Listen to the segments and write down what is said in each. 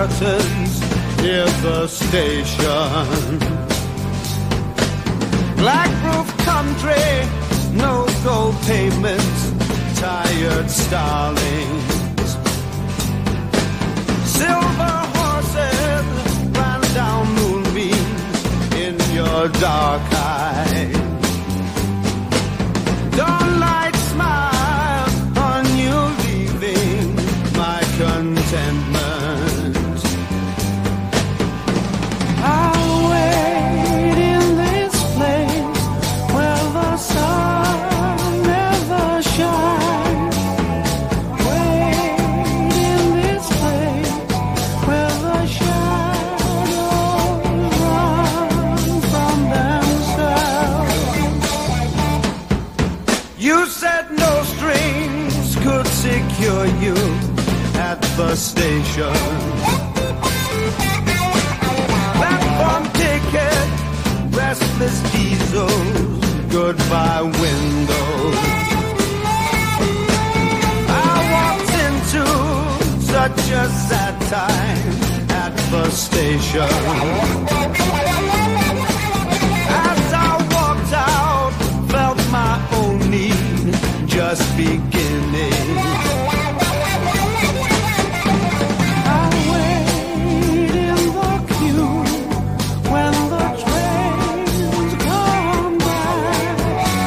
curtains near the station. Black roof country, no gold pavements, tired starlings. Silver horses ran down moonbeams in your dark eyes. Dawnlight smile on you leaving my contentment. I'll wait in this place where the sun never shines. Wait in this place where the shadows run from themselves. You said no strings could secure you at the station. Platform ticket, restless diesels, goodbye windows. I walked into such a sad time at the station. As I walked out, felt my own need just beginning. I wait in the queue when the trains come back.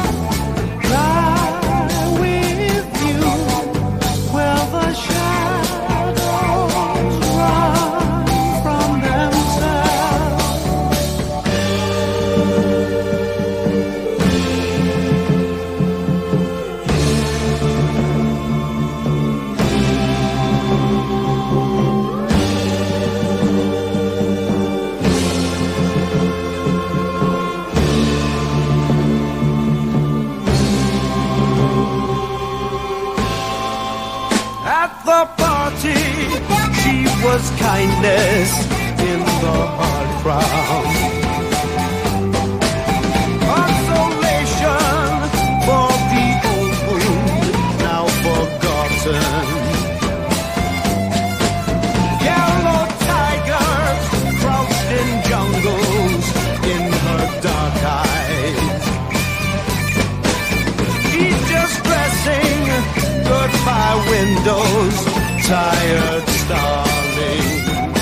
Lie with you where the shadows run from themselves. At the party, she was kindness in the hard crowd. Consolation for the old wound, now forgotten. Yellow tigers crouched in jungles in her dark eyes. She's just dressing, goodbye windows, tired starling.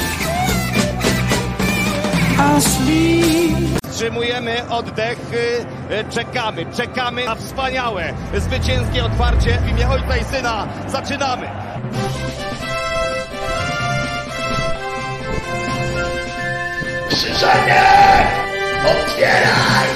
Asleep. Wstrzymujemy oddech, czekamy na wspaniałe, zwycięskie otwarcie w imię Ojca i Syna. Zaczynamy! Krzyżanie! Otwieraj!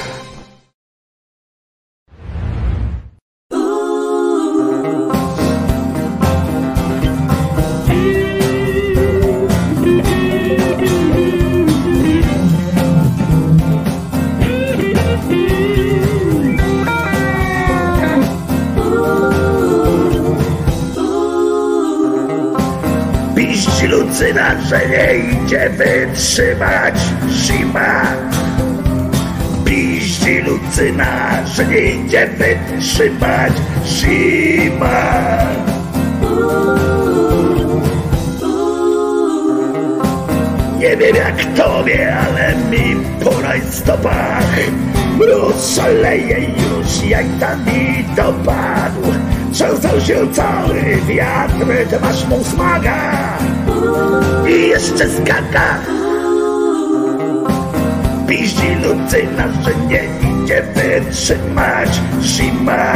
Piść Lucyna, że nie idzie wytrzymać zima. Piść Lucyna, że nie idzie wytrzymać zima. Nie wiem jak tobie, ale mi po rajstopach mróz szaleje już, jajta mi dopadł. Trzęsał się cały wiatr, ty masz mu smaga i jeszcze skaka. Piździ Lucyna, że nie idzie wytrzymać zima.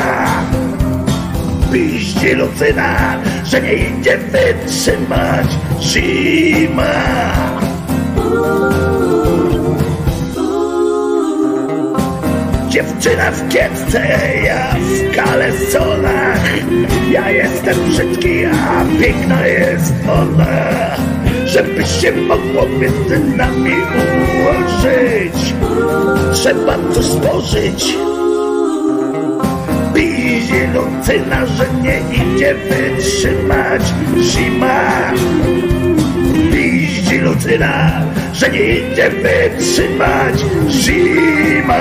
Piździ Lucyna, że nie idzie wytrzymać zima. Dziewczyna w kiepce, ja w kalesonach. Ja jestem brzydki, a piękna jest ona. Żeby się mogło między nami ułożyć, trzeba coś stworzyć. Piździ Lucyna, że nie idzie wytrzymać zima. Piździ Lucyna, że nie idzie wytrzymać zima.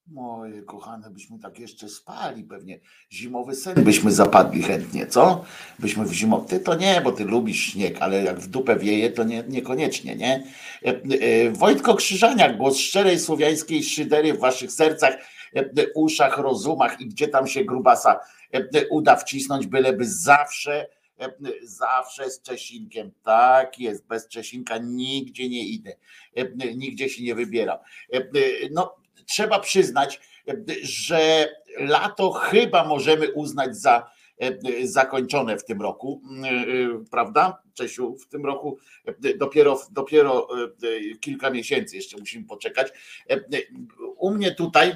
Moje kochane, byśmy tak jeszcze spali, pewnie zimowy sen byśmy zapadli chętnie, co? Byśmy w zimowy, ty to nie, bo ty lubisz śnieg, ale jak w dupę wieje, to niekoniecznie, nie? Wojtko Krzyżaniak, głos szczerej słowiańskiej szydery w waszych sercach, uszach, rozumach i gdzie tam się grubasa uda wcisnąć, byleby zawsze z Czesinkiem. Tak jest, bez Czesinka nigdzie nie idę, nigdzie się nie wybieram. No, trzeba przyznać, że lato chyba możemy uznać za zakończone w tym roku, prawda, Czesiu? W tym roku dopiero kilka miesięcy jeszcze musimy poczekać. U mnie tutaj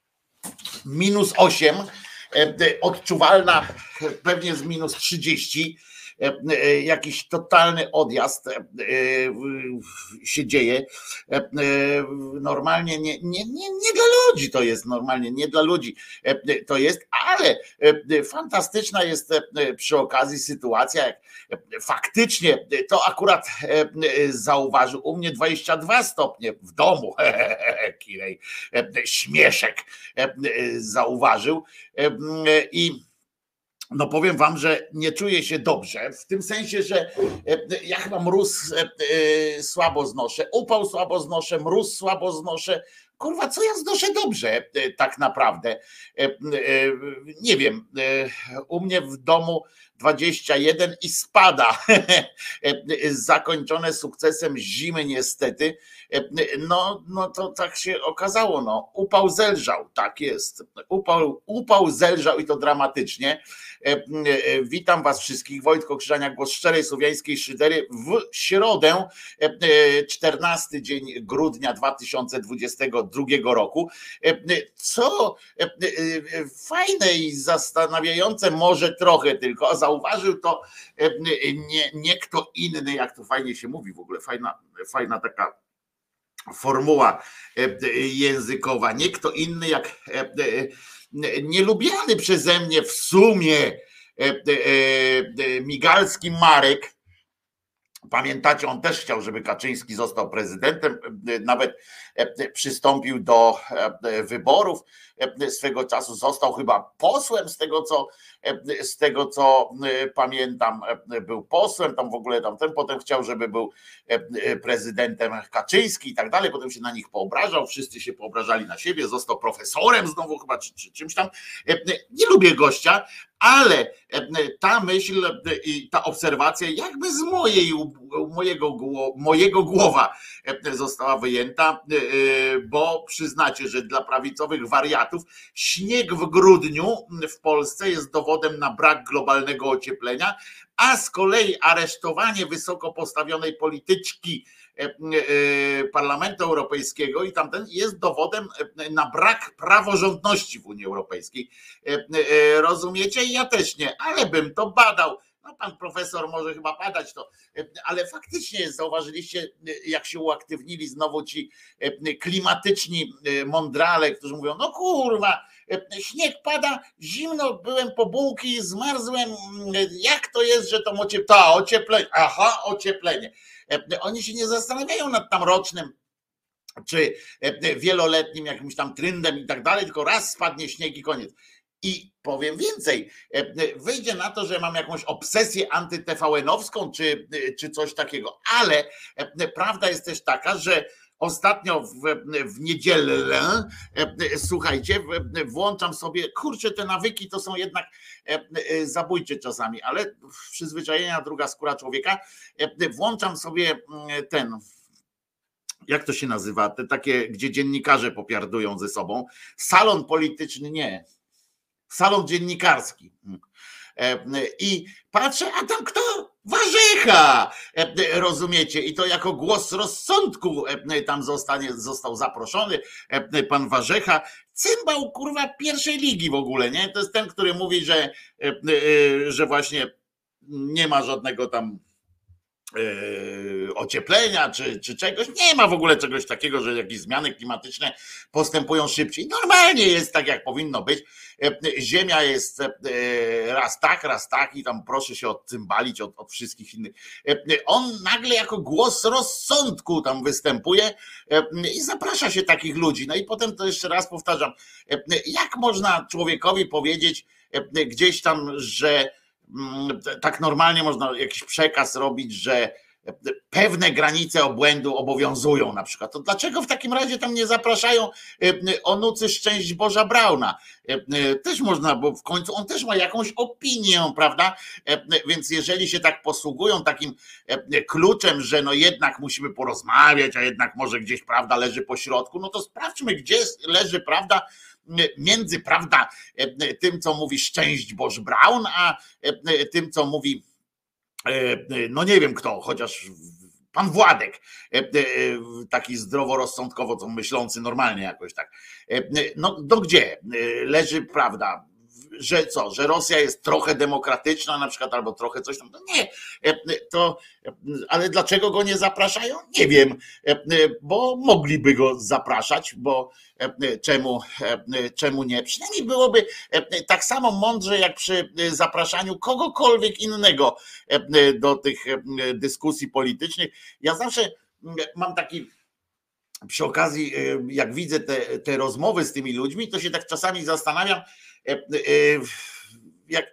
-8, odczuwalna pewnie z -30. Jakiś totalny odjazd się dzieje. Normalnie nie dla ludzi to jest, normalnie nie dla ludzi to jest, ale fantastyczna jest przy okazji sytuacja, jak faktycznie to akurat zauważył u mnie 22 stopnie w domu, Kirej, śmieszek zauważył i no powiem wam, że nie czuję się dobrze, w tym sensie, że ja chyba mróz słabo znoszę, upał słabo znoszę, mróz słabo znoszę. Kurwa, co ja znoszę dobrze tak naprawdę? Nie wiem, u mnie w domu 21 i spada. Zakończone sukcesem zimy niestety. No to tak się okazało. No. Upał zelżał, tak jest. Upał zelżał i to dramatycznie. Witam was wszystkich. Wojtko Krzyżaniak, głos szczerej słowiańskiej szydery w środę, 14 dzień grudnia 2022 roku. Co fajne i zastanawiające może trochę tylko, a zauważył to nie kto inny, jak to fajnie się mówi w ogóle, fajna taka formuła językowa, nie kto inny jak nielubiany przeze mnie w sumie Migalski Marek. Pamiętacie, on też chciał, żeby Kaczyński został prezydentem, nawet przystąpił do wyborów, swego czasu został chyba posłem, z tego co pamiętam, był posłem, tam w ogóle potem chciał, żeby był prezydentem Kaczyński i tak dalej, potem się na nich poobrażał, wszyscy się poobrażali na siebie, został profesorem znowu chyba, czy czymś tam. Nie lubię gościa, ale ta myśl i ta obserwacja jakby z mojego głowa została wyjęta, bo przyznacie, że dla prawicowych wariatów śnieg w grudniu w Polsce jest dowodem na brak globalnego ocieplenia, a z kolei aresztowanie wysoko postawionej polityczki Parlamentu Europejskiego i tamten jest dowodem na brak praworządności w Unii Europejskiej. Rozumiecie? Ja też nie, ale bym to badał. No pan profesor może chyba badać to, ale faktycznie zauważyliście, jak się uaktywnili znowu ci klimatyczni mądrale, którzy mówią, no kurwa, śnieg pada, zimno, byłem po bułki, zmarzłem, jak to jest, że to ocieplenie, aha, ocieplenie. Oni się nie zastanawiają nad tam rocznym czy wieloletnim jakimś tam trendem i tak dalej, tylko raz spadnie śnieg i koniec. I powiem więcej, wyjdzie na to, że mam jakąś obsesję anty-TVN-owską czy coś takiego, ale prawda jest też taka, że ostatnio w niedzielę, słuchajcie, włączam sobie, kurczę, te nawyki to są jednak zabójcze czasami, ale przyzwyczajenia, druga skóra człowieka, włączam sobie jak to się nazywa, te takie, gdzie dziennikarze popiardują ze sobą, salon polityczny, nie, salon dziennikarski. I patrzę, a tam kto? Warzecha! Rozumiecie? I to jako głos rozsądku tam został zaproszony pan Warzecha. Cymbał, kurwa, pierwszej ligi w ogóle, nie? To jest ten, który mówi, że właśnie nie ma żadnego tam ocieplenia czy czegoś. Nie ma w ogóle czegoś takiego, że jakieś zmiany klimatyczne postępują szybciej. Normalnie jest tak, jak powinno być. Ziemia jest raz tak i tam proszę się odcymbalić od wszystkich innych. On nagle jako głos rozsądku tam występuje i zaprasza się takich ludzi. No i potem to jeszcze raz powtarzam, jak można człowiekowi powiedzieć gdzieś tam, że tak normalnie można jakiś przekaz robić, że pewne granice obłędu obowiązują na przykład. To dlaczego w takim razie tam nie zapraszają onucy Szczęść Boża Brauna? Też można, bo w końcu on też ma jakąś opinię, prawda? Więc jeżeli się tak posługują takim kluczem, że no jednak musimy porozmawiać, a jednak może gdzieś prawda leży po środku, no to sprawdźmy, gdzie leży prawda między, prawda, tym, co mówi Szczęść Boż Braun, a tym, co mówi no nie wiem kto, chociaż pan Władek, taki zdroworozsądkowo co myślący normalnie jakoś tak. No gdzie leży prawda, że co, że Rosja jest trochę demokratyczna na przykład, albo trochę coś tam, no nie, to, ale dlaczego go nie zapraszają? Nie wiem, bo mogliby go zapraszać, bo czemu nie? Przynajmniej byłoby tak samo mądrze, jak przy zapraszaniu kogokolwiek innego do tych dyskusji politycznych. Ja zawsze mam taki, przy okazji, jak widzę te rozmowy z tymi ludźmi, to się tak czasami zastanawiam, jak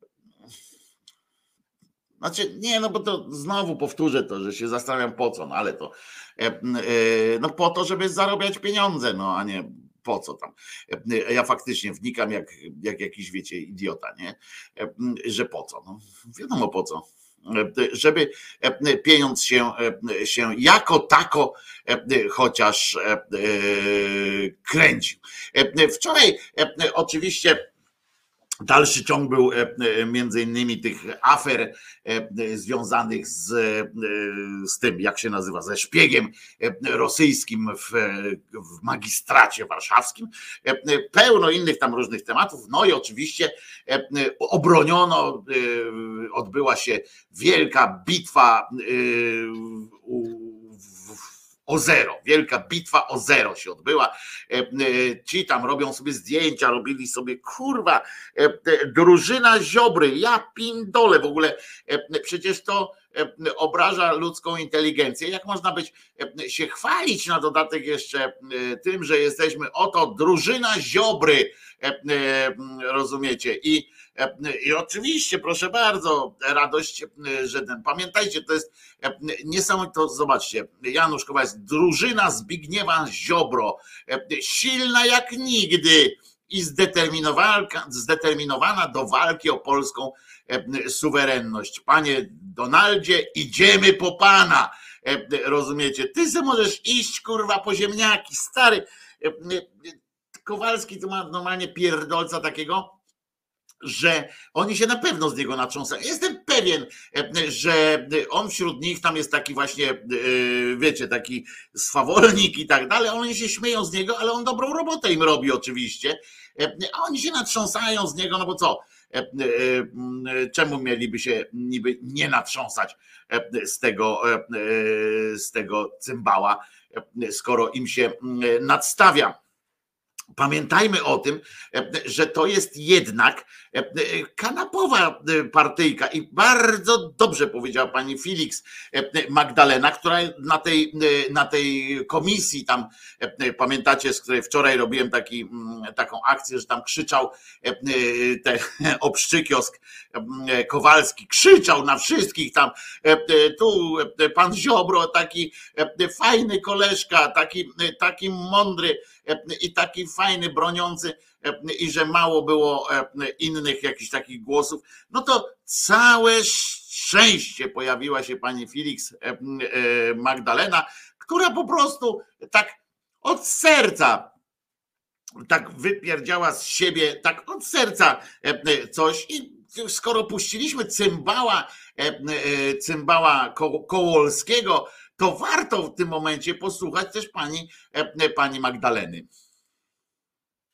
znaczy nie, no bo to znowu powtórzę to, że się zastanawiam po co, no ale to no po to, żeby zarabiać pieniądze, no a nie po co tam. Ja faktycznie wnikam jak jakiś, wiecie, idiota, nie? Że po co? No wiadomo po co. Żeby pieniądz się jako tako chociaż kręcił. Wczoraj oczywiście dalszy ciąg był między innymi tych afer związanych z tym, jak się nazywa, ze szpiegiem rosyjskim w magistracie warszawskim. Pełno innych tam różnych tematów. No i oczywiście obroniono, odbyła się wielka bitwa o zero, wielka bitwa o zero się odbyła. Ci tam robią sobie zdjęcia, robili sobie, kurwa, drużyna Ziobry, ja pindole w ogóle, przecież to obraża ludzką inteligencję. Jak można być, się chwalić na dodatek jeszcze tym, że jesteśmy oto drużyna Ziobry, rozumiecie? I oczywiście, proszę bardzo, radość, że pamiętajcie, to jest niesamowite, to zobaczcie, Janusz Kowalski, drużyna Zbigniewa Ziobro, silna jak nigdy i zdeterminowana do walki o polską suwerenność. Panie Donaldzie, idziemy po pana, rozumiecie? Ty se możesz iść, kurwa, po ziemniaki, stary. Kowalski to ma normalnie pierdolca takiego, że oni się na pewno z niego natrząsają. Jestem pewien, że on wśród nich tam jest taki właśnie, wiecie, taki swawolnik i tak dalej. Oni się śmieją z niego, ale on dobrą robotę im robi oczywiście. A oni się natrząsają z niego, no bo co? Czemu mieliby się niby nie natrząsać z tego cymbała, skoro im się nadstawia? Pamiętajmy o tym, że to jest jednak kanapowa partyjka i bardzo dobrze powiedziała pani Felix Magdalena, która na tej komisji tam, pamiętacie, z której wczoraj robiłem taką akcję, że tam krzyczał obszczykiosk Kowalski, krzyczał na wszystkich tam, tu pan Ziobro, taki fajny koleżka, taki mądry i taki fajny, broniący, i że mało było innych jakichś takich głosów, no to całe szczęście pojawiła się pani Felix Magdalena, która po prostu tak od serca tak wypierdziała z siebie, tak od serca coś, i skoro puściliśmy cymbała Kołolskiego, to warto w tym momencie posłuchać też pani Magdaleny.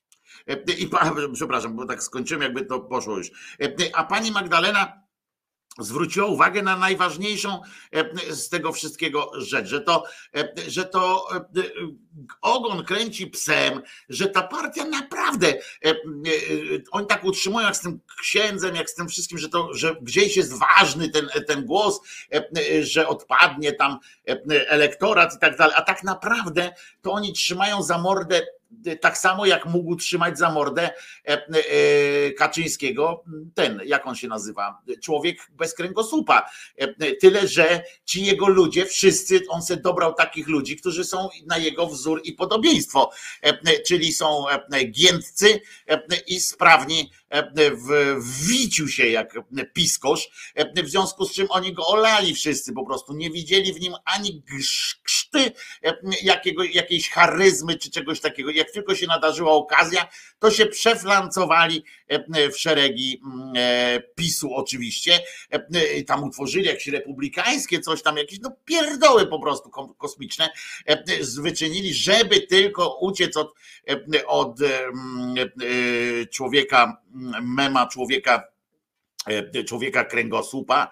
I przepraszam, bo tak skończymy, jakby to poszło już. A pani Magdalena zwróciła uwagę na najważniejszą z tego wszystkiego rzecz, że to ogon kręci psem, że ta partia naprawdę, oni tak utrzymują jak z tym księdzem, jak z tym wszystkim, że gdzieś jest ważny ten głos, że odpadnie tam elektorat i tak dalej, a tak naprawdę to oni trzymają za mordę tak samo jak mógł trzymać za mordę Kaczyńskiego ten, jak on się nazywa, człowiek bez kręgosłupa. Tyle, że ci jego ludzie, wszyscy, on sobie dobrał takich ludzi, którzy są na jego wzór i podobieństwo, czyli są giętcy i sprawni w wiciu się jak piskosz, w związku z czym oni go olali wszyscy po prostu, nie widzieli w nim ani krzty jakiejś charyzmy czy czegoś takiego. Jak tylko się nadarzyła okazja, to się przeflancowali w szeregi PiS-u oczywiście, tam utworzyli jakieś republikańskie coś tam, jakieś no pierdoły po prostu kosmiczne wyczynili, żeby tylko uciec od człowieka, mema człowieka kręgosłupa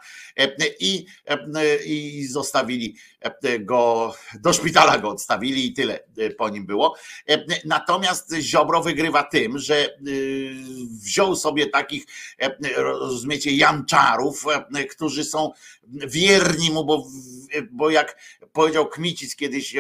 i zostawili go, do szpitala go odstawili i tyle po nim było. Natomiast Ziobro wygrywa tym, że wziął sobie takich, rozumiecie, janczarów, którzy są wierni mu, bo jak powiedział Kmicic kiedyś,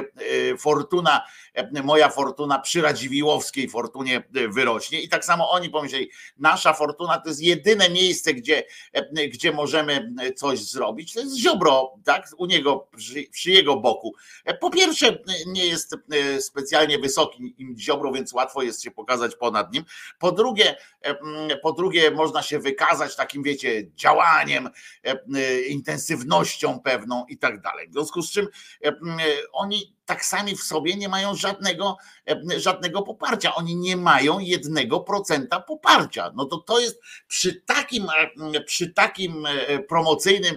moja fortuna przy Radziwiłłowskiej fortunie wyrośnie i tak samo oni pomyśleli, nasza fortuna to jest jedyne miejsce, gdzie możemy coś zrobić, to jest Ziobro, tak? U niego, przy jego boku. Po pierwsze nie jest specjalnie wysoki Ziobro, więc łatwo jest się pokazać ponad nim. Po drugie można się wykazać takim, wiecie, działaniem, intensywnością pewną i tak dalej. W związku z czym oni tak sami w sobie nie mają żadnego poparcia. Oni nie mają 1% poparcia. No to jest przy takim promocyjnym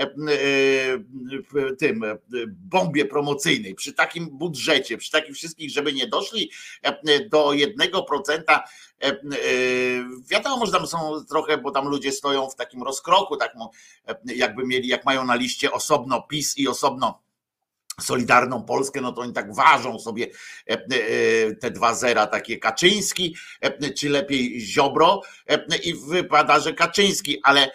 bombie promocyjnej, przy takim budżecie, przy takich wszystkich, żeby nie doszli do 1%. Wiadomo, że tam są trochę, bo tam ludzie stoją w takim rozkroku, tak jakby mieli, jak mają na liście osobno PiS i osobno Solidarną Polskę, no to oni tak ważą sobie te 2 zera, takie Kaczyński, czy lepiej Ziobro, i wypada, że Kaczyński, ale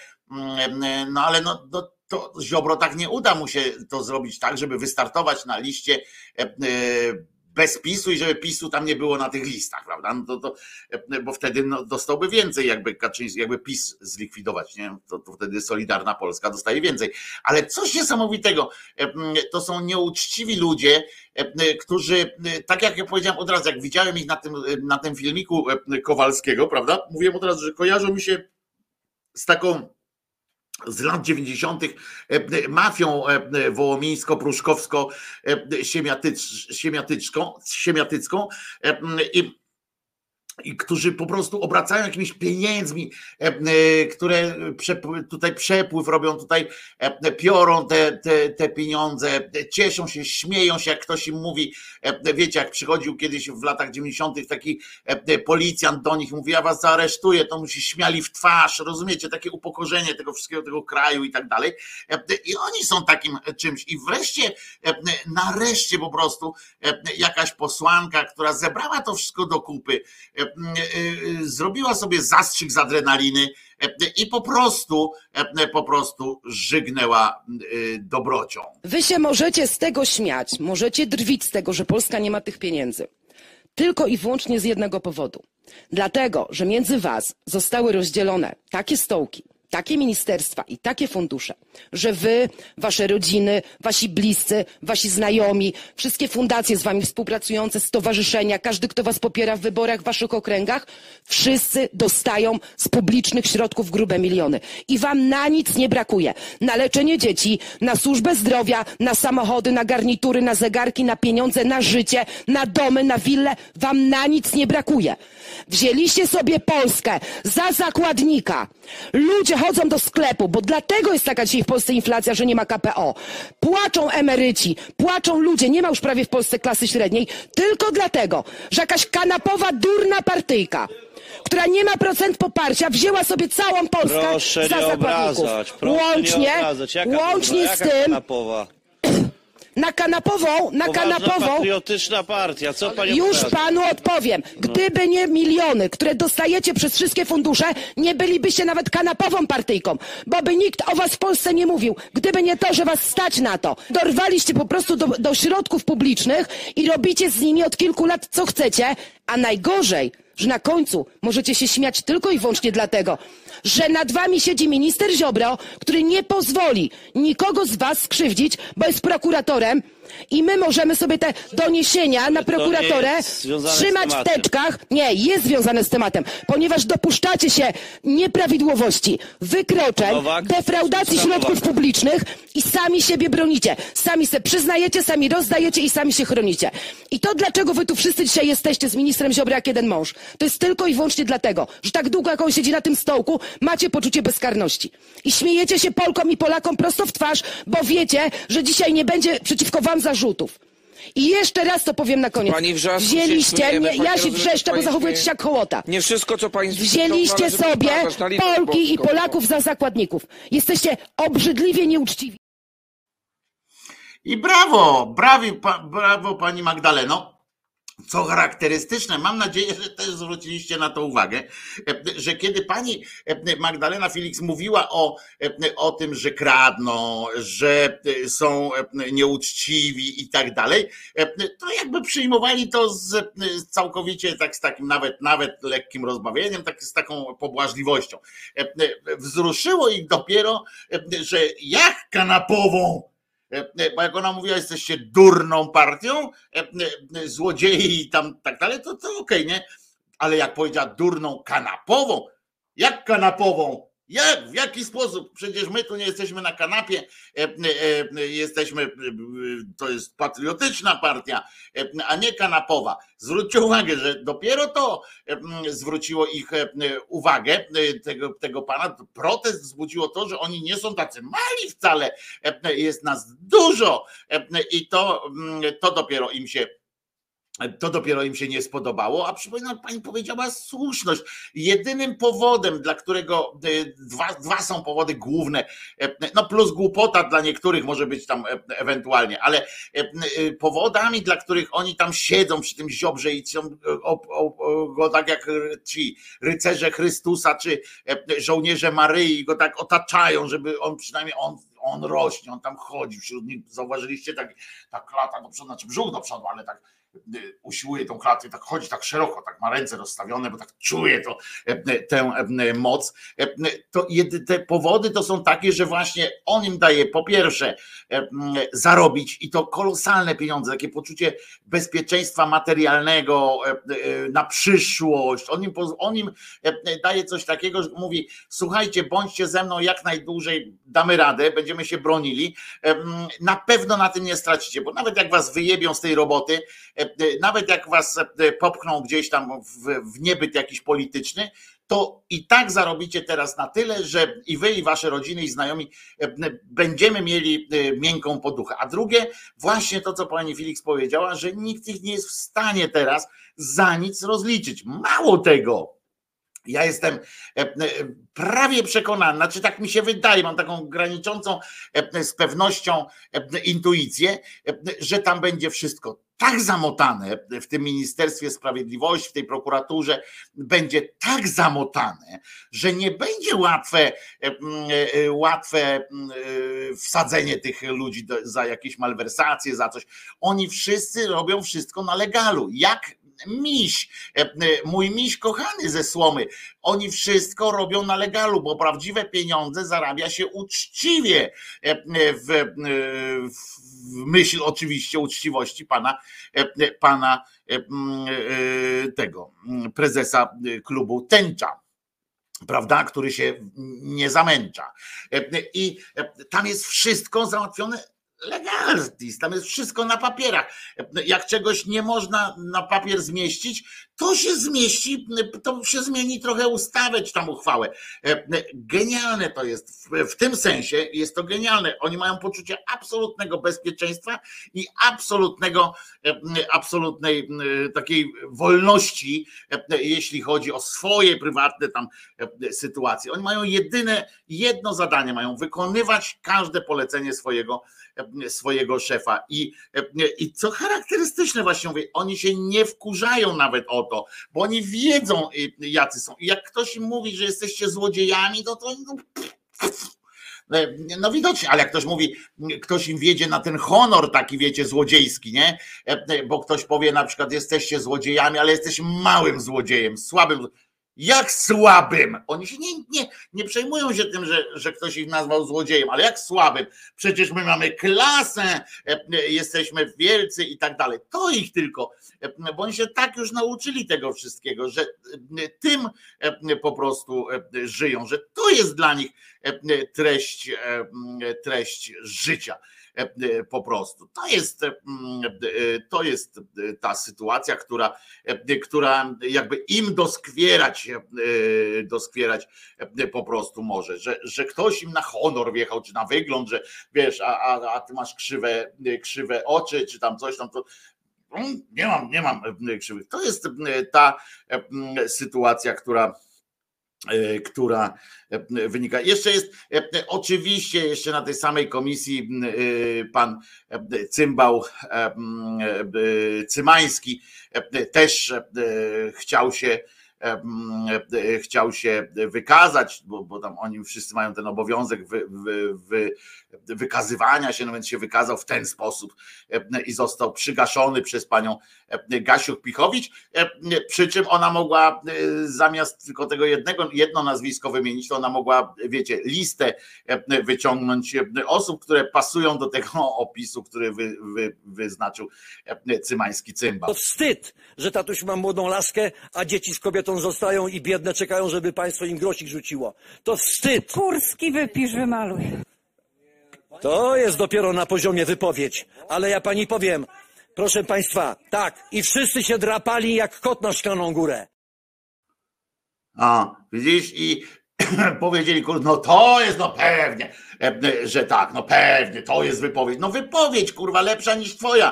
to Ziobro tak nie uda mu się to zrobić tak, żeby wystartować na liście bez PiS-u i żeby PiS-u tam nie było na tych listach, prawda? No bo wtedy dostałby więcej, jakby Kaczyński, jakby PiS zlikwidować, nie? To wtedy Solidarna Polska dostaje więcej. Ale coś niesamowitego, to są nieuczciwi ludzie, którzy, tak jak ja powiedziałem od razu, jak widziałem ich na tym filmiku Kowalskiego, prawda? Mówiłem od razu, że kojarzą mi się z taką z lat 90. mafią wołomińsko-pruszkowsko-siemiatycką i którzy po prostu obracają jakimiś pieniędzmi, które tutaj przepływ robią, tutaj piorą te pieniądze, cieszą się, śmieją się, jak ktoś im mówi, wiecie, jak przychodził kiedyś w latach 90. taki policjant do nich, mówi, ja was zaaresztuję, to mu się śmiali w twarz, rozumiecie, takie upokorzenie tego wszystkiego, tego kraju i tak dalej. I oni są takim czymś. I wreszcie, nareszcie po prostu jakaś posłanka, która zebrała to wszystko do kupy, zrobiła sobie zastrzyk z adrenaliny i po prostu żygnęła dobrocią. Wy się możecie z tego śmiać, możecie drwić z tego, że Polska nie ma tych pieniędzy. Tylko i wyłącznie z jednego powodu. Dlatego, że między was zostały rozdzielone takie stołki, takie ministerstwa i takie fundusze, że wy, wasze rodziny, wasi bliscy, wasi znajomi, wszystkie fundacje z wami współpracujące, stowarzyszenia, każdy, kto was popiera w wyborach w waszych okręgach, wszyscy dostają z publicznych środków grube miliony. I wam na nic nie brakuje. Na leczenie dzieci, na służbę zdrowia, na samochody, na garnitury, na zegarki, na pieniądze, na życie, na domy, na wille. Wam na nic nie brakuje. Wzięliście sobie Polskę za zakładnika. Ludzie chodzą do sklepu, bo dlatego jest taka dzisiaj w Polsce inflacja, że nie ma KPO. Płaczą emeryci, płaczą ludzie, nie ma już prawie w Polsce klasy średniej, tylko dlatego, że jakaś kanapowa, durna partyjka która nie ma procent poparcia, wzięła sobie całą Polskę Proszę za nie zakładników. obrażać, proszę nie obrażać. Łącznie z tym, kanapowa? na kanapową, Patriotyczna partia, co pani już obraża? panu odpowiem. Gdyby nie miliony, które dostajecie przez wszystkie fundusze, nie bylibyście nawet kanapową partyjką, bo by nikt o was w Polsce nie mówił. Gdyby nie to, że was stać na to. Dorwaliście po prostu do środków publicznych i robicie z nimi od kilku lat co chcecie, a najgorzej, że na końcu możecie się śmiać tylko i wyłącznie dlatego, że nad wami siedzi minister Ziobro, który nie pozwoli nikogo z was skrzywdzić, bo jest prokuratorem i my możemy sobie te doniesienia na prokuratorę trzymać w teczkach. Nie, jest związane z tematem, ponieważ dopuszczacie się nieprawidłowości, wykroczeń, defraudacji środków publicznych i sami siebie bronicie. Sami se przyznajecie, sami rozdajecie i sami się chronicie. I to dlaczego wy tu wszyscy dzisiaj jesteście z ministrem Ziobro jak jeden mąż, to jest tylko i wyłącznie dlatego, że tak długo jak on siedzi na tym stołku, macie poczucie bezkarności. I śmiejecie się Polkom i Polakom prosto w twarz, bo wiecie, że dzisiaj nie będzie przeciwko wam zarzutów. I jeszcze raz to powiem na koniec. Pani Wrzasku Wzięliście, mnie, ja się wrzeszczę, bo zachowujecie się jak hołota. Nie wszystko, co pani Wzięliście sobie Polki i Polaków za zakładników. Jesteście obrzydliwie nieuczciwi. I brawo pani Magdaleno. Co charakterystyczne, mam nadzieję, że też zwróciliście na to uwagę, że kiedy pani Magdalena Felix mówiła o tym, że kradną, że są nieuczciwi i tak dalej, to jakby przyjmowali to całkowicie tak z takim nawet lekkim rozbawieniem, tak z taką pobłażliwością. Wzruszyło ich dopiero, że jak kanapową, bo jak ona mówiła, jesteście durną partią, złodziei i tam tak dalej, to okej, nie? Ale jak powiedziała durną kanapową, jak kanapową? Jak? W jaki sposób? Przecież my tu nie jesteśmy na kanapie, jesteśmy, to jest patriotyczna partia, a nie kanapowa. Zwróćcie uwagę, że dopiero to zwróciło ich uwagę, tego pana. Protest wzbudziło to, że oni nie są tacy mali wcale, jest nas dużo i to dopiero im się nie spodobało, a przypominam, pani powiedziała słuszność. Jedynym powodem, dla którego dwa są powody główne, no plus głupota dla niektórych może być tam ewentualnie, ale powodami, dla których oni tam siedzą przy tym Ziobrze i są go tak jak ci rycerze Chrystusa czy żołnierze Maryi go tak otaczają, żeby on przynajmniej on rośnie, on tam chodzi wśród nich, zauważyliście, ta klata do przodu, znaczy brzuch do przodu, ale tak usiłuje tą klatę, tak chodzi tak szeroko, tak ma ręce rozstawione, bo tak czuje tę moc. To te powody to są takie, że właśnie on im daje po pierwsze zarobić i to kolosalne pieniądze, takie poczucie bezpieczeństwa materialnego na przyszłość. On im daje coś takiego, że mówi, słuchajcie, bądźcie ze mną jak najdłużej, damy radę, będziemy się bronili, na pewno na tym nie stracicie, bo nawet jak was wyjebią z tej roboty, nawet jak was popchną gdzieś tam w niebyt jakiś polityczny, to i tak zarobicie teraz na tyle, że i wy, i wasze rodziny, i znajomi będziemy mieli miękką poduchę. A drugie, właśnie to, co pani Felix powiedziała, że nikt ich nie jest w stanie teraz za nic rozliczyć. Mało tego, ja jestem prawie przekonany, znaczy tak mi się wydaje, mam taką graniczącą z pewnością intuicję, że tam będzie wszystko tak zamotane w tym Ministerstwie Sprawiedliwości, w tej prokuraturze, będzie tak zamotane, że nie będzie łatwe wsadzenie tych ludzi za jakieś malwersacje, za coś. Oni wszyscy robią wszystko na legalu. Jak miś, mój miś kochany ze Słomy, oni wszystko robią na legalu, bo prawdziwe pieniądze zarabia się uczciwie, w myśl oczywiście uczciwości pana tego prezesa klubu Tęcza, prawda, który się nie zamęcza. I tam jest wszystko załatwione legalnie, tam jest wszystko na papierach. Jak czegoś nie można na papier zmieścić, to się zmieści, to się zmieni trochę ustawę czy tam uchwałę. Genialne to jest, w tym sensie jest to genialne. Oni mają poczucie absolutnego bezpieczeństwa i absolutnej takiej wolności, jeśli chodzi o swoje prywatne tam sytuacje. Oni mają jedno zadanie, mają wykonywać każde polecenie swojego szefa. I co charakterystyczne, właśnie mówię, oni się nie wkurzają nawet o to, bo oni wiedzą, jacy są. I jak ktoś im mówi, że jesteście złodziejami, no widocznie, ale jak ktoś im wiedzie na ten honor taki, wiecie, złodziejski, nie? Bo ktoś powie na przykład, jesteście złodziejami, ale jesteś małym złodziejem, słabym. Jak słabym? Oni się nie przejmują się tym, że ktoś ich nazwał złodziejem, ale jak słabym? Przecież my mamy klasę, jesteśmy wielcy i tak dalej. To ich tylko, bo oni się tak już nauczyli tego wszystkiego, że tym po prostu żyją, że to jest dla nich treść życia. Po prostu. To jest ta sytuacja, która jakby im doskwierać po prostu może, że ktoś im na honor wjechał, czy na wygląd, że wiesz, a ty masz krzywe oczy, czy tam coś tam, to nie mam krzywych. To jest ta sytuacja, która wynika. Jeszcze jest oczywiście jeszcze na tej samej komisji pan Cymański też chciał się wykazać, bo tam oni wszyscy mają ten obowiązek wykazywania się, no więc się wykazał w ten sposób i został przygaszony przez panią Gasiuk-Pichowicz, przy czym ona mogła zamiast tylko tego jedno nazwisko wymienić, to ona mogła, wiecie, listę wyciągnąć osób, które pasują do tego opisu, który wyznaczył cymański cymbał. To wstyd, że tatuś ma młodą laskę, a dzieci z kobietą zostają i biedne czekają, żeby państwo im grosik rzuciło. To wstyd. Kurski wypisz, wymaluj. To jest dopiero na poziomie wypowiedź, ale ja pani powiem, proszę państwa, tak, i wszyscy się drapali jak kot na Szklaną Górę. A, widzisz, i powiedzieli, no to jest, no pewnie, że tak, no pewnie, to jest wypowiedź. No wypowiedź, kurwa, lepsza niż twoja,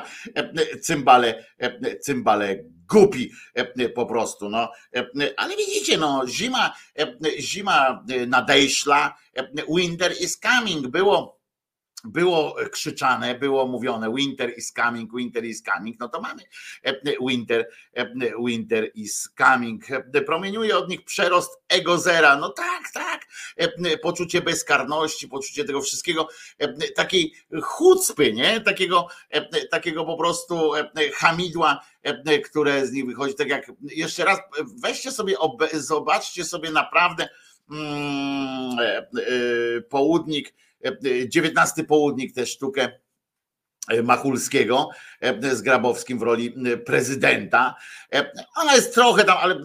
cymbale głupi po prostu, no. Ale widzicie, no, zima nadejszła, winter is coming, było krzyczane, było mówione winter is coming, no to mamy winter is coming. Promieniuje od nich przerost ego zera, no tak, poczucie bezkarności, poczucie tego wszystkiego, takiej chucpy, nie? Takiego po prostu hamidła, które z nich wychodzi, tak jak jeszcze raz, weźcie sobie, zobaczcie sobie naprawdę południk, 19 południk, tę sztukę Machulskiego z Grabowskim w roli prezydenta. Ona jest trochę tam, ale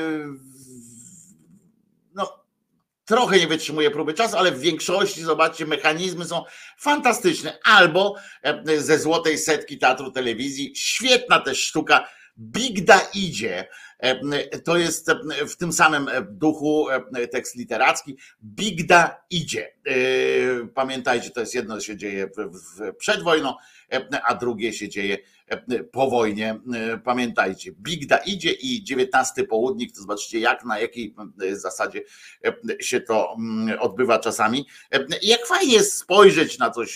no, trochę nie wytrzymuje próby czasu, ale w większości, zobaczcie, mechanizmy są fantastyczne. Albo ze Złotej Setki Teatru Telewizji, świetna też sztuka Bigda idzie. To jest w tym samym duchu tekst literacki. Bigda idzie. Pamiętajcie, to jest jedno się dzieje przed wojną, a drugie się dzieje po wojnie. Pamiętajcie, Bigda idzie i 19 południk, to zobaczcie na jakiej zasadzie się to odbywa czasami. I jak fajnie jest spojrzeć na coś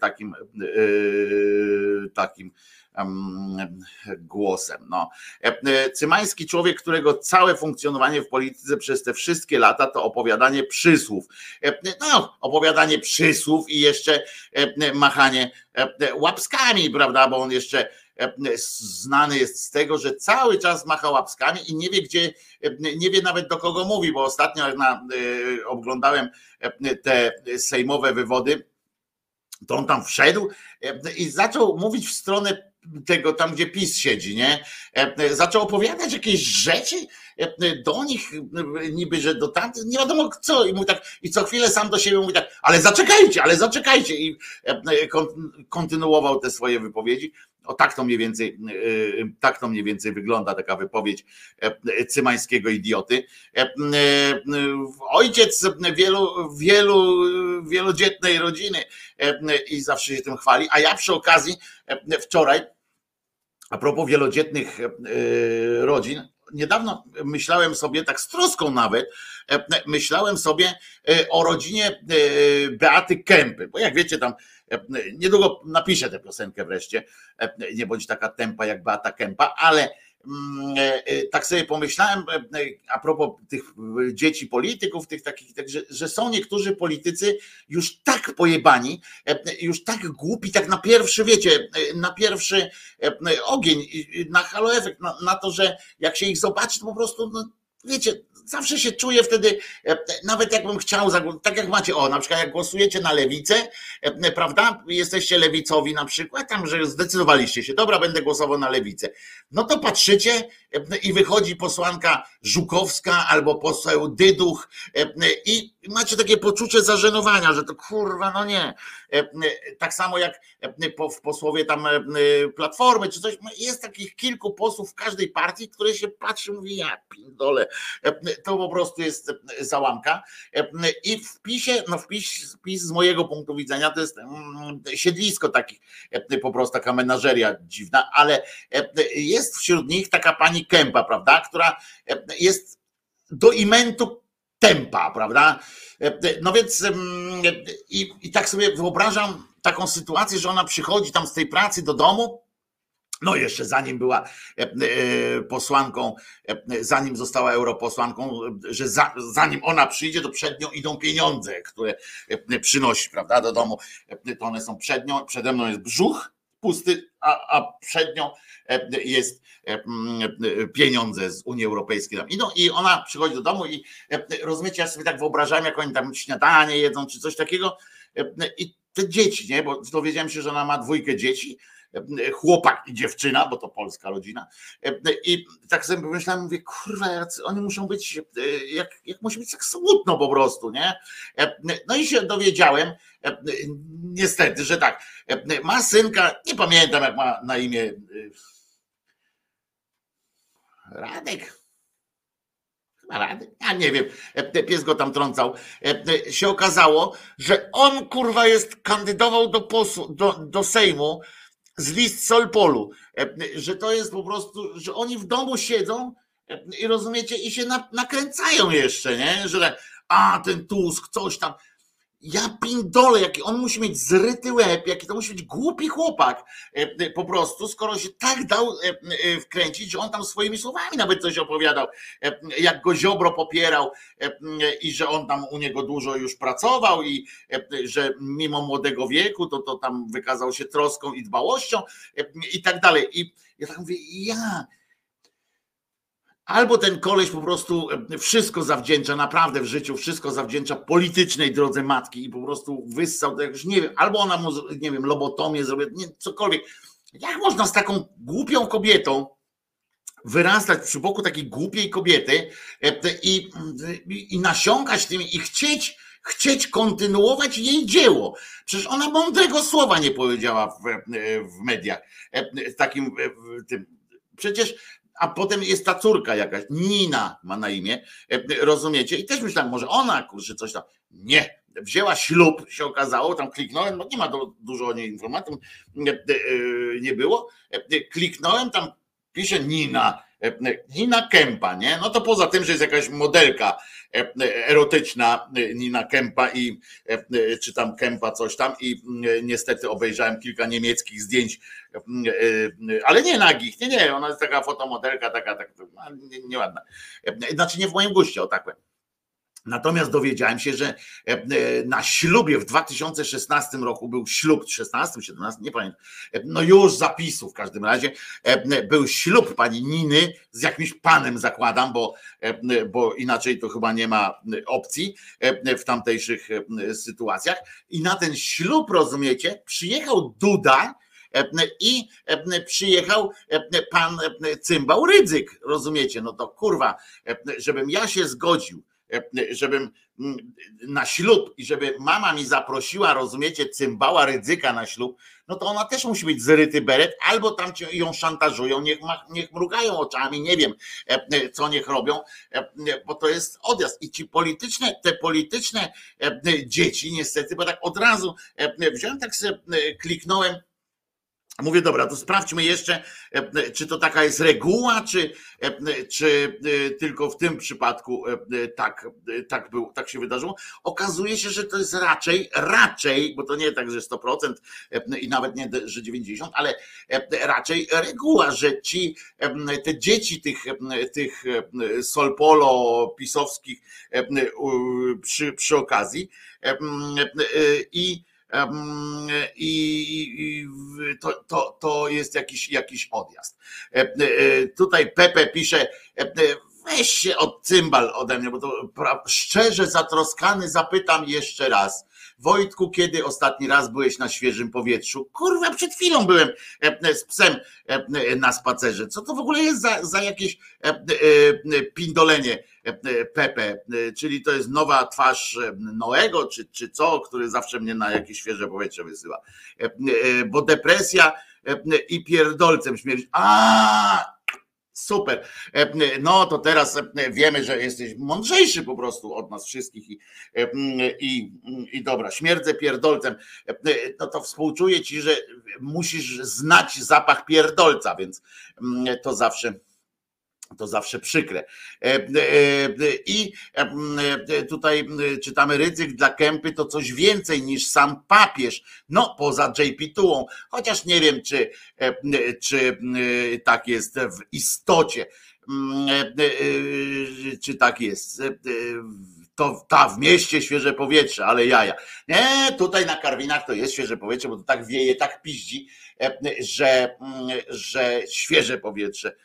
takim głosem. No. Cymański, człowiek, którego całe funkcjonowanie w polityce przez te wszystkie lata to opowiadanie przysłów. No, opowiadanie przysłów i jeszcze machanie łapskami, prawda, bo on jeszcze znany jest z tego, że cały czas macha łapskami i nie wie nie wie nawet do kogo mówi, bo ostatnio jak oglądałem te sejmowe wywody, to on tam wszedł i zaczął mówić w stronę tego, tam gdzie PiS siedzi, nie? Zaczął opowiadać jakieś rzeczy do nich niby, że do tamtych, nie wiadomo co, i mówi tak, i co chwilę sam do siebie mówi tak, ale zaczekajcie, i kontynuował te swoje wypowiedzi. O tak to mniej więcej wygląda taka wypowiedź cymańskiego idioty. Ojciec wielodzietnej rodziny i zawsze się tym chwali, a ja przy okazji wczoraj, a propos wielodzietnych rodzin, niedawno myślałem sobie, tak z troską nawet, myślałem sobie o rodzinie Beaty Kempy, bo jak wiecie tam, niedługo napiszę tę piosenkę wreszcie, nie bądź taka tempa jak Beata Kempa, ale tak sobie pomyślałem a propos tych dzieci polityków, tych takich, że są niektórzy politycy już tak pojebani, już tak głupi, tak na pierwszy, wiecie, na pierwszy ogień, na halo efekt, na to, że jak się ich zobaczy, to po prostu, no, wiecie, zawsze się czuję wtedy, nawet jakbym chciał, tak jak macie, na przykład jak głosujecie na lewicę, prawda, jesteście lewicowi na przykład, tam, że zdecydowaliście się, dobra, będę głosował na lewicę, no to patrzycie i wychodzi posłanka Żukowska albo poseł Dyduch i macie takie poczucie zażenowania, że to kurwa, no nie. Tak samo jak posłowie tam Platformy czy coś, jest takich kilku posłów w każdej partii, które się patrzy, mówi, ja pindole, to po prostu jest załamka. I w PiSie, no PiS z mojego punktu widzenia to jest siedlisko takich, po prostu taka menażeria dziwna, ale jest wśród nich taka pani Kempa, prawda, która jest do imentu tempa, prawda? No więc i tak sobie wyobrażam taką sytuację, że ona przychodzi tam z tej pracy do domu, no jeszcze zanim była posłanką, zanim została europosłanką, że zanim ona przyjdzie, to przed nią idą pieniądze, które przynosi, prawda, do domu. To one są przede mną jest brzuch pusty, a przed nią jest pieniądze z Unii Europejskiej tam idą i ona przychodzi do domu i rozumiecie, ja sobie tak wyobrażałem, jak oni tam śniadanie jedzą czy coś takiego i te dzieci, nie, bo dowiedziałem się, że ona ma 2 dzieci, chłopak i dziewczyna, bo to polska rodzina i tak sobie pomyślałem, mówię, kurwa, oni muszą być, jak musi być tak smutno po prostu, nie? No i się dowiedziałem, niestety, że tak, ma synka, nie pamiętam jak ma na imię, Radek? Chyba Radek? Ja nie wiem, pies go tam trącał. Się okazało, że on kurwa kandydował do Sejmu z list Solpolu, że to jest po prostu, że oni w domu siedzą i rozumiecie, i się nakręcają jeszcze, nie? Że ten Tusk, coś tam. Ja pindolę, jaki on musi mieć zryty łeb, jaki to musi być głupi chłopak po prostu, skoro się tak dał wkręcić, że on tam swoimi słowami nawet coś opowiadał, jak go Ziobro popierał i że on tam u niego dużo już pracował i że mimo młodego wieku to tam wykazał się troską i dbałością i tak dalej. I ja tak mówię, albo ten koleś po prostu wszystko zawdzięcza, naprawdę w życiu wszystko zawdzięcza politycznej drodze matki i po prostu wyssał, to już nie wiem, albo ona mu, nie wiem, lobotomię zrobiła, cokolwiek. Jak można z taką głupią kobietą wyrastać przy boku takiej głupiej kobiety i nasiąkać tym i chcieć kontynuować jej dzieło? Przecież ona mądrego słowa nie powiedziała w mediach. Takim tym. Przecież a potem jest ta córka jakaś, Nina ma na imię, rozumiecie? I też myślałem, może ona, kurczę, coś tam. Nie, wzięła ślub, się okazało, tam kliknąłem, no nie ma dużo o niej informacji, nie było. Kliknąłem, tam pisze Nina Kempa, nie? No to poza tym, że jest jakaś modelka erotyczna Nina Kempa i czy tam Kempa coś tam i niestety obejrzałem kilka niemieckich zdjęć, ale nie nagich, nie, ona jest taka fotomodelka, taka nieładna. Znaczy nie w moim guście, o tak powiem. Natomiast dowiedziałem się, że na ślubie w 2016 roku był ślub, 16, 17, nie pamiętam, no już zapisu w każdym razie, był ślub pani Niny z jakimś panem, zakładam, bo inaczej to chyba nie ma opcji w tamtejszych sytuacjach. I na ten ślub, rozumiecie, przyjechał Duda i przyjechał pan cymbał Rydzyk, rozumiecie, no to kurwa, żebym ja się zgodził, żebym na ślub i żeby mama mi zaprosiła, rozumiecie, cymbała Rydzyka na ślub, no to ona też musi być zryty beret, albo tam ją szantażują, niech mrugają oczami, nie wiem, co niech robią, bo to jest odjazd. I te polityczne dzieci niestety, bo tak od razu wziąłem, tak sobie kliknąłem, mówię, dobra, to sprawdźmy jeszcze, czy to taka jest reguła, czy tylko w tym przypadku tak się wydarzyło. Okazuje się, że to jest raczej, bo to nie tak, że 100% i nawet nie, że 90%, ale raczej reguła, że te dzieci tych Solpolo pisowskich przy okazji i to jest jakiś odjazd. Tutaj Pepe pisze, weź się od cymbal ode mnie, bo to szczerze zatroskany zapytam jeszcze raz. Wojtku, kiedy ostatni raz byłeś na świeżym powietrzu? Kurwa, przed chwilą byłem z psem na spacerze. Co to w ogóle jest za jakieś pindolenie Pepe? Czyli to jest nowa twarz Noego, czy co, który zawsze mnie na jakieś świeże powietrze wysyła. Bo depresja i pierdolcem śmierć. Super. No to teraz wiemy, że jesteś mądrzejszy po prostu od nas wszystkich i dobra, śmierdzę pierdolcem. No to współczuję ci, że musisz znać zapach pierdolca, więc to zawsze przykre. I tutaj czytamy, Rydzyk dla Kępy to coś więcej niż sam papież, no poza JP Tułą, chociaż nie wiem, czy tak jest w istocie, czy tak jest. To w mieście świeże powietrze, ale jaja. Nie, tutaj na Karwinach to jest świeże powietrze, bo to tak wieje, tak piździ, że świeże powietrze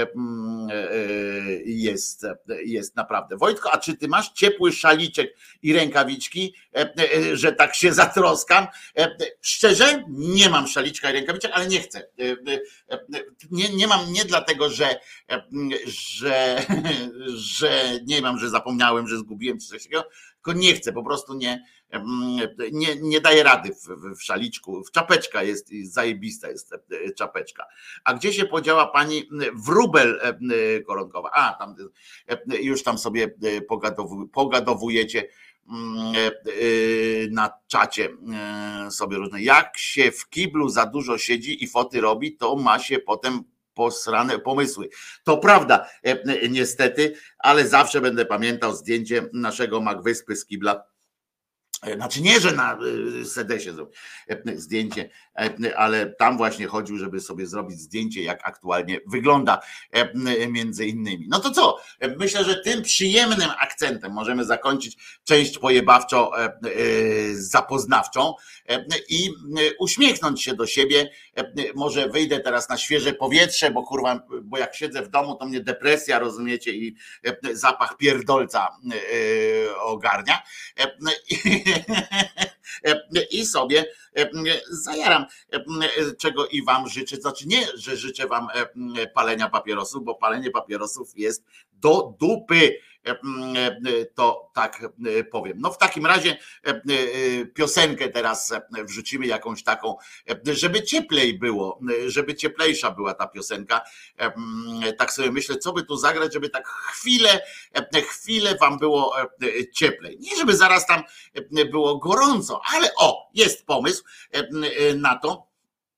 jest naprawdę. Wojtko, a czy ty masz ciepły szaliczek i rękawiczki, że tak się zatroskam? Szczerze, nie mam szaliczka i rękawiczek, ale nie chcę. Nie mam nie dlatego, że nie mam, że zapomniałem, że zgubiłem czy coś takiego, tylko nie chcę, po prostu nie daję rady w szaliczku. W czapeczka jest zajebista, jest czapeczka. A gdzie się podziała pani wróbel koronkowa? Tam już tam sobie pogadowujecie na czacie sobie różne. Jak się w kiblu za dużo siedzi i foty robi, to ma się potem posrane pomysły. To prawda, niestety, ale zawsze będę pamiętał zdjęcie naszego Magwyspy z kibla. Znaczy nie, że na sedesie zrobił zdjęcie, ale tam właśnie chodził, żeby sobie zrobić zdjęcie, jak aktualnie wygląda między innymi. No to co? Myślę, że tym przyjemnym akcentem możemy zakończyć część pojebawczo zapoznawczą i uśmiechnąć się do siebie. Może wyjdę teraz na świeże powietrze, bo kurwa, bo jak siedzę w domu, to mnie depresja, rozumiecie, i zapach pierdolca ogarnia. I sobie zajaram, czego i wam życzę. Znaczy nie, że życzę wam palenia papierosów, bo palenie papierosów jest do dupy. To tak powiem. No w takim razie piosenkę teraz wrzucimy jakąś taką, żeby cieplej było, żeby cieplejsza była ta piosenka. Tak sobie myślę, co by tu zagrać, żeby tak chwilę wam było cieplej. Nie żeby zaraz tam było gorąco, ale jest pomysł na to,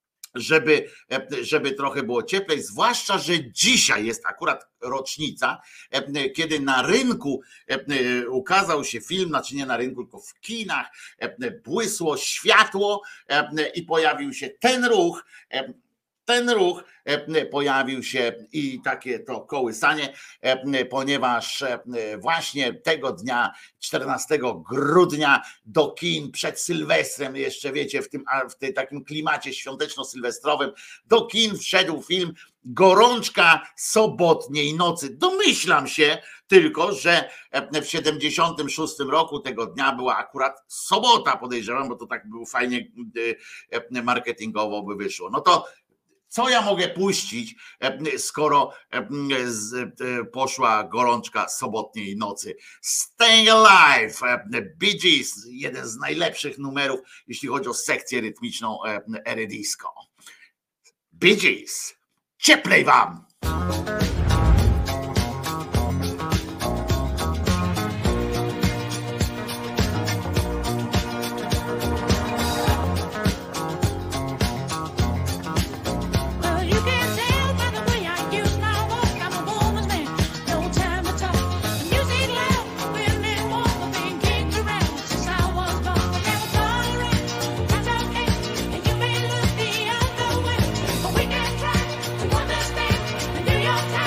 żeby trochę było cieplej, zwłaszcza, że dzisiaj jest akurat rocznica, kiedy na rynku ukazał się film, znaczy nie na rynku, tylko w kinach, błysło światło i pojawił się ten ruch pojawił się i takie to kołysanie, ponieważ właśnie tego dnia, 14 grudnia do kin przed Sylwestrem, jeszcze wiecie, w tym takim klimacie świąteczno-sylwestrowym, do kin wszedł film Gorączka sobotniej nocy. Domyślam się, Tylko że w 76 roku tego dnia była akurat sobota, podejrzewam, bo to tak było fajnie marketingowo by wyszło. No to co ja mogę puścić, skoro poszła gorączka sobotniej nocy? Staying Alive, Bee Gees, jeden z najlepszych numerów, jeśli chodzi o sekcję rytmiczną ery disco. Bee Gees, cieplej wam! Your time.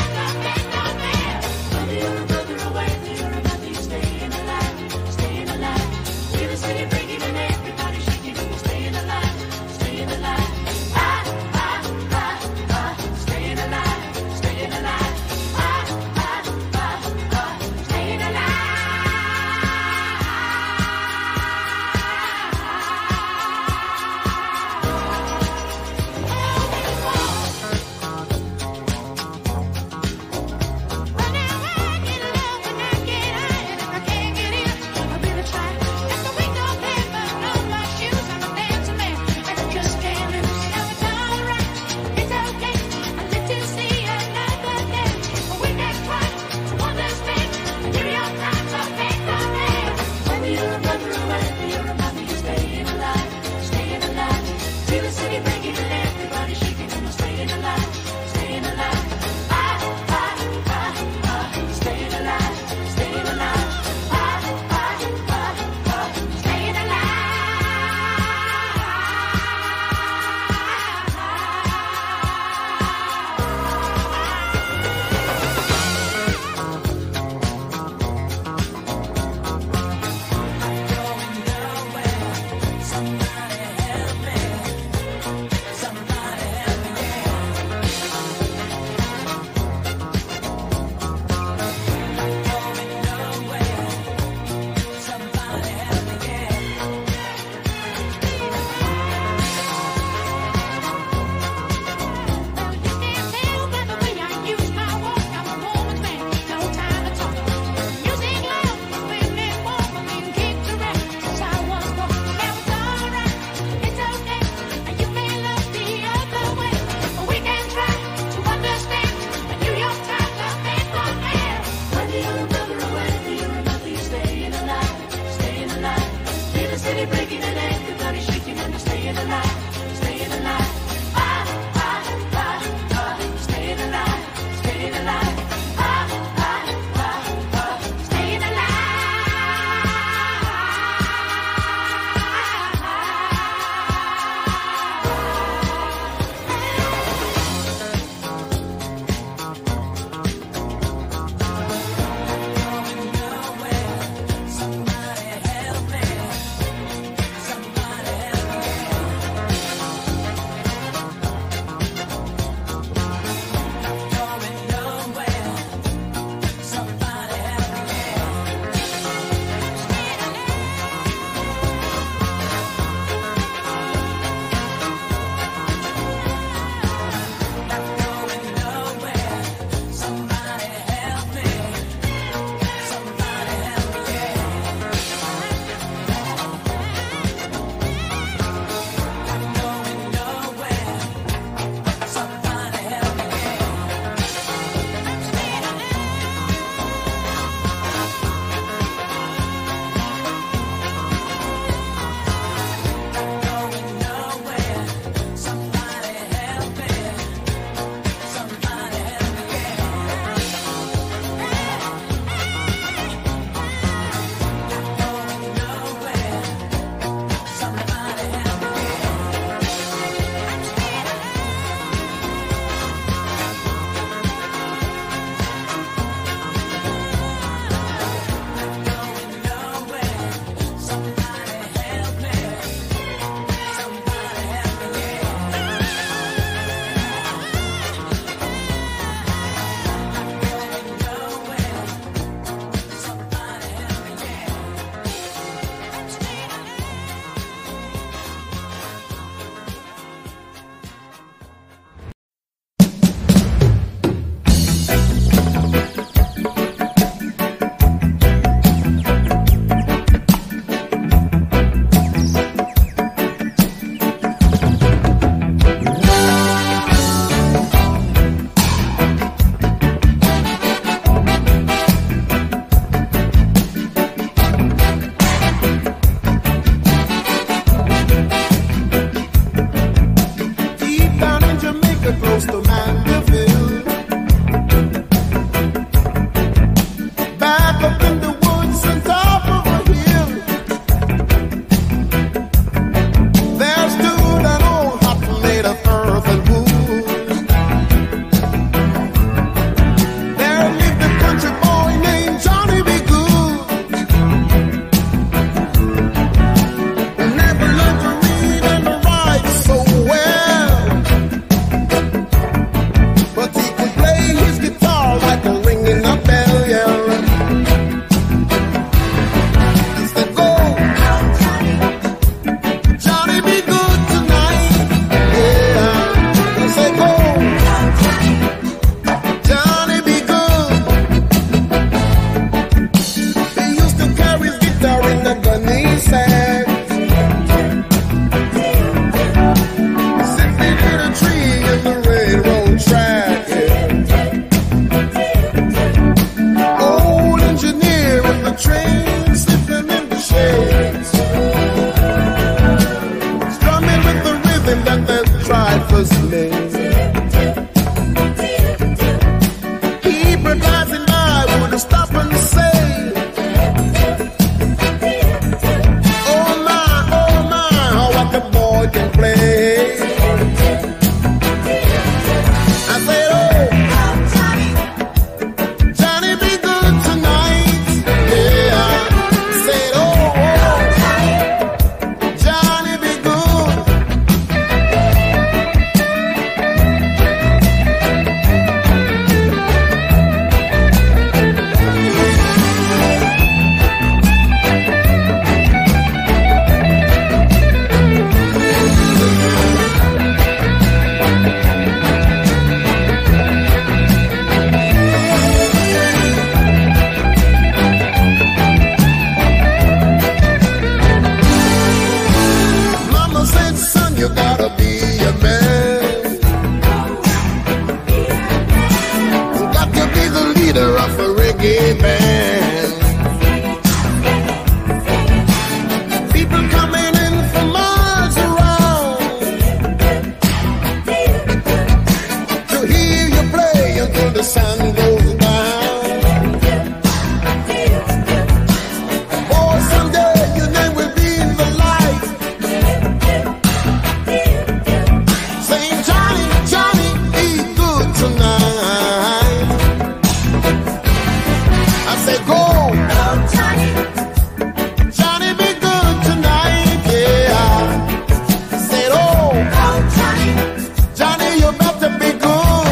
said, go, Johnny. Johnny, be good tonight, yeah. I said, oh, Johnny. Johnny, you better be good.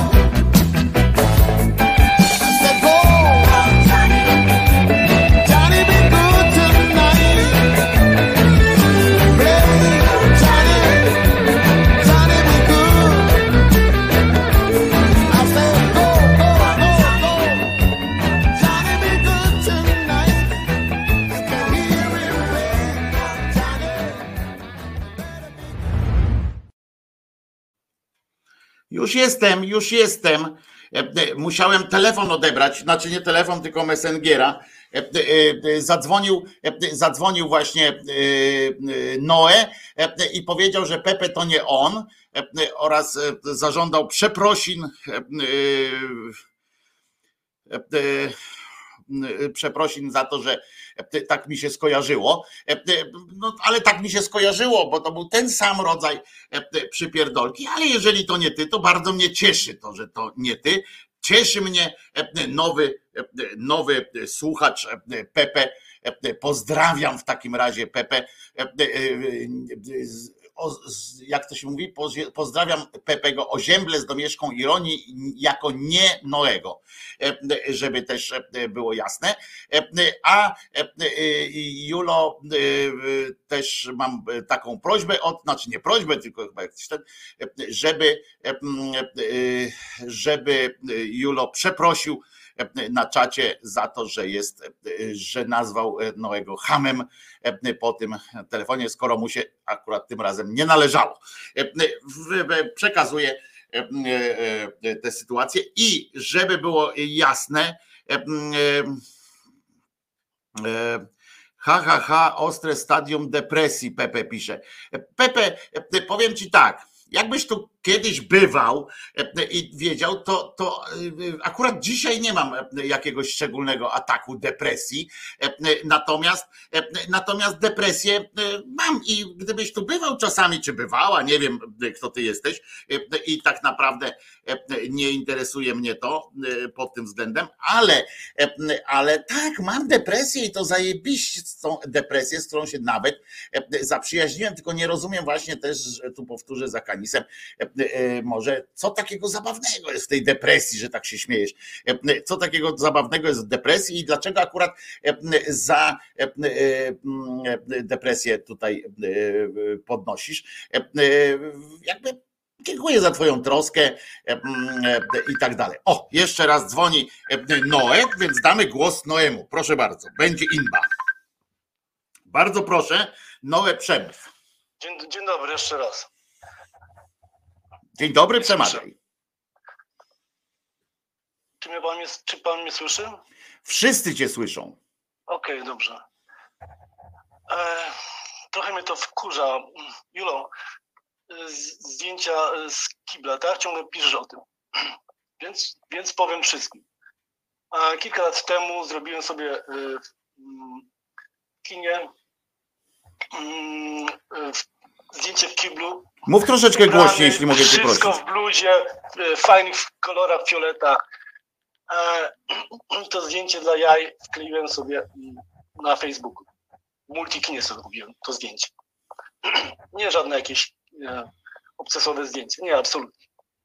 I said, go, Johnny. Johnny, be good tonight. Hey, Johnny. Johnny, be good. I said, go, go, go, go. Johnny, be good tonight. I can hear him play. Johnny. Już jestem. Musiałem telefon odebrać, znaczy nie telefon, tylko Messengera. Zadzwonił właśnie Noe i powiedział, że Pepe to nie on oraz zażądał przeprosin za to, że tak mi się skojarzyło. No, ale tak mi się skojarzyło, bo to był ten sam rodzaj przypierdolki, ale jeżeli to nie ty, to bardzo mnie cieszy to, że to nie ty. Cieszy mnie nowy słuchacz Pepe. Pozdrawiam w takim razie Pepe. Jak to się mówi, pozdrawiam Pepego ozięble z domieszką ironii jako nie Noego, żeby też było jasne. A Julo, też mam taką prośbę, znaczy nie prośbę, tylko chyba jakiś ten, żeby Julo przeprosił na czacie za to, że nazwał Noego chamem po tym telefonie, skoro mu się akurat tym razem nie należało. Przekazuję tę sytuację i żeby było jasne, ostre stadium depresji, Pepe pisze. Pepe, powiem ci tak, jakbyś tu kiedyś bywał i wiedział, to akurat dzisiaj nie mam jakiegoś szczególnego ataku depresji, natomiast depresję mam i gdybyś tu bywał czasami, czy bywała, nie wiem kto ty jesteś i tak naprawdę nie interesuje mnie to pod tym względem, ale tak, mam depresję i to zajebiście tą depresję, z którą się nawet zaprzyjaźniłem, tylko nie rozumiem właśnie też, że tu powtórzę za Kanisem, może co takiego zabawnego jest w tej depresji, że tak się śmiejesz, co takiego zabawnego jest w depresji i dlaczego akurat za depresję tutaj podnosisz, jakby dziękuję za twoją troskę i tak dalej. O, jeszcze raz dzwoni Noe, więc damy głos Noemu, proszę bardzo, będzie inba. Bardzo proszę, Noe, przemów. Dzień dobry jeszcze raz. Dzień dobry, przemawiaj. Czy pan mnie słyszy? Wszyscy cię słyszą. Okej, dobrze. Trochę mnie to wkurza. Julo, zdjęcia z kibla, tak? Ciągle piszesz o tym. Więc powiem wszystkim. Kilka lat temu zrobiłem sobie w kinie zdjęcie w kiblu. Mów troszeczkę głośniej, jeśli mogę cię prosić. Wszystko w bluzie, w fajnych kolorach fioleta. To zdjęcie dla jaj wkleiłem sobie na Facebooku. W Multikinie sobie robiłem to zdjęcie. Nie żadne jakieś obcesowe zdjęcie. Nie, absolutnie.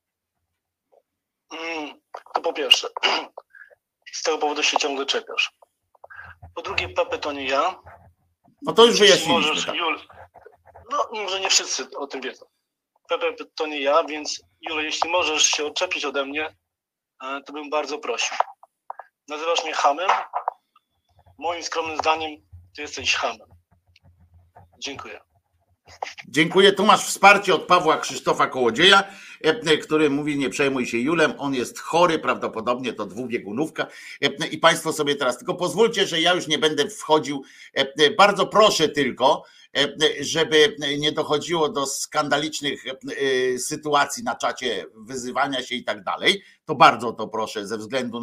To po pierwsze. Z tego powodu się ciągle czepiasz. Po drugie, Pepe to nie ja. No to już wyjaśniliśmy. Tak. No, może nie wszyscy o tym wiedzą. Pepe to nie ja, więc Julo, jeśli możesz się odczepić ode mnie, to bym bardzo prosił. Nazywasz mnie chamem? Moim skromnym zdaniem ty jesteś chamem. Dziękuję. Dziękuję. Tu masz wsparcie od Pawła Krzysztofa Kołodzieja, który mówi: nie przejmuj się Julem, on jest chory, prawdopodobnie to dwubiegunówka. I państwo sobie teraz, tylko pozwólcie, że ja już nie będę wchodził, bardzo proszę tylko, żeby nie dochodziło do skandalicznych sytuacji na czacie, wyzywania się i tak dalej, to bardzo to proszę ze względu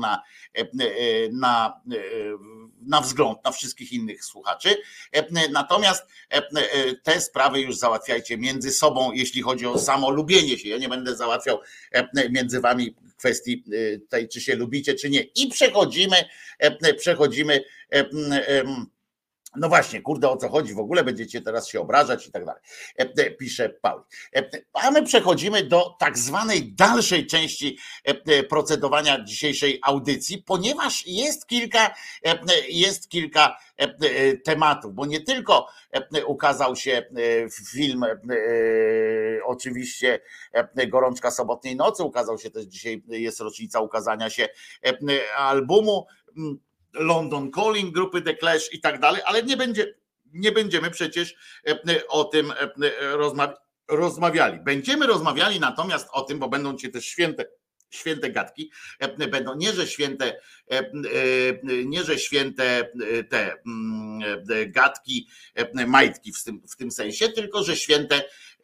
na wzgląd na wszystkich innych słuchaczy. Natomiast te sprawy już załatwione. załatwiajcie między sobą, jeśli chodzi o samo lubienie się. Ja nie będę załatwiał między wami kwestii tej, czy się lubicie, czy nie. I przechodzimy no właśnie, kurde, o co chodzi w ogóle, będziecie teraz się obrażać i tak dalej, pisze Paul. A my przechodzimy do tak zwanej dalszej części procedowania dzisiejszej audycji, ponieważ jest kilka tematów, bo nie tylko ukazał się film, oczywiście Gorączka sobotniej nocy, ukazał się też dzisiaj, jest rocznica ukazania się albumu London Calling grupy The Clash i tak dalej, ale nie będziemy przecież o tym rozmawiali. Będziemy rozmawiali natomiast o tym, bo będą cię też święte gadki, będą nie, że święte te gadki, majtki w tym sensie, tylko że święte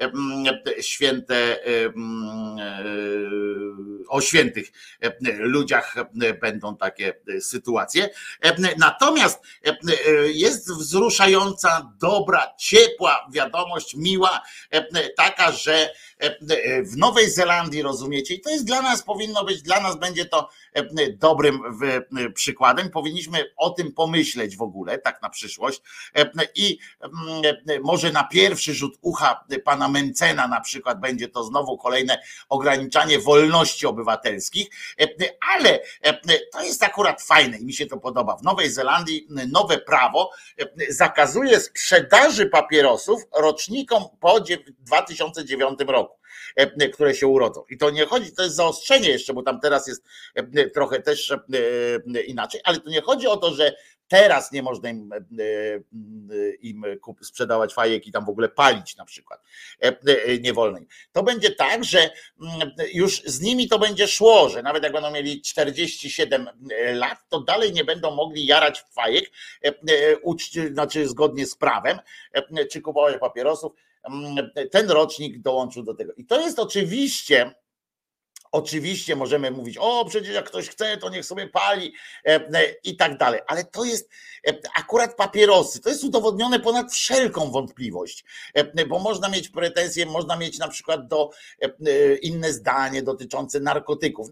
o świętych ludziach będą takie sytuacje. Natomiast jest wzruszająca, dobra, ciepła wiadomość, miła, taka, że w Nowej Zelandii, rozumiecie, i to jest dla nas, powinno być, dla nas będzie to dobrym przykładem, powinniśmy o tym pomyśleć w ogóle, tak na przyszłość, i może na pierwszy rzut ucha pana Mencena na przykład będzie to znowu kolejne ograniczanie wolności obywatelskich, ale to jest akurat fajne i mi się to podoba. W Nowej Zelandii nowe prawo zakazuje sprzedaży papierosów rocznikom po 2009 roku, które się urodzą. I to nie chodzi, to jest zaostrzenie jeszcze, bo tam teraz jest trochę też inaczej, ale to nie chodzi o to, że teraz nie można im sprzedawać fajek i tam w ogóle palić na przykład. Nie wolno im. To będzie tak, że już z nimi to będzie szło, że nawet jak będą mieli 47 lat, to dalej nie będą mogli jarać fajek, znaczy zgodnie z prawem, czy kupować papierosów. Ten rocznik dołączył do tego. I to jest oczywiście możemy mówić, o przecież jak ktoś chce, to niech sobie pali i tak dalej, ale to jest akurat papierosy, to jest udowodnione ponad wszelką wątpliwość, bo można mieć pretensje, można mieć na przykład do inne zdanie dotyczące narkotyków,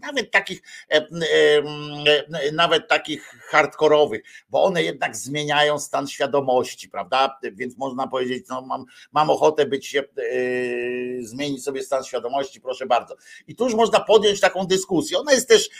nawet takich hardkorowych, bo one jednak zmieniają stan świadomości, prawda, więc można powiedzieć, no mam ochotę zmienić sobie stan świadomości, proszę bardzo. I tu już można podjąć taką dyskusję. Ona jest też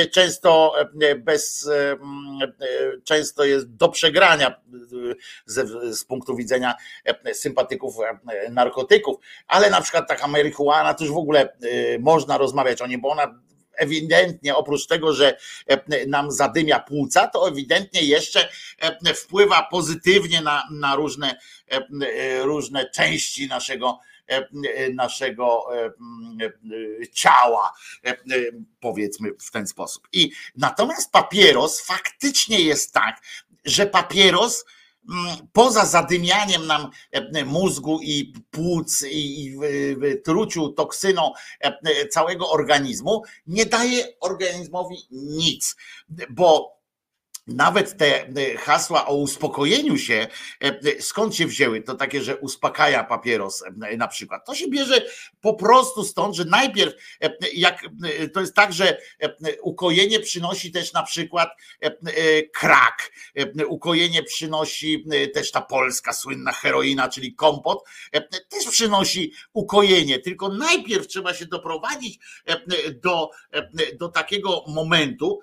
często jest do przegrania z punktu widzenia sympatyków narkotyków, ale na przykład taka marihuana, to już w ogóle można rozmawiać o niej, bo ona ewidentnie oprócz tego, że nam zadymia płuca, to ewidentnie jeszcze wpływa pozytywnie na różne części naszego ciała, powiedzmy w ten sposób. I natomiast papieros faktycznie jest tak, że papieros poza zadymianiem nam mózgu i płuc i truciu toksyną całego organizmu nie daje organizmowi nic, bo nawet te hasła o uspokojeniu się, skąd się wzięły? To takie, że uspokaja papieros na przykład. To się bierze po prostu stąd, że najpierw to jest tak, że ukojenie przynosi też na przykład krak. Ukojenie przynosi też ta polska słynna heroina, czyli kompot, też przynosi ukojenie. Tylko najpierw trzeba się doprowadzić do takiego momentu,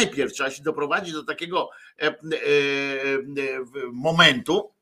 momentu,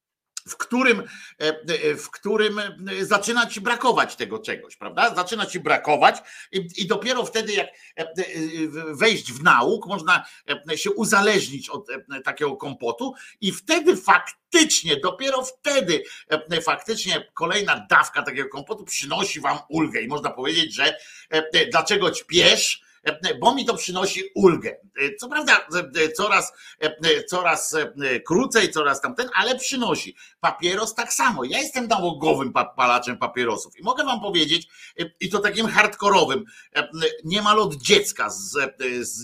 w którym zaczyna ci brakować tego czegoś, prawda? Zaczyna ci brakować i dopiero wtedy, jak wejść w nauk, można się uzależnić od takiego kompotu i wtedy dopiero wtedy kolejna dawka takiego kompotu przynosi wam ulgę i można powiedzieć, że dlaczego ćpiesz? Bo mi to przynosi ulgę. Co prawda coraz krócej, coraz tamten, ale przynosi. Papieros tak samo. Ja jestem nałogowym palaczem papierosów i mogę wam powiedzieć, i to takim hardkorowym, niemal od dziecka z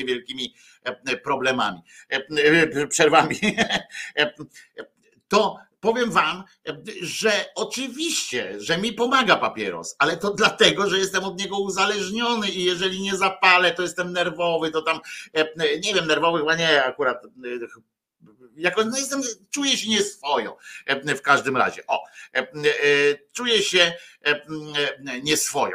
niewielkimi problemami, przerwami. To powiem wam, że oczywiście, że mi pomaga papieros, ale to dlatego, że jestem od niego uzależniony i jeżeli nie zapalę, to jestem nerwowy, to tam, nie wiem, nerwowy chyba nie akurat, jako, no czuję się nieswojo w każdym razie. Czuję się nieswojo.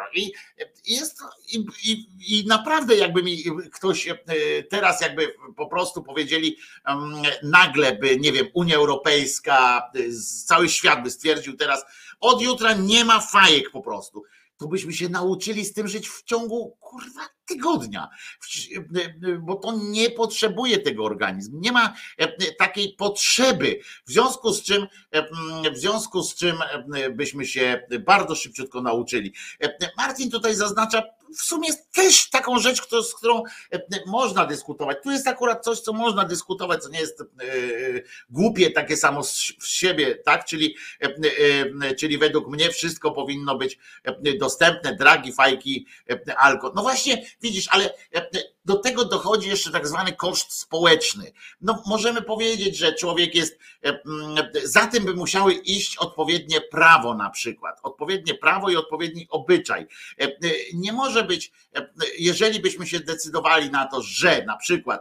I naprawdę jakby mi ktoś teraz jakby po prostu powiedzieli nagle by, nie wiem, Unia Europejska, cały świat by stwierdził teraz, od jutra nie ma fajek po prostu. To byśmy się nauczyli z tym żyć w ciągu tygodnia, bo to nie potrzebuje tego organizm, nie ma takiej potrzeby, w związku z czym byśmy się bardzo szybciutko nauczyli. Martin tutaj zaznacza w sumie też taką rzecz, z którą można dyskutować. Tu jest akurat coś, co można dyskutować, co nie jest głupie takie samo z siebie, tak? Czyli według mnie wszystko powinno być dostępne, dragi, fajki, alkohol. No właśnie, widzisz, ale do tego dochodzi jeszcze tak zwany koszt społeczny. No możemy powiedzieć, że człowiek jest, za tym by musiały iść odpowiednie prawo na przykład, odpowiednie prawo i odpowiedni obyczaj. Nie może być, jeżeli byśmy się decydowali na to, że na przykład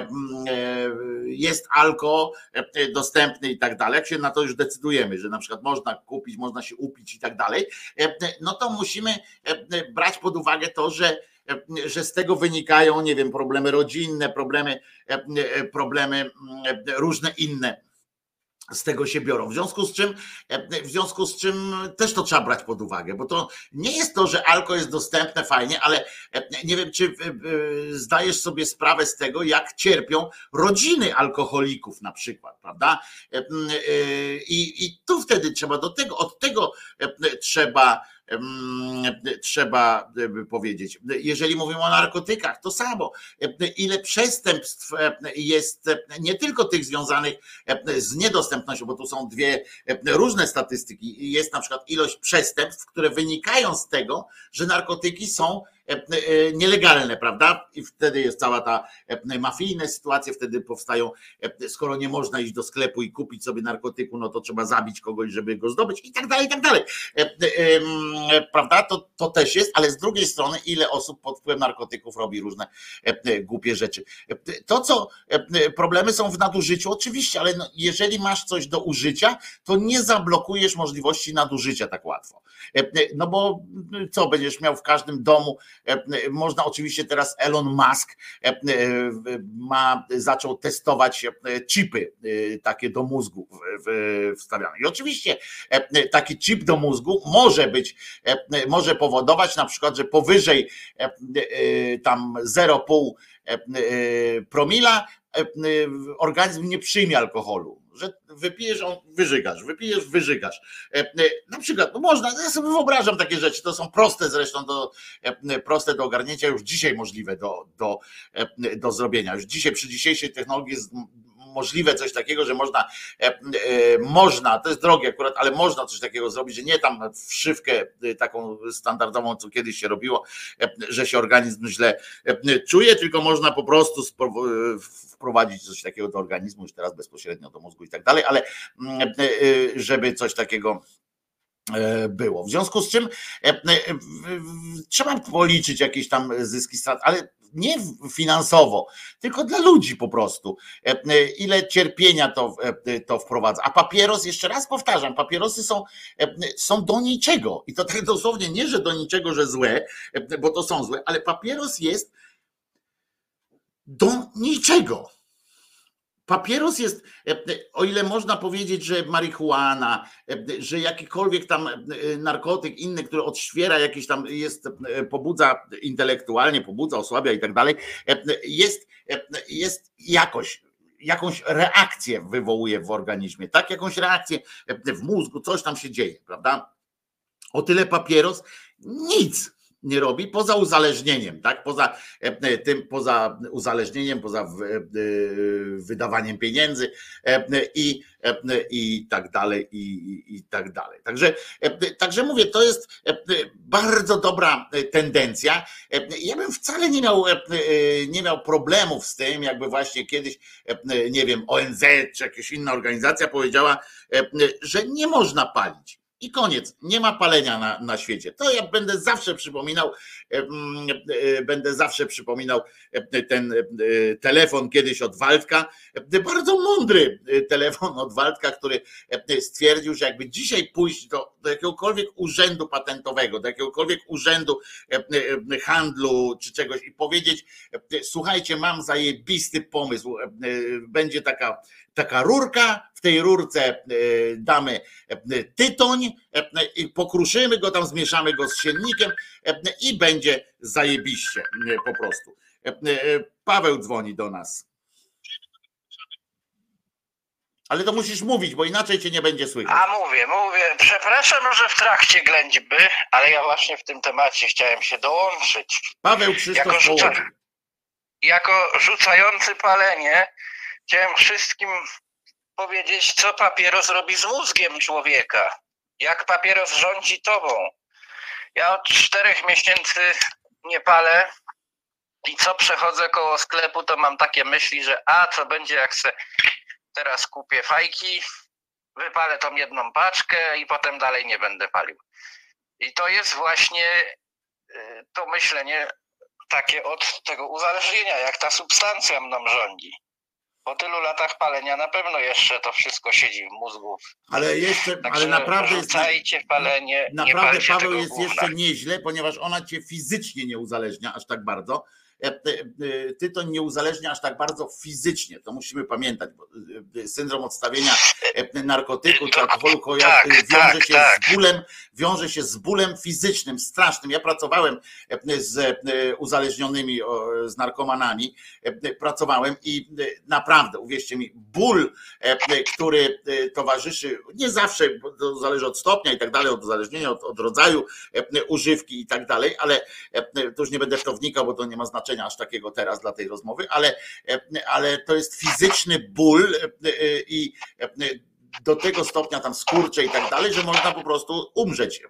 jest alkohol dostępny i tak dalej, jak się na to już decydujemy, że na przykład można kupić, można się upić i tak dalej, no to musimy brać pod uwagę to, że z tego wynikają, nie wiem, problemy rodzinne, problemy różne inne z tego się biorą. W związku z czym też to trzeba brać pod uwagę, bo to nie jest to, że alkohol jest dostępne fajnie, ale nie wiem, czy zdajesz sobie sprawę z tego, jak cierpią rodziny alkoholików na przykład, prawda? I tu wtedy trzeba od tego trzeba powiedzieć. Jeżeli mówimy o narkotykach, to samo. Ile przestępstw jest, nie tylko tych związanych z niedostępnością, bo tu są dwie różne statystyki. Jest na przykład ilość przestępstw, które wynikają z tego, że narkotyki są nielegalne, prawda? I wtedy jest cała ta mafijne sytuacje, wtedy powstają, skoro nie można iść do sklepu i kupić sobie narkotyku, no to trzeba zabić kogoś, żeby go zdobyć i tak dalej, prawda? To też jest, ale z drugiej strony ile osób pod wpływem narkotyków robi różne głupie rzeczy. To, co problemy są w nadużyciu, oczywiście, ale no, jeżeli masz coś do użycia, to nie zablokujesz możliwości nadużycia tak łatwo. No bo co, będziesz miał w każdym domu. Można oczywiście teraz Elon Musk zaczął testować chipy takie do mózgu wstawiane. I oczywiście taki chip do mózgu może powodować na przykład, że powyżej tam 0,5 promila organizm nie przyjmie alkoholu. Że wypijesz, wyżygasz. Na przykład, no można, ja sobie wyobrażam takie rzeczy, to są proste zresztą proste do ogarnięcia, już dzisiaj możliwe do zrobienia. Już dzisiaj przy dzisiejszej technologii jest możliwe coś takiego, że można, to jest drogie akurat, ale można coś takiego zrobić, że nie tam wszywkę taką standardową, co kiedyś się robiło, że się organizm źle czuje, tylko można po prostu wprowadzić coś takiego do organizmu, już teraz bezpośrednio do mózgu i tak dalej, ale żeby coś takiego było. W związku z czym trzeba policzyć jakieś tam zyski, strat, ale nie finansowo, tylko dla ludzi po prostu. Ile cierpienia to wprowadza. A papieros, jeszcze raz powtarzam, papierosy są do niczego. I to tak dosłownie nie, że do niczego, że złe, bo to są złe, ale papieros jest do niczego. Papieros jest, o ile można powiedzieć, że marihuana, że jakikolwiek tam narkotyk inny, który odświeża jakiś tam pobudza intelektualnie, osłabia i tak dalej, jest jakąś reakcję wywołuje w organizmie, tak? Jakąś reakcję w mózgu, coś tam się dzieje, prawda? O tyle papieros nic. nie robi, poza uzależnieniem, tak? Poza uzależnieniem, poza wydawaniem pieniędzy i tak dalej, i tak dalej. Także mówię, to jest bardzo dobra tendencja. Ja bym wcale nie miał problemów z tym, jakby właśnie kiedyś, nie wiem, ONZ czy jakaś inna organizacja powiedziała, że nie można palić. I koniec, nie ma palenia na świecie. To ja będę zawsze przypominał ten telefon kiedyś od Waldka, bardzo mądry telefon od Waldka, który stwierdził, że jakby dzisiaj pójść do jakiegokolwiek urzędu patentowego, do jakiegokolwiek urzędu handlu czy czegoś i powiedzieć, słuchajcie, mam zajebisty pomysł, będzie taka rurka, w tej rurce damy tytoń i pokruszymy go tam, zmieszamy go z silnikiem i będzie zajebiście po prostu. Paweł dzwoni do nas. Ale to musisz mówić, bo inaczej cię nie będzie słychać. A mówię. Przepraszam, że w trakcie ględźby, ale ja właśnie w tym temacie chciałem się dołączyć. Paweł Krzysztof Połowik. Jako rzucający palenie chciałem wszystkim powiedzieć, co papieros robi z mózgiem człowieka. Jak papieros rządzi tobą. Ja od 4 miesięcy nie palę i co przechodzę koło sklepu, to mam takie myśli, że co będzie, jak se teraz kupię fajki, wypalę tą jedną paczkę i potem dalej nie będę palił. I to jest właśnie to myślenie takie od tego uzależnienia, jak ta substancja mną rządzi. Po tylu latach palenia na pewno jeszcze to wszystko siedzi w mózgu. Ale naprawdę jest. Palenie, naprawdę Paweł jest gówna. Jeszcze nieźle, ponieważ ona cię fizycznie nie uzależnia aż tak bardzo. Ty to nie uzależnia aż tak bardzo fizycznie, to musimy pamiętać, bo syndrom odstawienia narkotyku czy alkoholu wiąże się z bólem fizycznym, strasznym. Ja pracowałem z uzależnionymi, z narkomanami, i naprawdę, uwierzcie mi, ból, który towarzyszy, nie zawsze, bo to zależy od stopnia i tak dalej, od uzależnienia, od rodzaju używki i tak dalej, ale to już nie będę w to wnikał, bo to nie ma znaczenia aż takiego teraz dla tej rozmowy, ale to jest fizyczny ból i do tego stopnia tam skurcze i tak dalej, że można po prostu umrzeć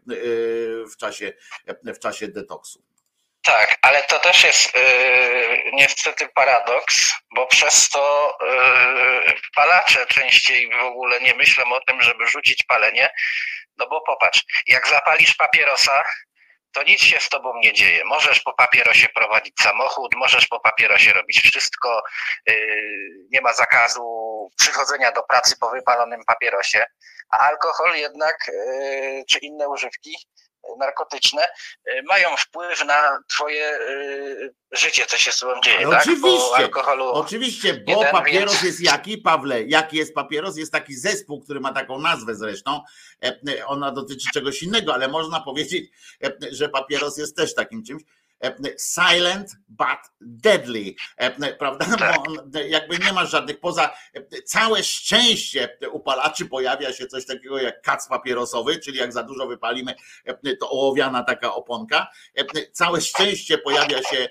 w czasie detoksu. Tak, ale to też jest niestety paradoks, bo przez to palacze częściej w ogóle nie myślą o tym, żeby rzucić palenie, no bo popatrz, jak zapalisz papierosa, to nic się z tobą nie dzieje. Możesz po papierosie prowadzić samochód, możesz po papierosie robić wszystko, nie ma zakazu przychodzenia do pracy po wypalonym papierosie, a alkohol jednak, czy inne używki narkotyczne mają wpływ na twoje życie, co się z tobą dzieje. No tak? Oczywiście, bo papieros jest jaki, Pawle? Jaki jest papieros? Jest taki zespół, który ma taką nazwę zresztą. Ona dotyczy czegoś innego, ale można powiedzieć, że papieros jest też takim czymś. Silent but deadly, prawda? Bo on jakby nie ma żadnych, poza całe szczęście upalaczy pojawia się coś takiego jak kac papierosowy, czyli jak za dużo wypalimy, to ołowiana taka oponka. Całe szczęście pojawia się,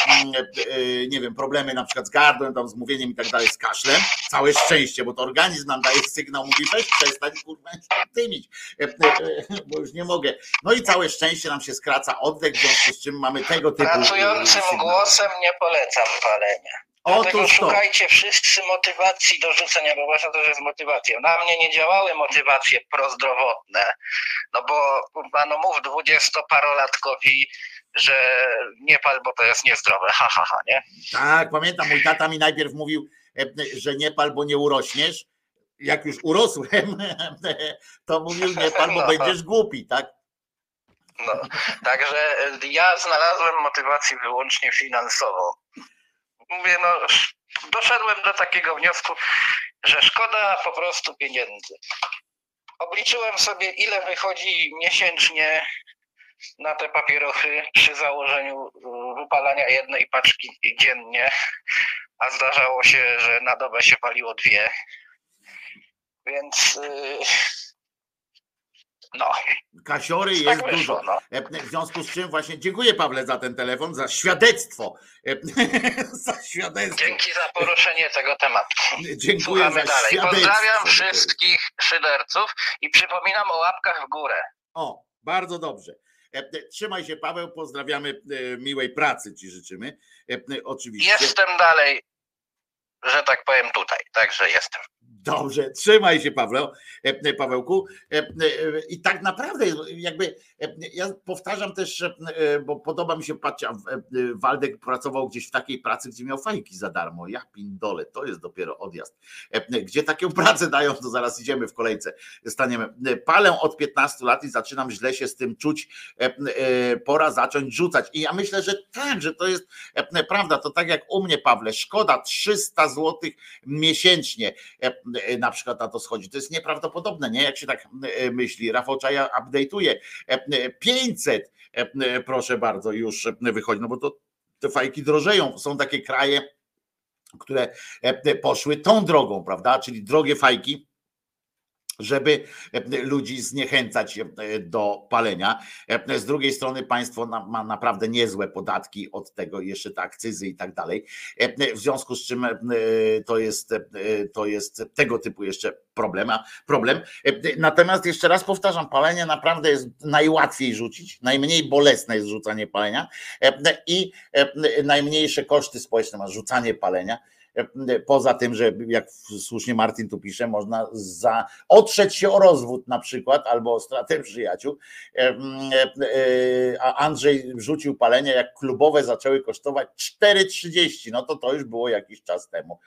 nie wiem, problemy na przykład z gardłem, tam z mówieniem i tak dalej, z kaszlem. Całe szczęście, bo to organizm nam daje sygnał, mówi weź przestań, kurwa, tymić, bo już nie mogę. No i całe szczęście nam się skraca oddech, w związku z czym mamy tego typu. Pracującym głosem nie polecam palenia. Dlatego szukajcie wszyscy motywacji do rzucenia, bo właśnie to jest motywacją. Na mnie nie działały motywacje prozdrowotne, no bo mów 20-parolatkowi, że nie pal, bo to jest niezdrowe, nie? Tak, pamiętam, mój tata mi najpierw mówił, że nie pal, bo nie urośniesz. Jak już urosłem, to mówił nie pal, bo będziesz głupi, tak? No, także ja znalazłem motywację wyłącznie finansową. Mówię, doszedłem do takiego wniosku, że szkoda po prostu pieniędzy. Obliczyłem sobie, ile wychodzi miesięcznie na te papierosy przy założeniu wypalania jednej paczki dziennie, a zdarzało się, że na dobę się paliło 2. Więc No. Kasiory jest Tak wyszło, dużo. no. W związku z czym właśnie dziękuję, Pawle, za ten telefon, za świadectwo. Za świadectwo. Dzięki za poruszenie tego tematu. Dziękuję. Słuchamy za dalej. świadectwo. Pozdrawiam wszystkich szyderców i przypominam o łapkach w górę. O, bardzo dobrze. Trzymaj się, Paweł, pozdrawiamy, miłej pracy ci życzymy. Oczywiście. Jestem dalej, że tak powiem, tutaj, także jestem. Dobrze, trzymaj się, Pawełku. I tak naprawdę jakby ja powtarzam też, bo podoba mi się, patrzcie, Waldek pracował gdzieś w takiej pracy, gdzie miał fajki za darmo. Ja pindole, to jest dopiero odjazd. Gdzie taką pracę dają, to zaraz idziemy w kolejce, staniemy. Palę od 15 lat i zaczynam źle się z tym czuć. Pora zacząć rzucać. I ja myślę, że tak, że to jest prawda. To tak jak u mnie, Pawle, szkoda 300 zł miesięcznie na przykład na to schodzi. To jest nieprawdopodobne, nie? Jak się tak myśli. Rafał Czaja update'uje. 500, proszę bardzo, już wychodzi, no bo to te fajki drożeją. Są takie kraje, które poszły tą drogą, prawda? Czyli drogie fajki, żeby ludzi zniechęcać do palenia. Z drugiej strony państwo ma naprawdę niezłe podatki od tego, jeszcze te akcyzy i tak dalej. W związku z czym to jest tego typu jeszcze problem. Natomiast jeszcze raz powtarzam, palenie naprawdę jest najłatwiej rzucić, najmniej bolesne jest rzucanie palenia i najmniejsze koszty społeczne ma rzucanie palenia. Poza tym, że jak słusznie Martin tu pisze, można otrzeć się o rozwód na przykład, albo o stratę przyjaciół, a Andrzej rzucił palenie, jak klubowe zaczęły kosztować 4,30, no to już było jakiś czas temu.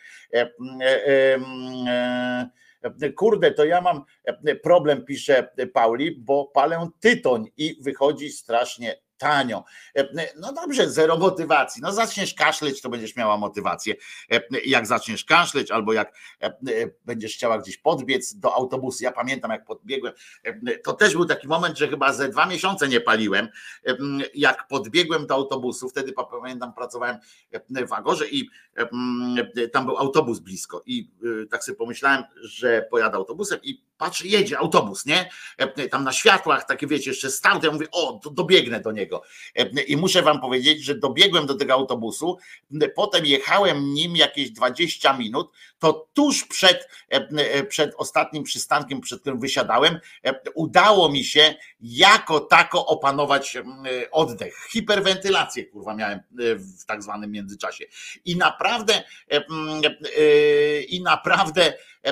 Kurde, to ja mam problem, pisze Pauli, bo palę tytoń i wychodzi strasznie tanio. No dobrze, zero motywacji. No zaczniesz kaszleć, to będziesz miała motywację. Jak zaczniesz kaszleć, albo jak będziesz chciała gdzieś podbiec do autobusu. Ja pamiętam, jak podbiegłem, to też był taki moment, że chyba ze 2 miesiące nie paliłem. Jak podbiegłem do autobusu, wtedy pamiętam, pracowałem w Agorze i tam był autobus blisko i tak sobie pomyślałem, że pojadę autobusem i patrzę, jedzie autobus, nie? Tam na światłach, takie wiecie, jeszcze stał, to ja mówię, to dobiegnę do niego. I muszę wam powiedzieć, że dobiegłem do tego autobusu, potem jechałem nim jakieś 20 minut, to tuż przed ostatnim przystankiem, przed którym wysiadałem, udało mi się jako tako opanować oddech. Hiperwentylację, kurwa, miałem w tak zwanym międzyczasie. I naprawdę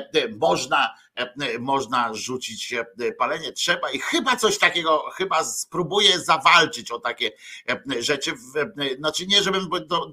można rzucić palenie, trzeba i chyba coś takiego, chyba spróbuję zawalczyć o takie rzeczy, znaczy nie, żebym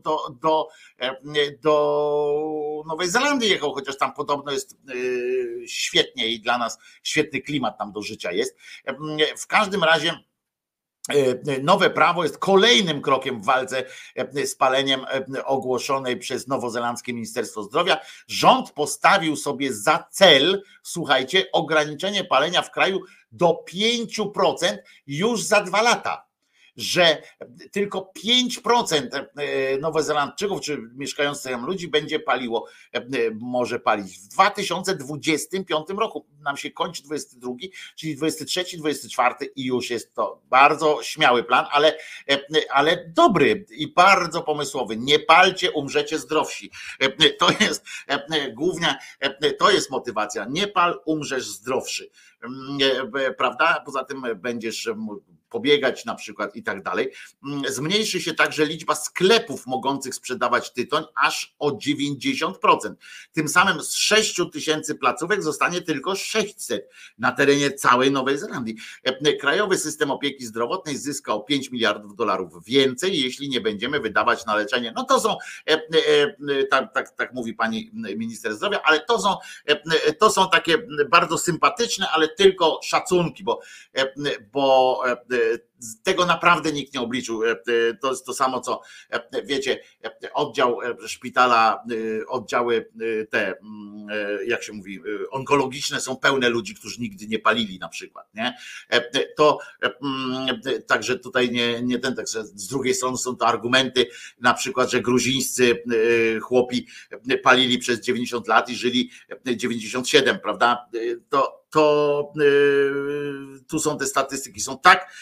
do Nowej Zelandii jechał, chociaż tam podobno jest świetnie i dla nas świetny klimat tam do życia jest. W każdym razie nowe prawo jest kolejnym krokiem w walce z paleniem ogłoszonej przez nowozelandzkie Ministerstwo Zdrowia. Rząd postawił sobie za cel, słuchajcie, ograniczenie palenia w kraju do 5% już za 2 lata. Że tylko 5% Nowozelandczyków czy mieszkających tam ludzi będzie paliło, może palić. W 2025 roku nam się kończy 22, czyli 23, 24 i już jest to bardzo śmiały plan, ale dobry i bardzo pomysłowy. Nie palcie, umrzecie zdrowsi. To jest głównie, to jest motywacja. Nie pal, umrzesz zdrowszy. Prawda? Poza tym będziesz pobiegać na przykład i tak dalej. Zmniejszy się także liczba sklepów mogących sprzedawać tytoń aż o 90%. Tym samym z 6 000 placówek zostanie tylko 600 na terenie całej Nowej Zelandii. Krajowy system opieki zdrowotnej zyska o $5 miliardów więcej, jeśli nie będziemy wydawać na leczenie. No to są, tak mówi pani minister zdrowia, ale to są takie bardzo sympatyczne, ale tylko szacunki, bo tego naprawdę nikt nie obliczył. To jest to samo, co wiecie, oddział szpitala, oddziały te, jak się mówi, onkologiczne są pełne ludzi, którzy nigdy nie palili na przykład, nie? To także tutaj nie ten, także z drugiej strony są to argumenty, na przykład, że gruzińscy chłopi palili przez 90 lat i żyli 97, prawda? to tu są te statystyki, są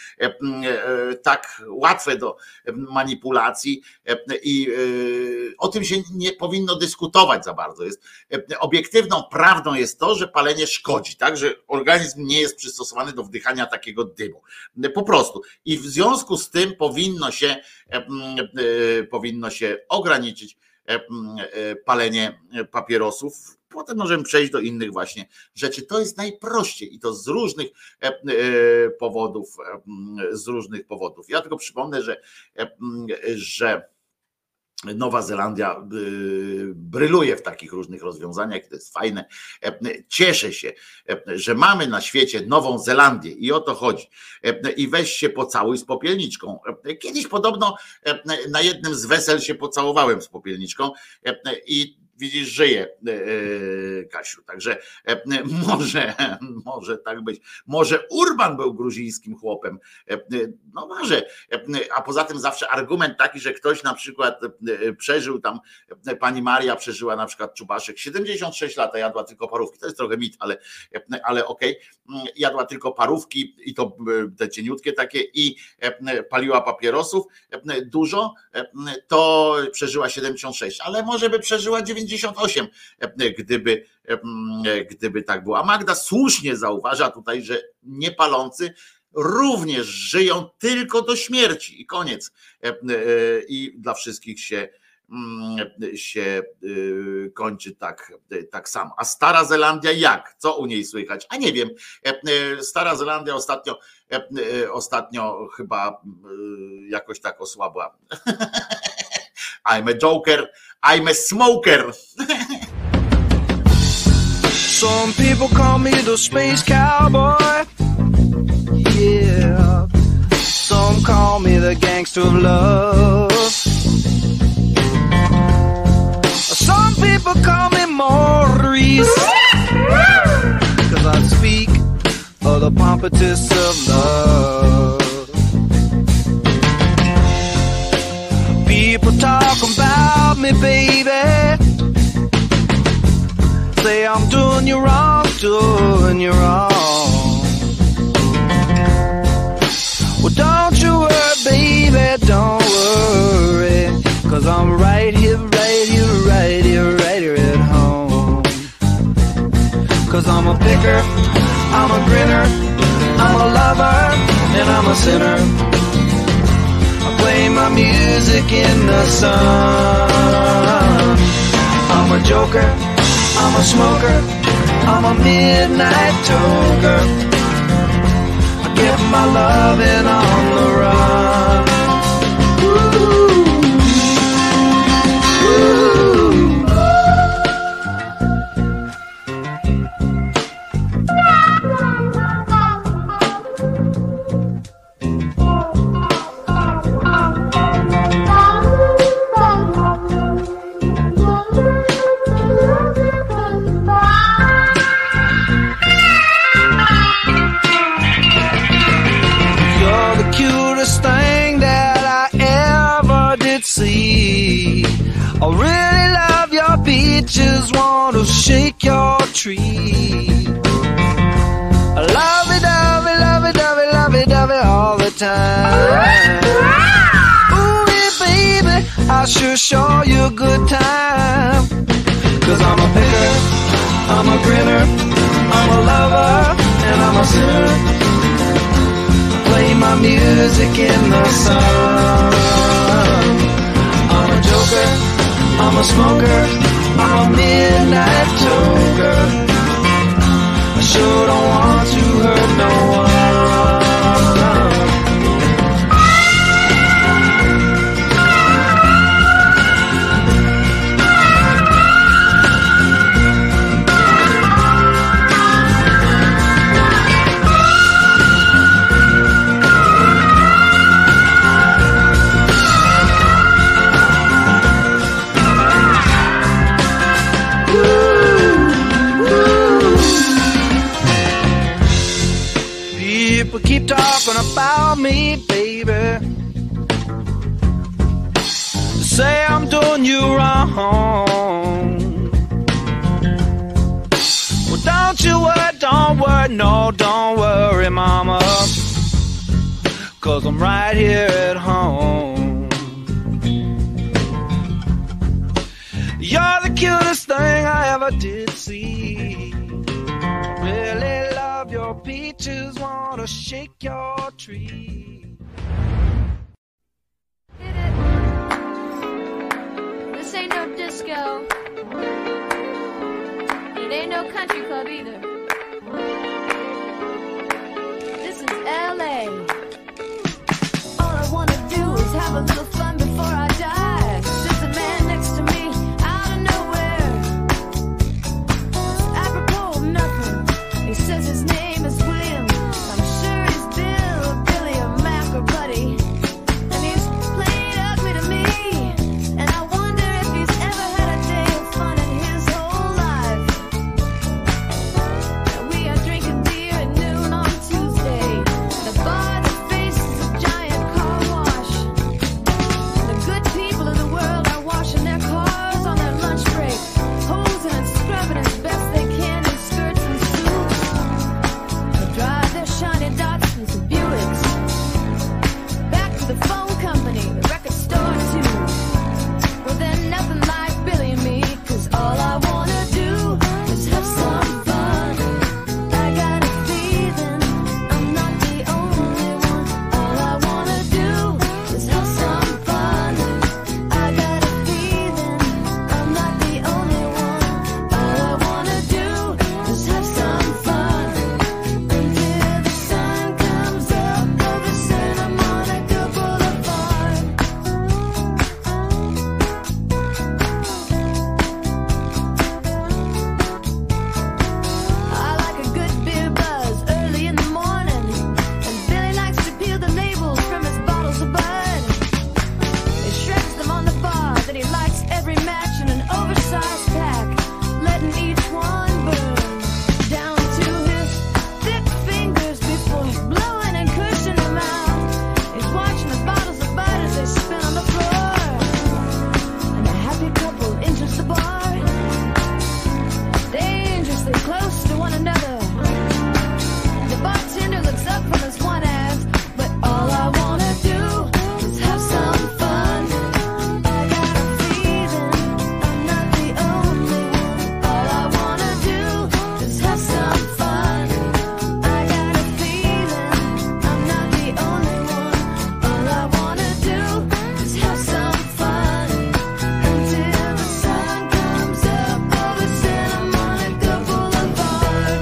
tak łatwe do manipulacji i o tym się nie powinno dyskutować za bardzo. Obiektywną prawdą jest to, że palenie szkodzi, tak, że organizm nie jest przystosowany do wdychania takiego dymu. Po prostu. I w związku z tym powinno się ograniczyć palenie papierosów. Potem możemy przejść do innych właśnie rzeczy. To jest najprościej i to z różnych powodów. Ja tylko przypomnę, że Nowa Zelandia bryluje w takich różnych rozwiązaniach, to jest fajne. Cieszę się, że mamy na świecie Nową Zelandię i o to chodzi. I weź się pocałuj z popielniczką. Kiedyś podobno na jednym z wesel się pocałowałem z popielniczką i widzisz, żyje, Kasiu, także może tak być. Może Urban był gruzińskim chłopem, no może, a poza tym zawsze argument taki, że ktoś na przykład przeżył tam, pani Maria przeżyła na przykład Czubaszek 76 lat, jadła tylko parówki, to jest trochę mit, ale okej, jadła tylko parówki i to te cieniutkie takie i paliła papierosów dużo, to przeżyła 76, ale może by przeżyła 98, gdyby tak było. A Magda słusznie zauważa tutaj, że niepalący również żyją tylko do śmierci i koniec. I dla wszystkich się kończy tak samo. A Stara Zelandia jak? Co u niej słychać? A nie wiem. Stara Zelandia ostatnio chyba jakoś tak osłabła. I'm a joker, I'm a smoker. Some people call me the space cowboy. Yeah. Some call me the gangster of love. Some people call me Maurice. 'Cause I speak of the pompatus of love. People talk about me, baby. Say I'm doing you wrong, doing you wrong. Well, don't you worry, baby, don't worry. 'Cause I'm right here, right here, right here, right here at home. 'Cause I'm a picker, I'm a grinner, I'm a lover, and I'm a sinner. Play my music in the sun. I'm a joker, I'm a smoker, I'm a midnight toker. I get my loving on the run. Ooh. Ooh. I really love your beaches, want to shake your tree. I love it, love it, love it, love it, love it, love it all the time. Ooh, baby, I sure show you a good time. 'Cause I'm a picker, I'm a grinner, I'm a lover, and I'm a sinner. Play my music in the sun. I'm a joker, I'm a smoker, I'm a midnight toker. I sure don't want to hurt no one. People keep talking about me, baby. Say I'm doing you wrong. Well, don't you worry, no, don't worry, mama, 'cause I'm right here at home. You're the cutest thing I ever did see. Really love your peaches, wanna shake your tree. This ain't no disco. It ain't no country club either. This is LA. All I wanna do is have a little fun before I die. There's a man next to me out of nowhere. Apropos of nothing. He says his name is William. I'm sure he's Bill, Billy, or Mac, or Buddy. And he's played ugly to me. And I wonder if he's ever had a day of fun in his whole life. We are drinking beer at noon on Tuesday. The bar that faces a giant car wash. The good people of the world are washing their cars on their lunch break, hosing and scrubbing as best they can in skirts and suits. They drive their shiny Datsuns and Buicks back to the phone company, the record store too. Well, they're nothing like Billy and me, 'cause all I wanna do is have some fun. I got a feeling I'm not the only one. All I wanna do is have some fun. I got a feeling I'm not the only one. All I wanna do is have some fun until the sun comes up over Santa Monica Boulevard. I like a good beer buzz early in the morning, and Billy likes to peel the labels from his bottles of Bud. He shreds them on the bar, then he lights every match in an oversized pack, letting each one burn down to his thick fingers before blowing and cushing them out. He's watching the bottles of Bud as they spin on the floor, and the happy couple enters the bar, dangerously close to one another. The bartender looks up from his one ass, but all I wanna do is have some fun. I got a feeling I'm not the only one. All I wanna do is have some fun. I got a feeling I'm not the only one. All I wanna do is have some fun until the sun comes up over Santa Monica Boulevard.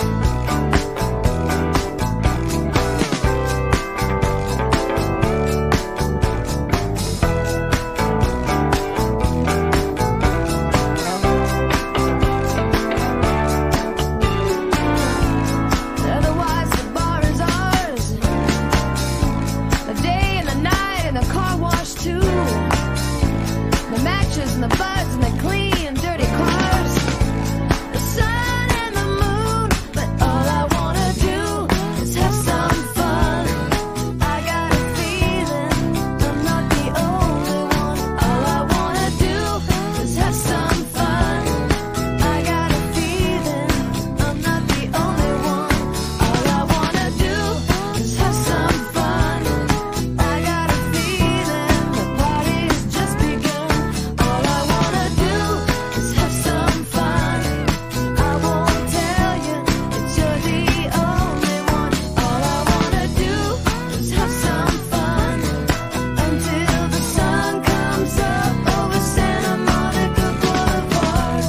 Otherwise, the bar is ours. The day and the night and the car wash too. The matches and the buds and the clean, dirty cars. The sun and the moon, but all I wanna do is have some fun. I got a feeling I'm not the only one. All I wanna do is have some fun. I got a feeling I'm not the only one. All I wanna do is have some fun. I got a feeling the party's just begun. All I wanna do is have some fun. I won't tell you that you're the only one. All I wanna do is have some fun until the sun comes up over Santa Monica Boulevard.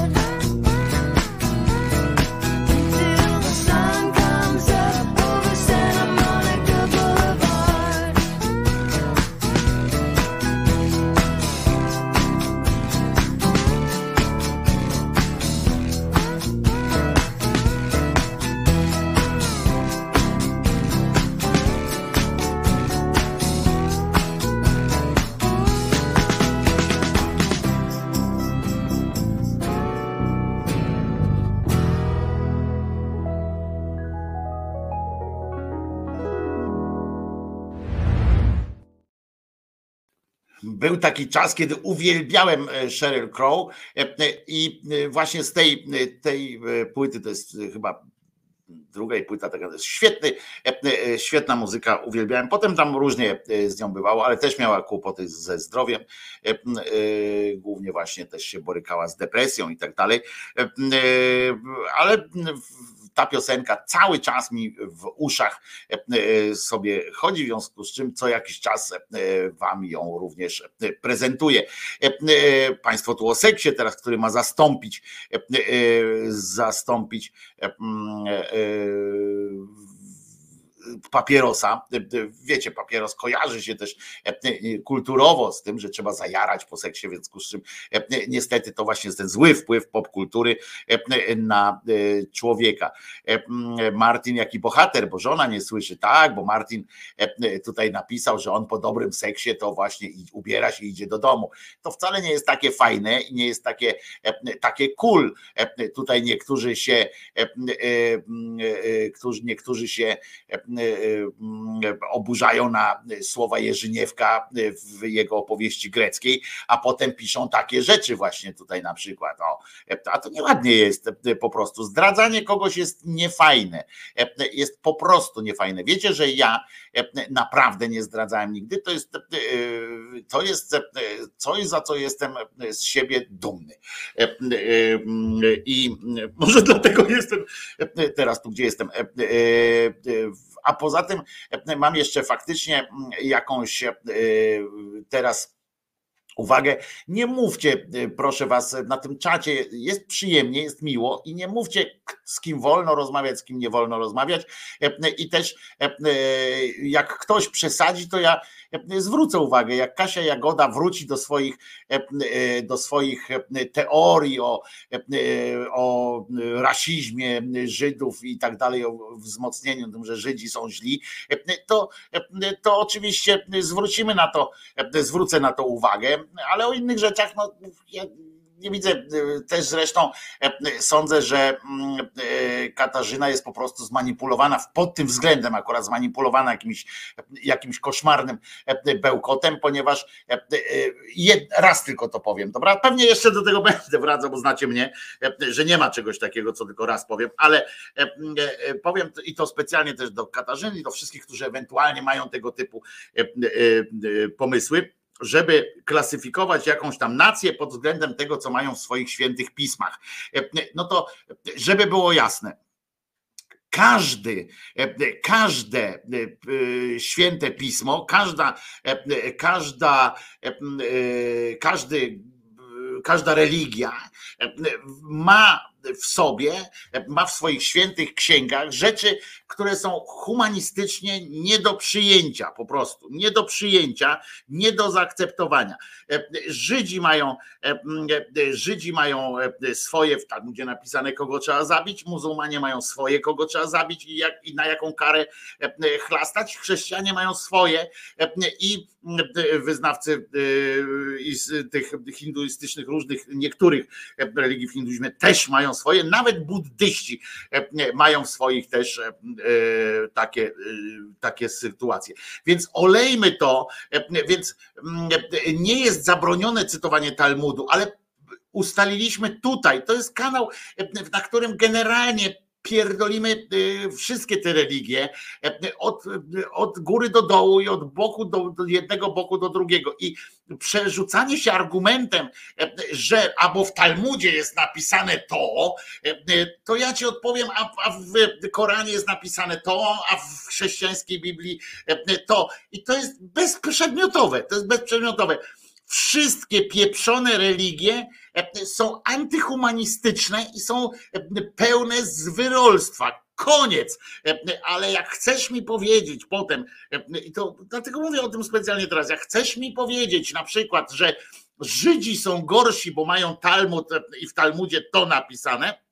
Until the sun comes up over Santa Monica Boulevard. Był taki czas, kiedy uwielbiałem Sheryl Crow i właśnie z tej płyty, to jest chyba druga płyta, taka jest świetna muzyka, uwielbiałem. Potem tam różnie z nią bywało, ale też miała kłopoty ze zdrowiem, głównie właśnie też się borykała z depresją i tak dalej, ale ta piosenka cały czas mi w uszach sobie chodzi, w związku z czym co jakiś czas wam ją również prezentuję. Państwo tu o seksie teraz, który ma zastąpić papierosa. Wiecie, papieros kojarzy się też kulturowo z tym, że trzeba zajarać po seksie, więc z czym niestety to właśnie jest ten zły wpływ popkultury na człowieka. Martin jaki bohater, bo żona nie słyszy, tak, bo Martin tutaj napisał, że on po dobrym seksie to właśnie ubiera się i idzie do domu. To wcale nie jest takie fajne i nie jest takie cool. Tutaj niektórzy się oburzają na słowa Jerzyniewka w jego opowieści greckiej, a potem piszą takie rzeczy właśnie tutaj na przykład. A to nieładnie jest po prostu. Zdradzanie kogoś jest niefajne. Jest po prostu niefajne. Wiecie, że ja naprawdę nie zdradzałem nigdy. To jest coś, za co jestem z siebie dumny. I może dlatego jestem teraz tu, gdzie jestem. A poza tym mam jeszcze faktycznie jakąś teraz uwagę, nie mówcie, proszę was, na tym czacie jest przyjemnie, jest miło i nie mówcie, z kim wolno rozmawiać, z kim nie wolno rozmawiać. I też jak ktoś przesadzi, to ja zwrócę uwagę, jak Kasia Jagoda wróci do swoich teorii o rasizmie Żydów i tak dalej, o wzmocnieniu tym, że Żydzi są źli, to oczywiście zwrócę na to uwagę, ale o innych rzeczach ja nie widzę. Też zresztą sądzę, że Katarzyna jest po prostu zmanipulowana pod tym względem, akurat zmanipulowana jakimś koszmarnym bełkotem, ponieważ raz tylko to powiem, dobra? Pewnie jeszcze do tego będę wracał, bo znacie mnie, że nie ma czegoś takiego, co tylko raz powiem, ale powiem i to specjalnie też do Katarzyny i do wszystkich, którzy ewentualnie mają tego typu pomysły, żeby klasyfikować jakąś tam nację pod względem tego, co mają w swoich świętych pismach. No to, żeby było jasne, każde święte pismo, każda religia ma w sobie, ma w swoich świętych księgach rzeczy, które są humanistycznie nie do przyjęcia, po prostu nie do przyjęcia, nie do zaakceptowania. Żydzi mają swoje, w Talmudzie napisane, kogo trzeba zabić, muzułmanie mają swoje, kogo trzeba zabić i na jaką karę chlastać, chrześcijanie mają swoje i wyznawcy tych hinduistycznych, niektórych religii w hinduizmie też mają swoje, nawet buddyści mają w swoich też takie sytuacje. Więc olejmy to, więc nie jest zabronione cytowanie Talmudu, ale ustaliliśmy tutaj, to jest kanał, na którym generalnie pierdolimy wszystkie te religie od góry do dołu i od boku do jednego boku do drugiego i przerzucanie się argumentem, że albo w Talmudzie jest napisane to ja ci odpowiem, a w Koranie jest napisane to, a w chrześcijańskiej Biblii to i to jest bezprzedmiotowe, Wszystkie pieprzone religie są antyhumanistyczne i są pełne zwyrolstwa. Koniec. Ale jak chcesz mi powiedzieć potem, i to dlatego mówię o tym specjalnie teraz, jak chcesz mi powiedzieć na przykład, że Żydzi są gorsi, bo mają Talmud i w Talmudzie to napisane,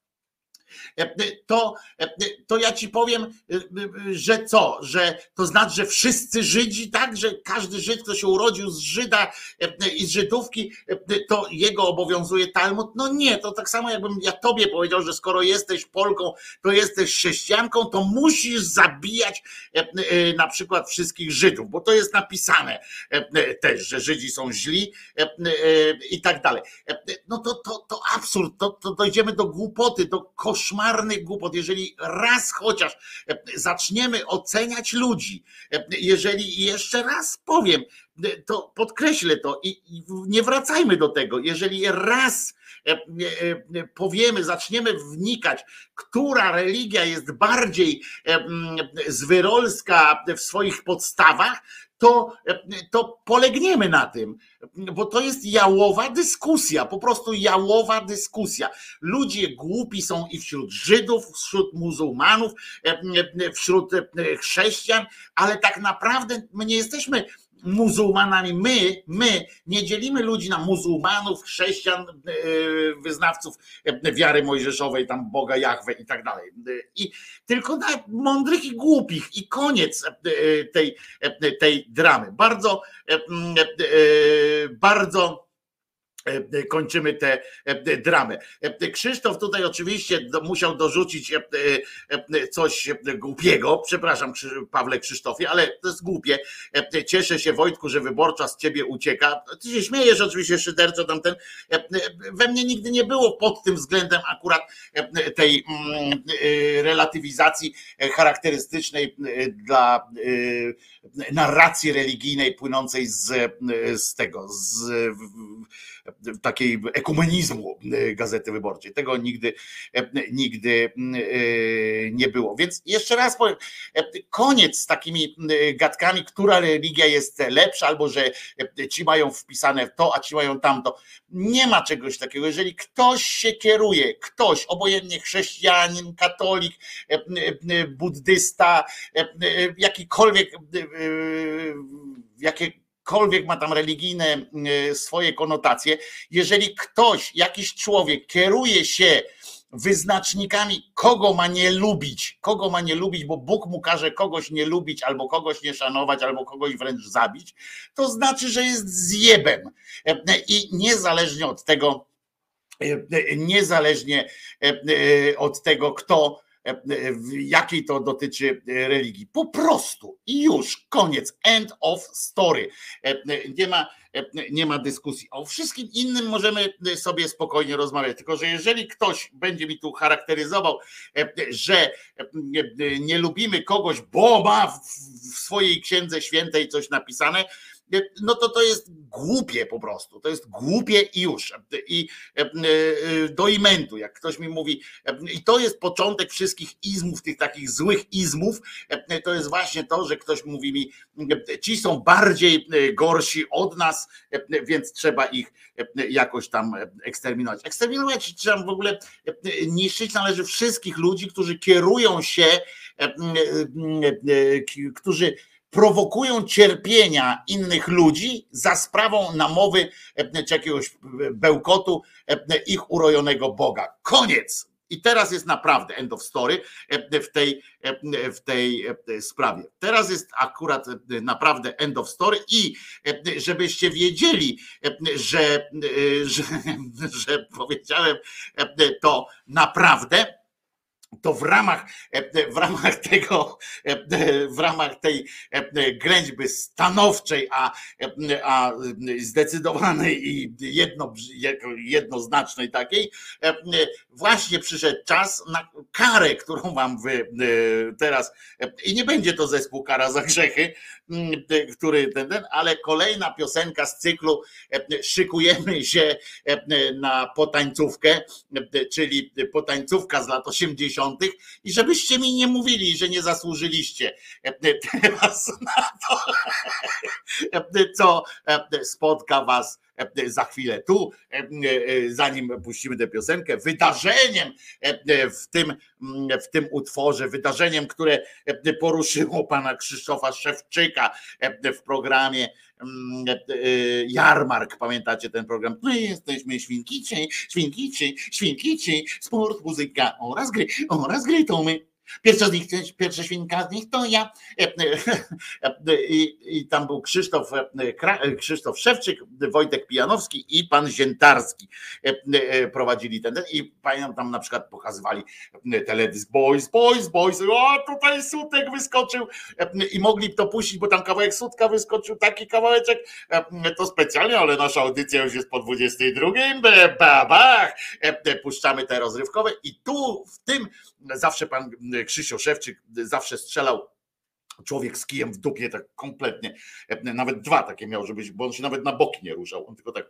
to ja ci powiem, że co, że to znaczy, że wszyscy Żydzi, tak, że każdy Żyd, kto się urodził z Żyda i z Żydówki, to jego obowiązuje Talmud. No nie, to tak samo jakbym ja tobie powiedział, że skoro jesteś Polką, to jesteś chrześcijanką, to musisz zabijać na przykład wszystkich Żydów, bo to jest napisane też, że Żydzi są źli i tak dalej. No to absurd, to dojdziemy do głupoty, do koszmaru koszmarnych głupot, jeżeli raz chociaż zaczniemy oceniać ludzi, jeżeli jeszcze raz powiem, to podkreślę to i nie wracajmy do tego, jeżeli raz powiemy, zaczniemy wnikać, która religia jest bardziej zwyrolska w swoich podstawach, to polegniemy na tym, bo to jest jałowa dyskusja, po prostu jałowa dyskusja. Ludzie głupi są i wśród Żydów, wśród muzułmanów, wśród chrześcijan, ale tak naprawdę my nie jesteśmy muzułmanami. My nie dzielimy ludzi na muzułmanów, chrześcijan, wyznawców wiary mojżeszowej, tam Boga Jahwe i tak dalej. I tylko na mądrych i głupich i koniec tej dramy. Bardzo kończymy tę dramę. Krzysztof tutaj oczywiście musiał dorzucić coś głupiego. Przepraszam, Pawle Krzysztofie, ale to jest głupie. Cieszę się, Wojtku, że Wyborcza z ciebie ucieka. Ty się śmiejesz oczywiście, szyderco tamten. We mnie nigdy nie było pod tym względem akurat tej relatywizacji charakterystycznej dla narracji religijnej płynącej z takiej ekumenizmu Gazety Wyborczej. Tego nigdy nie było. Więc jeszcze raz powiem, koniec z takimi gadkami, która religia jest lepsza, albo że ci mają wpisane to, a ci mają tamto. Nie ma czegoś takiego. Jeżeli ktoś się kieruje, obojętnie chrześcijanin, katolik, buddysta, jakiekolwiek ma tam religijne swoje konotacje, jeżeli jakiś człowiek kieruje się wyznacznikami, kogo ma nie lubić, bo Bóg mu każe kogoś nie lubić, albo kogoś nie szanować, albo kogoś wręcz zabić, to znaczy, że jest zjebem. I niezależnie od tego, kto, jakiej to dotyczy religii. Po prostu i już, koniec, end of story. Nie ma dyskusji. O wszystkim innym możemy sobie spokojnie rozmawiać, tylko że jeżeli ktoś będzie mi tu charakteryzował, że nie lubimy kogoś, bo ma w swojej księdze świętej coś napisane, no to jest głupie po prostu. To jest głupie i już. I do imentu, jak ktoś mi mówi, i to jest początek wszystkich izmów, tych takich złych izmów, to jest właśnie to, że ktoś mówi mi, ci są bardziej gorsi od nas, więc trzeba ich jakoś tam eksterminować. Eksterminować trzeba w ogóle, niszczyć należy wszystkich ludzi, którzy kierują się, którzy prowokują cierpienia innych ludzi za sprawą namowy czy jakiegoś bełkotu ich urojonego Boga. Koniec. I teraz jest naprawdę end of story w tej sprawie. Teraz jest akurat naprawdę end of story i żebyście wiedzieli, że powiedziałem to naprawdę, to w ramach tej ględźby stanowczej, a zdecydowanej i jednoznacznej takiej, właśnie przyszedł czas na karę, którą wam teraz, i nie będzie to zespół Kara za grzechy, ale kolejna piosenka z cyklu Szykujemy się na potańcówkę, czyli potańcówka z lat 80. i żebyście mi nie mówili, że nie zasłużyliście teraz na to, co spotka was za chwilę tu, zanim puścimy tę piosenkę. Wydarzeniem w tym utworze, wydarzeniem, które poruszyło pana Krzysztofa Szewczyka w programie Jarmark. Pamiętacie ten program? My jesteśmy świnkici, sport, muzyka oraz gry to my. Pierwsza świnka z nich to ja. I tam był Krzysztof Szewczyk, Wojtek Pijanowski i pan Ziętarski prowadzili ten. I pamiętam, tam na przykład pokazywali teledysk Boys, o tutaj Sutek wyskoczył i mogli to puścić, bo tam kawałek Sutka wyskoczył, taki kawałeczek, to specjalnie, ale nasza audycja już jest po 22, babach, puszczamy te rozrywkowe i tu w tym zawsze pan Krzysio Szewczyk zawsze strzelał człowiek z kijem w dupie tak kompletnie, nawet dwa takie miał, bo on się nawet na boki nie ruszał, on tylko tak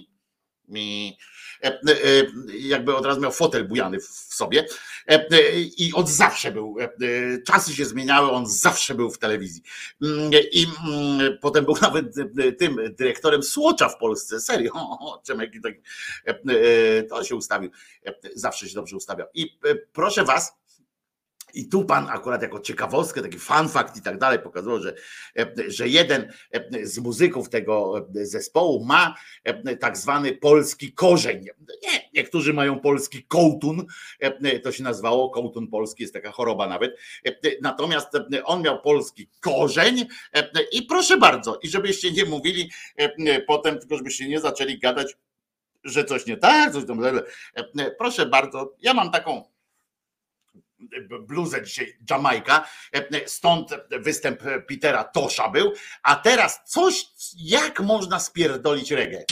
jakby od razu miał fotel bujany w sobie i od zawsze był, czasy się zmieniały, on zawsze był w telewizji i potem był nawet tym dyrektorem Słocza w Polsce, serio, to się ustawił, zawsze się dobrze ustawiał i proszę was, i tu pan akurat jako ciekawostkę, taki fun fact i tak dalej pokazał, że jeden z muzyków tego zespołu ma tak zwany polski korzeń. Nie, niektórzy mają polski kołtun, to się nazywało, kołtun polski, jest taka choroba nawet. Natomiast on miał polski korzeń i proszę bardzo, i żebyście nie mówili potem, tylko żebyście nie zaczęli gadać, że coś nie tak, coś tam. Proszę bardzo, ja mam taką bluzę dzisiaj, Jamajka, stąd występ Petera Tosza był, a teraz coś, jak można spierdolić reggae.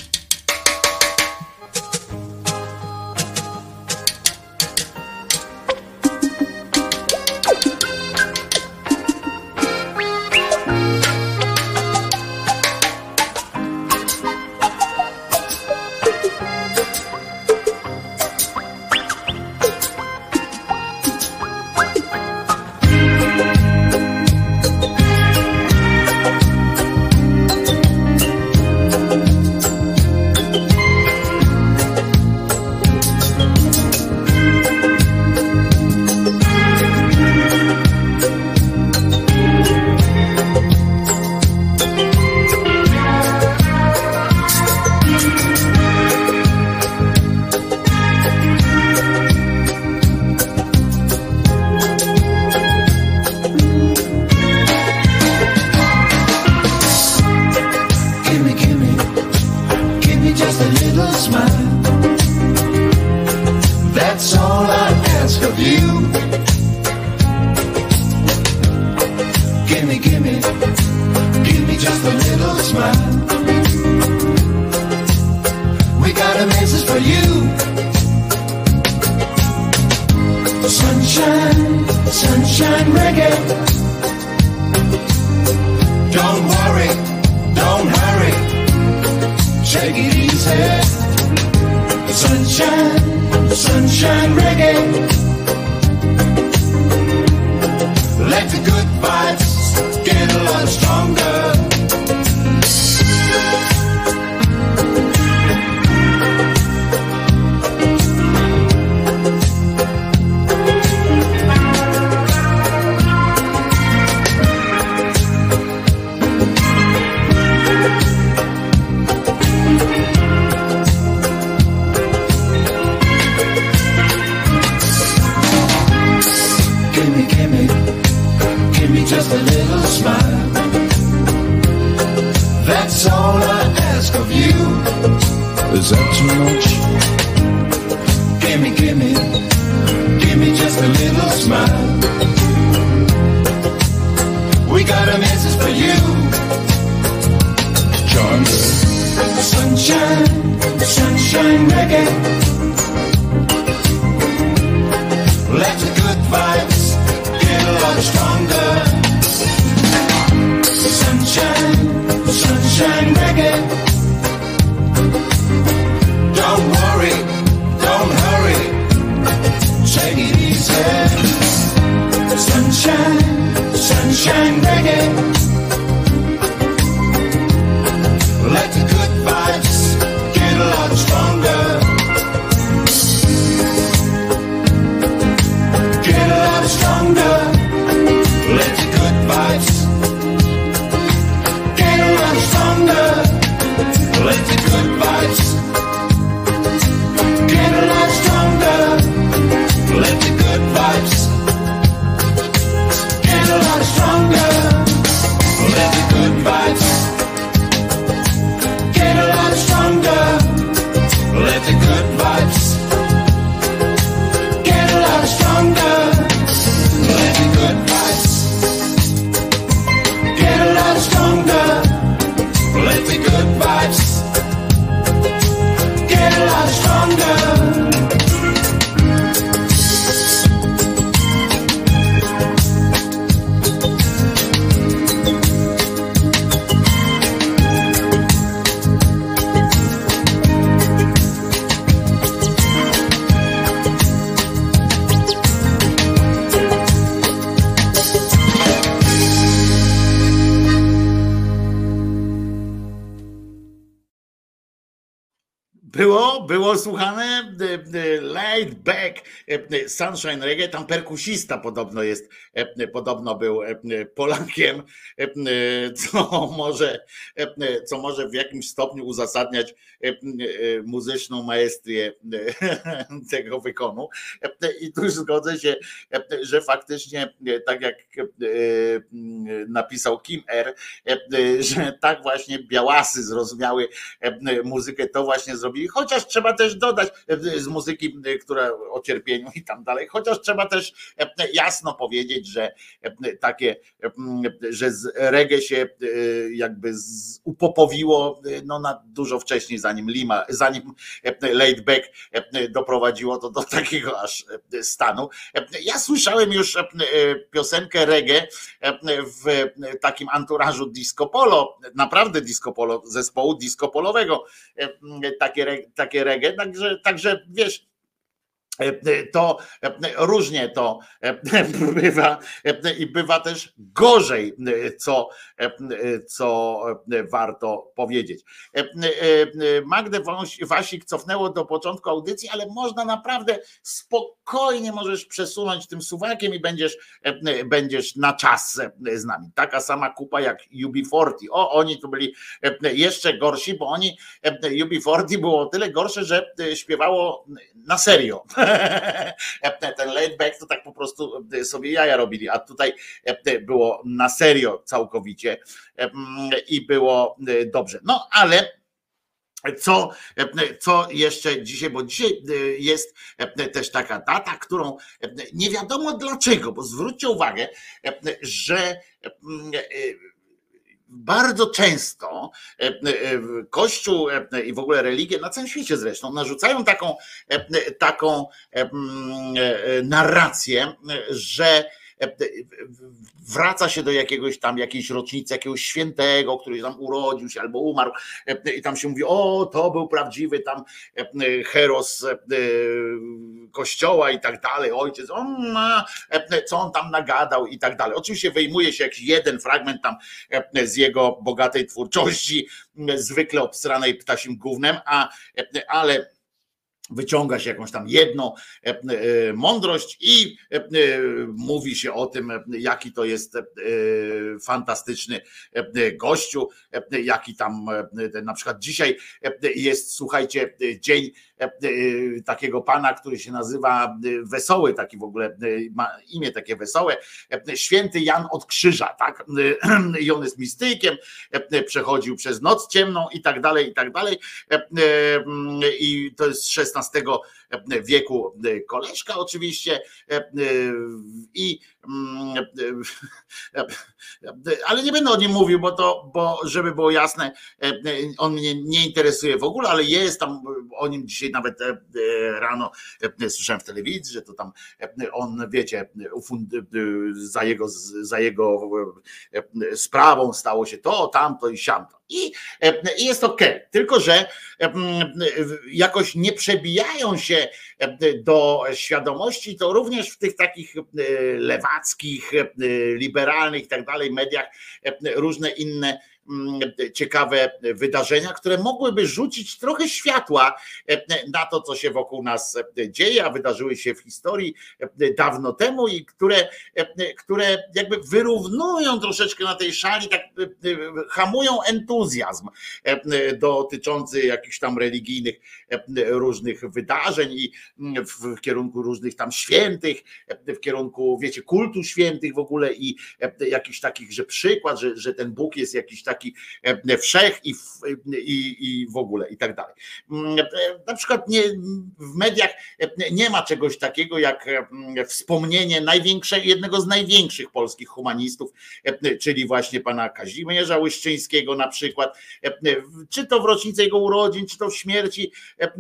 Było słuchane Laid Back Sunshine Reggae, tam perkusista podobno był Polakiem, co może w jakimś stopniu uzasadniać muzyczną maestrię tego wykonu. I tu zgodzę się, że faktycznie, tak jak napisał Kim R., że tak właśnie białasy zrozumiały muzykę, to właśnie zrobili, chociaż trzeba też dodać z muzyki, która o cierpieniu i tam dalej, chociaż trzeba też jasno powiedzieć, że że reggae się jakby upopowiło na dużo wcześniej, zanim Laid Back doprowadziło to do takiego aż stanu. Ja słyszałem już piosenkę reggae w takim anturażu disco polo, naprawdę disco polo, zespołu disco polowego, takie reggae, także wiesz, to różnie to bywa i bywa też gorzej, co warto powiedzieć. Magdę Wasik cofnęło do początku audycji, ale można naprawdę spokojnie możesz przesunąć tym suwakiem i będziesz na czas z nami. Taka sama kupa jak UB40. Oni tu byli jeszcze gorsi, bo UB40 było o tyle gorsze, że śpiewało na serio. Ten Laid Back to tak po prostu sobie jaja robili, a tutaj było na serio całkowicie i było dobrze. No ale co jeszcze dzisiaj, bo dzisiaj jest też taka data, którą nie wiadomo dlaczego, bo zwróćcie uwagę, że bardzo często Kościół i w ogóle religie na całym świecie zresztą narzucają taką narrację, że wraca się do jakiejś rocznicy, jakiegoś świętego, który tam urodził się albo umarł i tam się mówi, to był prawdziwy tam heros kościoła i tak dalej, ojciec, co on tam nagadał i tak dalej. Oczywiście wyjmuje się jakiś jeden fragment tam z jego bogatej twórczości, zwykle obsranej ptasim gównem, ale wyciąga się jakąś tam jedną mądrość i mówi się o tym, jaki to jest fantastyczny gościu, jaki tam na przykład dzisiaj jest, słuchajcie, dzień takiego pana, który się nazywa Wesoły, taki w ogóle ma imię takie wesołe, święty Jan od Krzyża, tak? I on jest mistykiem, przechodził przez noc ciemną i tak dalej, i to jest XVI wieku koleżka oczywiście, ale nie będę o nim mówił, bo żeby było jasne, on mnie nie interesuje w ogóle, ale jest tam o nim dzisiaj nawet rano słyszałem w telewizji, że to tam on, wiecie, za jego sprawą stało się to, tamto i siamto. I jest okej, tylko że jakoś nie przebijają się do świadomości, to również w tych takich lewackich, liberalnych i tak dalej mediach różne inne ciekawe wydarzenia, które mogłyby rzucić trochę światła na to, co się wokół nas dzieje, a wydarzyły się w historii dawno temu i które jakby wyrównują troszeczkę na tej szali, tak hamują entuzjazm dotyczący jakichś tam religijnych różnych wydarzeń i w kierunku różnych tam świętych, w kierunku, wiecie, kultu świętych w ogóle i jakichś takich, że przykład, że ten Bóg jest jakiś taki wszech i w ogóle i tak dalej. Na przykład w mediach nie ma czegoś takiego jak wspomnienie jednego z największych polskich humanistów, czyli właśnie pana Kazimierza Łyszczyńskiego na przykład, czy to w rocznicę jego urodzin, czy to w śmierci,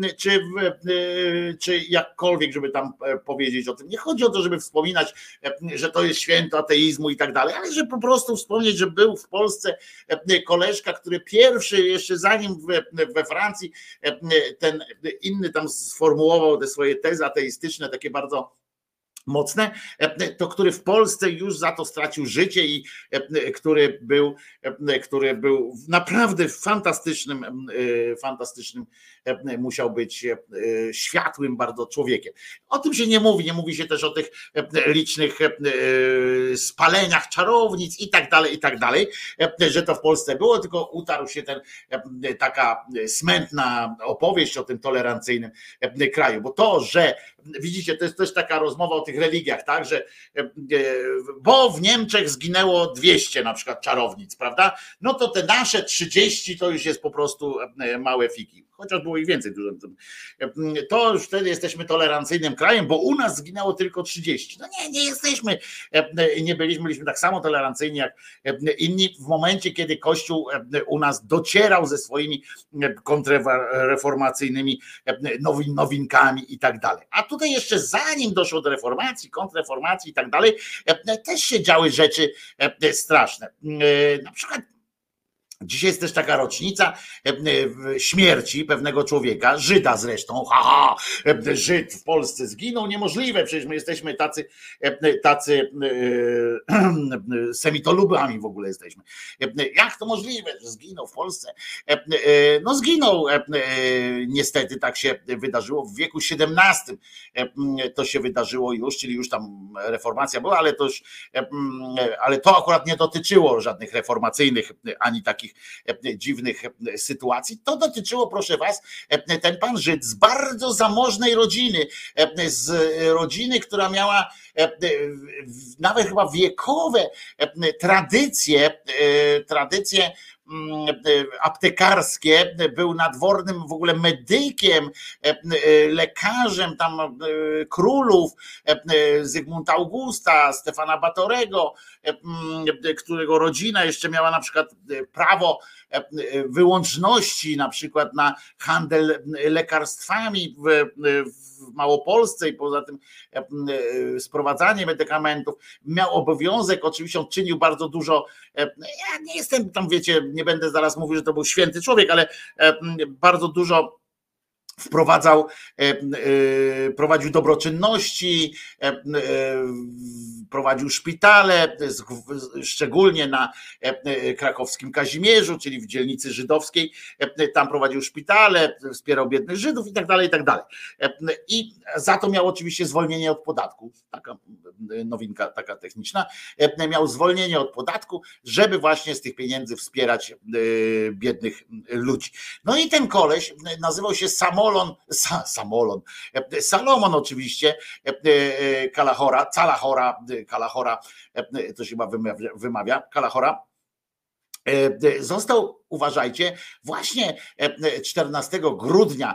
czy jakkolwiek, żeby tam powiedzieć o tym. Nie chodzi o to, żeby wspominać, że to jest święto ateizmu i tak dalej, ale żeby po prostu wspomnieć, że był w Polsce koleżka, który pierwszy, jeszcze zanim we Francji ten inny tam sformułował te swoje tezy ateistyczne, takie bardzo mocne, to który w Polsce już za to stracił życie i który był naprawdę fantastycznym musiał być światłym bardzo człowiekiem. O tym się nie mówi się też o tych licznych spaleniach czarownic i tak dalej, że to w Polsce było, tylko utarł się taka smętna opowieść o tym tolerancyjnym kraju, bo to, że widzicie, to jest też taka rozmowa o tych religiach, tak, że bo w Niemczech zginęło 200 na przykład czarownic, prawda? No to te nasze 30 to już jest po prostu małe fiki. Chociaż było ich więcej dużo. To już wtedy jesteśmy tolerancyjnym krajem, bo u nas zginęło tylko 30. No nie jesteśmy, nie byliśmy tak samo tolerancyjni jak inni w momencie, kiedy Kościół u nas docierał ze swoimi kontrreformacyjnymi nowinkami i tak dalej. A tutaj jeszcze zanim doszło do reformacji, kontrreformacji i tak dalej, też się działy rzeczy straszne. Na przykład dzisiaj jest też taka rocznica śmierci pewnego człowieka, Żyda zresztą. Żyd w Polsce zginął, niemożliwe, przecież my jesteśmy tacy semitolubami w ogóle jesteśmy. Jak to możliwe, że zginął w Polsce? No zginął, niestety tak się wydarzyło w wieku XVII. To się wydarzyło już, czyli już tam reformacja była, ale to akurat nie dotyczyło żadnych reformacyjnych ani takich dziwnych sytuacji. To dotyczyło, proszę was, ten pan Żyd z bardzo zamożnej rodziny, z rodziny, która miała nawet chyba wiekowe tradycje aptekarskie, był nadwornym w ogóle medykiem, lekarzem tam królów, Zygmunta Augusta, Stefana Batorego, którego rodzina jeszcze miała na przykład prawo wyłączności na przykład na handel lekarstwami w Małopolsce i poza tym sprowadzanie medykamentów. Miał obowiązek, oczywiście on czynił bardzo dużo, ja nie jestem tam, wiecie, nie będę zaraz mówił, że to był święty człowiek, ale bardzo dużo prowadził dobroczynności, prowadził szpitale, szczególnie na krakowskim Kazimierzu, czyli w dzielnicy żydowskiej, tam prowadził szpitale, wspierał biednych Żydów i tak dalej, i tak dalej. I za to miał oczywiście zwolnienie od podatku, taka nowinka, taka techniczna, miał zwolnienie od podatku, żeby właśnie z tych pieniędzy wspierać biednych ludzi. No i ten koleś nazywał się Salomon oczywiście, Kalahora, to się chyba wymawia, Kalahora, został, uważajcie, właśnie 14 grudnia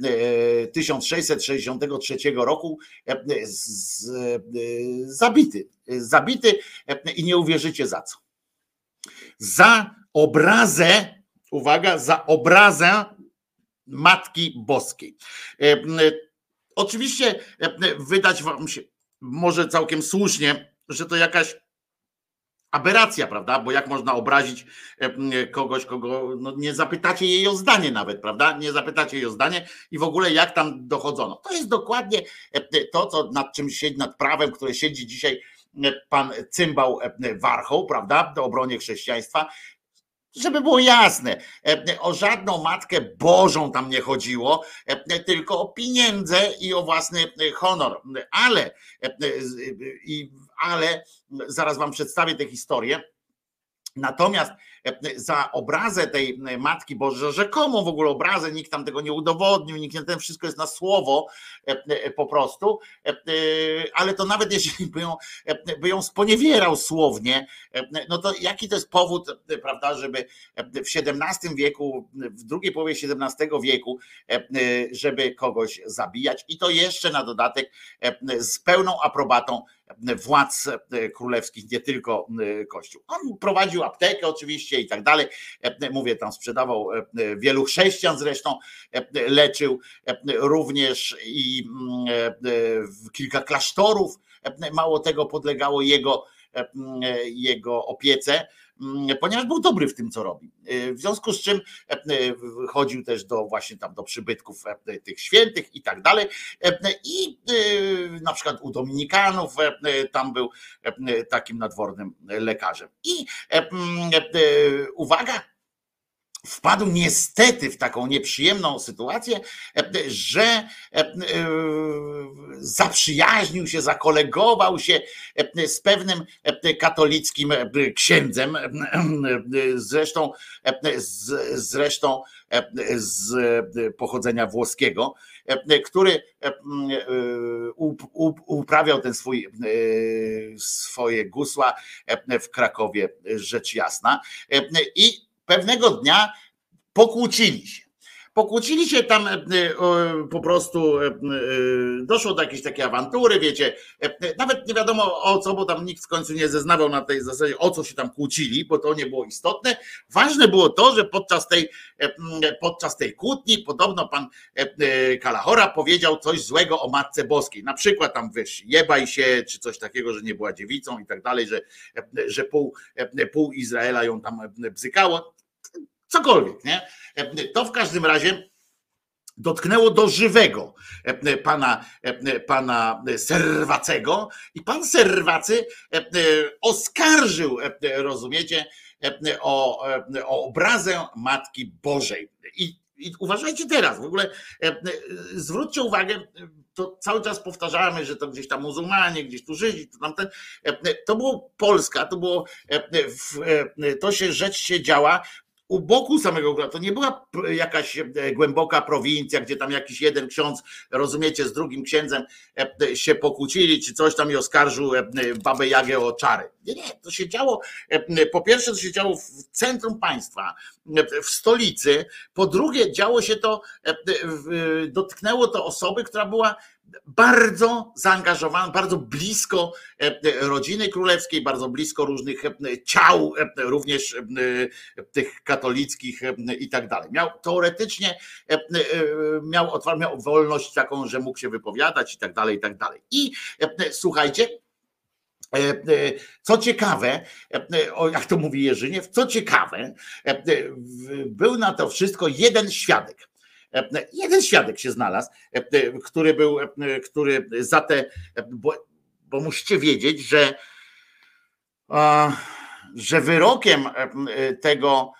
1663 roku zabity i nie uwierzycie za co. Za obrazę, uwaga, za obrazę Matki Boskiej. Oczywiście wydać wam się może całkiem słusznie, że to jakaś aberracja, prawda? Bo jak można obrazić kogoś, kogo no nie zapytacie jej o zdanie nawet, prawda? Nie zapytacie jej o zdanie i w ogóle jak tam dochodzono. To jest dokładnie to, co nad czym siedzi, nad prawem, które siedzi dzisiaj pan cymbał Warchoł, prawda? Do obronie chrześcijaństwa. Żeby było jasne, o żadną Matkę Bożą tam nie chodziło, tylko o pieniądze i o własny honor. Ale zaraz wam przedstawię tę historię. Natomiast za obrazę tej Matki Bożej, rzekomą w ogóle obrazę, nikt tam tego nie udowodnił, nikt nie, ten wszystko jest na słowo po prostu, ale to nawet jeżeli by ją sponiewierał słownie, no to jaki to jest powód, prawda, żeby w XVII wieku, w drugiej połowie XVII wieku, żeby kogoś zabijać i to jeszcze na dodatek z pełną aprobatą władz królewskich, nie tylko Kościół. On prowadził aptekę oczywiście i tak dalej. Mówię, tam sprzedawał wielu chrześcijan zresztą, leczył również i kilka klasztorów, mało tego podlegało jego opiece. ponieważ był dobry w tym, co robi. W związku z czym chodził też właśnie tam do przybytków tych świętych i tak dalej. I na przykład u Dominikanów tam był takim nadwornym lekarzem. I uwaga, wpadł niestety w taką nieprzyjemną sytuację, że zaprzyjaźnił się, zakolegował się z pewnym katolickim księdzem, zresztą z pochodzenia włoskiego, który uprawiał ten swoje gusła w Krakowie, rzecz jasna. I pewnego dnia pokłócili się tam, po prostu doszło do jakiejś takiej awantury, wiecie, nawet nie wiadomo o co, bo tam nikt w końcu nie zeznawał na tej zasadzie, o co się tam kłócili, bo to nie było istotne. Ważne było to, że podczas tej kłótni podobno pan Kalahora powiedział coś złego o Matce Boskiej, na przykład tam wiesz, jebaj się, czy coś takiego, że nie była dziewicą i tak dalej, że pół Izraela ją tam bzykało. Cokolwiek, nie? To w każdym razie dotknęło do żywego pana Serwacego i pan Serwacy oskarżył, rozumiecie, o obrazę Matki Bożej. I uważajcie teraz, w ogóle zwróćcie uwagę, to cały czas powtarzamy, że to gdzieś tam muzułmanie, gdzieś tu Żydzi, to tamten. To było Polska, rzecz się działa u boku samego góra. To nie była jakaś głęboka prowincja, gdzie tam jakiś jeden ksiądz, rozumiecie, z drugim księdzem się pokłócili, czy coś tam i oskarżył Babę Jagę o czary. Nie, to się działo, po pierwsze to się działo w centrum państwa, w stolicy, po drugie działo się to, dotknęło to osoby, która była bardzo zaangażowana, bardzo blisko rodziny królewskiej, bardzo blisko różnych ciał, również tych katolickich i tak dalej. Teoretycznie miał wolność taką, że mógł się wypowiadać i tak dalej, i tak dalej. I słuchajcie, co ciekawe, jak to mówi Jerzyniew, co ciekawe, był na to wszystko jeden świadek. Jeden świadek się znalazł, który za te, bo musicie wiedzieć, że wyrokiem tego,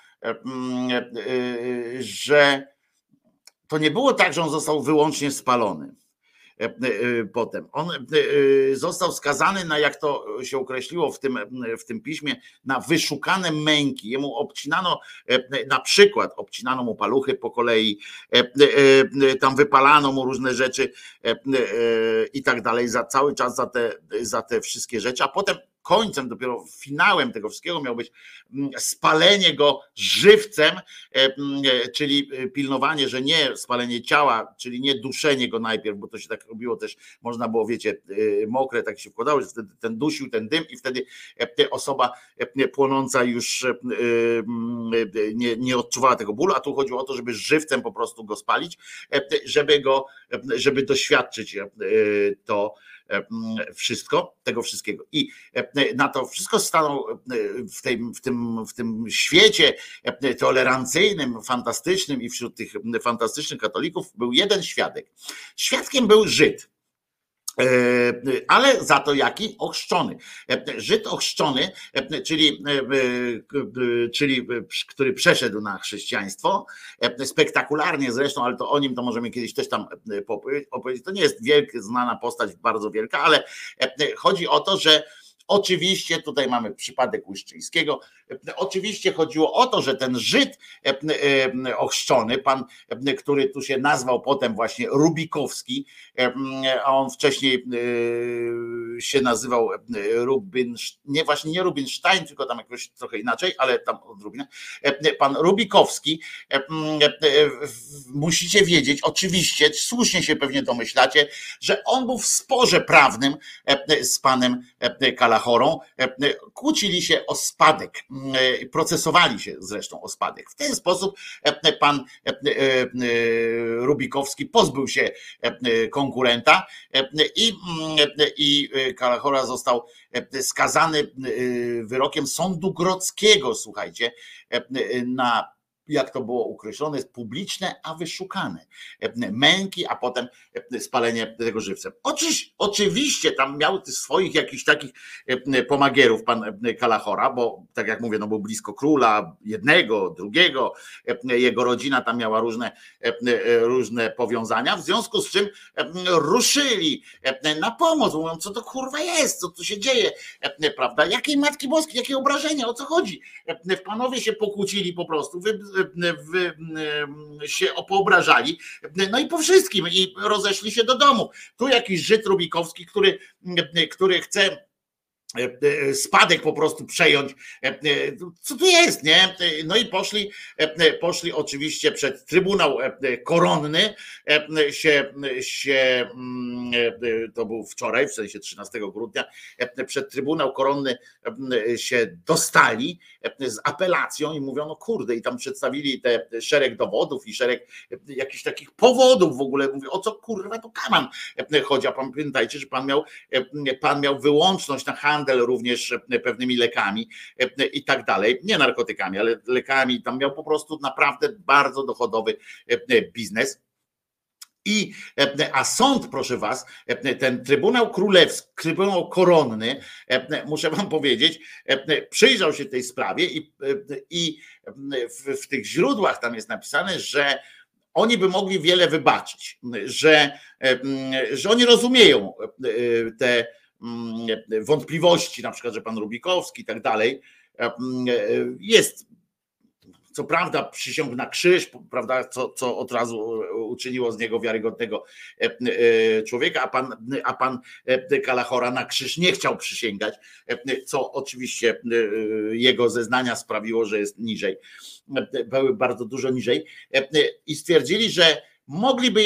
że to nie było tak, że on został wyłącznie spalony. Potem on został skazany na, jak to się określiło w tym piśmie, na wyszukane męki. Jemu obcinano, na przykład obcinano mu paluchy po kolei, tam wypalano mu różne rzeczy i tak dalej, cały czas za te wszystkie rzeczy, a potem końcem, dopiero finałem tego wszystkiego miał być spalenie go żywcem, czyli pilnowanie, że nie spalenie ciała, czyli nie duszenie go najpierw, bo to się tak robiło też, można było, wiecie, mokre tak się wkładało, że wtedy ten dusił ten dym i wtedy osoba płonąca już nie odczuwała tego bólu, a tu chodziło o to, żeby żywcem po prostu go spalić, żeby doświadczyć tego wszystkiego. I na to wszystko stanął w tym świecie tolerancyjnym, fantastycznym i wśród tych fantastycznych katolików był jeden świadek. Świadkiem był Żyd. Ale za to jaki? Ochrzczony. Żyd ochrzczony, czyli który przeszedł na chrześcijaństwo, spektakularnie zresztą, ale to o nim to możemy kiedyś też tam opowiedzieć. To nie jest znana postać, bardzo wielka, ale chodzi o to, że oczywiście tutaj mamy przypadek Łyszczyńskiego. Oczywiście chodziło o to, że ten Żyd ochrzczony, pan, który tu się nazwał potem właśnie Rubikowski, a on wcześniej się nazywał nie Rubinstein, tylko tam jakoś trochę inaczej, ale tam odrobinę. Pan Rubikowski, musicie wiedzieć, oczywiście, słusznie się pewnie domyślacie, że on był w sporze prawnym z panem Kalahorą. Kalachorą, kłócili się o spadek, procesowali się zresztą o spadek. W ten sposób pan Rubikowski pozbył się konkurenta i Kalachora został skazany wyrokiem Sądu Grodzkiego, słuchajcie, na, jak to było określone, publiczne, a wyszukane męki, a potem spalenie tego żywcem. Oczywiście tam miał swoich jakichś takich pomagierów pan Kalachora, bo tak jak mówię, no był blisko króla, jednego, drugiego, jego rodzina tam miała różne powiązania, w związku z czym ruszyli na pomoc, mówią, co to kurwa jest, co tu się dzieje, prawda, jakiej Matki Boskiej, jakie obrażenia, o co chodzi. Panowie się pokłócili po prostu, się poobrażali, no i po wszystkim i rozeszli się do domu. Tu jakiś Żyd Rubikowski, który chce spadek po prostu przejąć. Co tu jest, nie? No i poszli oczywiście przed Trybunał Koronny, to był wczoraj, w sensie 13 grudnia, przed Trybunał Koronny się dostali z apelacją i mówiono, kurde, i tam przedstawili te szereg dowodów i szereg jakichś takich powodów w ogóle. Mówię, o co kurwa to kaman chodzi, a pamiętajcie, że pan miał wyłączność na handel również pewnymi lekami i tak dalej, nie narkotykami, ale lekami, tam miał po prostu naprawdę bardzo dochodowy biznes. A sąd, proszę was, ten Trybunał Królewski, Trybunał Koronny, muszę wam powiedzieć, przyjrzał się tej sprawie i w tych źródłach tam jest napisane, że oni by mogli wiele wybaczyć, że oni rozumieją te wątpliwości, na przykład, że pan Rubikowski i tak dalej, jest, co prawda, przysiągł na krzyż, prawda, co od razu uczyniło z niego wiarygodnego człowieka, a pan Kalachora na krzyż nie chciał przysięgać, co oczywiście jego zeznania sprawiło, że jest niżej, były bardzo dużo niżej i stwierdzili, że mogliby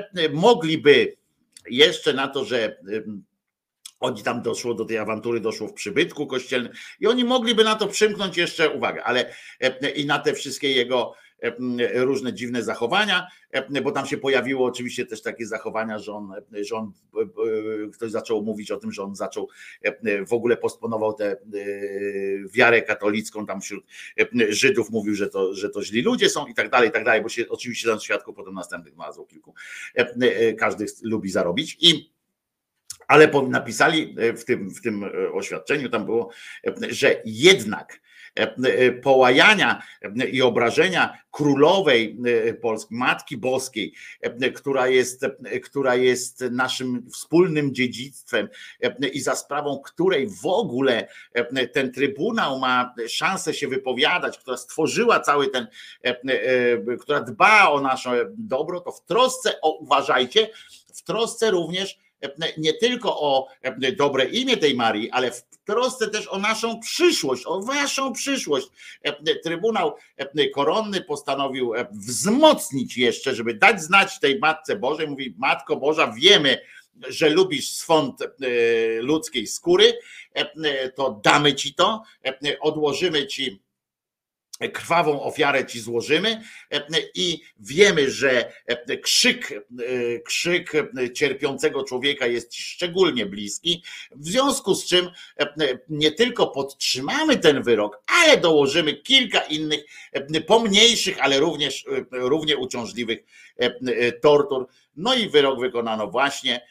jeszcze na to, że oni tam doszło do tej awantury, doszło w przybytku kościelnym i oni mogliby na to przymknąć jeszcze uwagę, ale i na te wszystkie jego różne dziwne zachowania, bo tam się pojawiło oczywiście też takie zachowania, że on ktoś zaczął mówić o tym, że on zaczął w ogóle postponował tę wiarę katolicką, tam wśród Żydów mówił, że to źli ludzie są i tak dalej, bo się oczywiście tam świadków potem następnych znalazło kilku. Każdy lubi zarobić ale napisali w tym oświadczeniu, tam było, że jednak połajania i obrażenia królowej Polski, Matki Boskiej, która jest naszym wspólnym dziedzictwem i za sprawą której w ogóle ten Trybunał ma szansę się wypowiadać, która stworzyła cały ten, która dba o nasze dobro, to w trosce, uważajcie, w trosce również nie tylko o dobre imię tej Marii, ale w trosce też o naszą przyszłość, o waszą przyszłość. Trybunał Koronny postanowił wzmocnić jeszcze, żeby dać znać tej Matce Bożej, mówi: Matko Boża, wiemy, że lubisz swąd ludzkiej skóry, to damy ci to, odłożymy ci krwawą ofiarę ci złożymy i wiemy, że krzyk cierpiącego człowieka jest ci szczególnie bliski, w związku z czym nie tylko podtrzymamy ten wyrok, ale dołożymy kilka innych pomniejszych, ale równie uciążliwych tortur. No i wyrok wykonano właśnie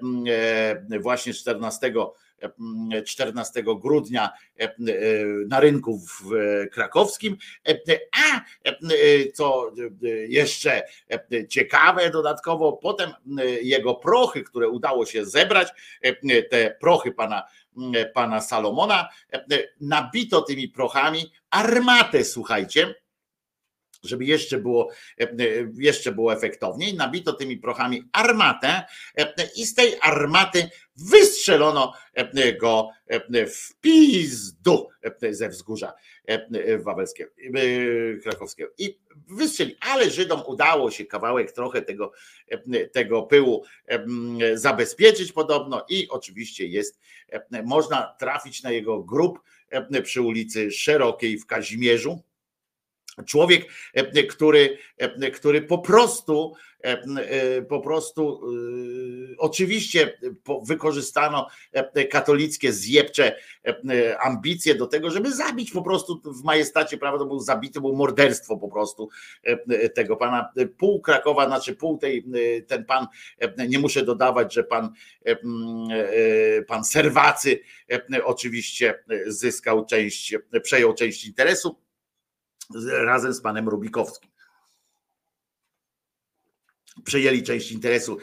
14 grudnia na rynku krakowskim, a co jeszcze ciekawe dodatkowo, potem jego prochy, które udało się zebrać, te prochy pana Salomona, nabito tymi prochami armatę, słuchajcie, żeby jeszcze było efektowniej, nabito tymi prochami armatę i z tej armaty wystrzelono go w pizdu ze wzgórza wawelskiego, krakowskiego. I wystrzeli, ale Żydom udało się kawałek trochę tego pyłu zabezpieczyć podobno i oczywiście można trafić na jego grób przy ulicy Szerokiej w Kazimierzu. Człowiek, który po prostu oczywiście wykorzystano katolickie zjebcze ambicje do tego, żeby zabić po prostu w majestacie prawa, to był zabity, było morderstwo po prostu tego pana. Pół Krakowa, znaczy ten pan, nie muszę dodawać, że pan Serwacy oczywiście przejął część interesu razem z panem Rubikowskim. Przejęli część interesu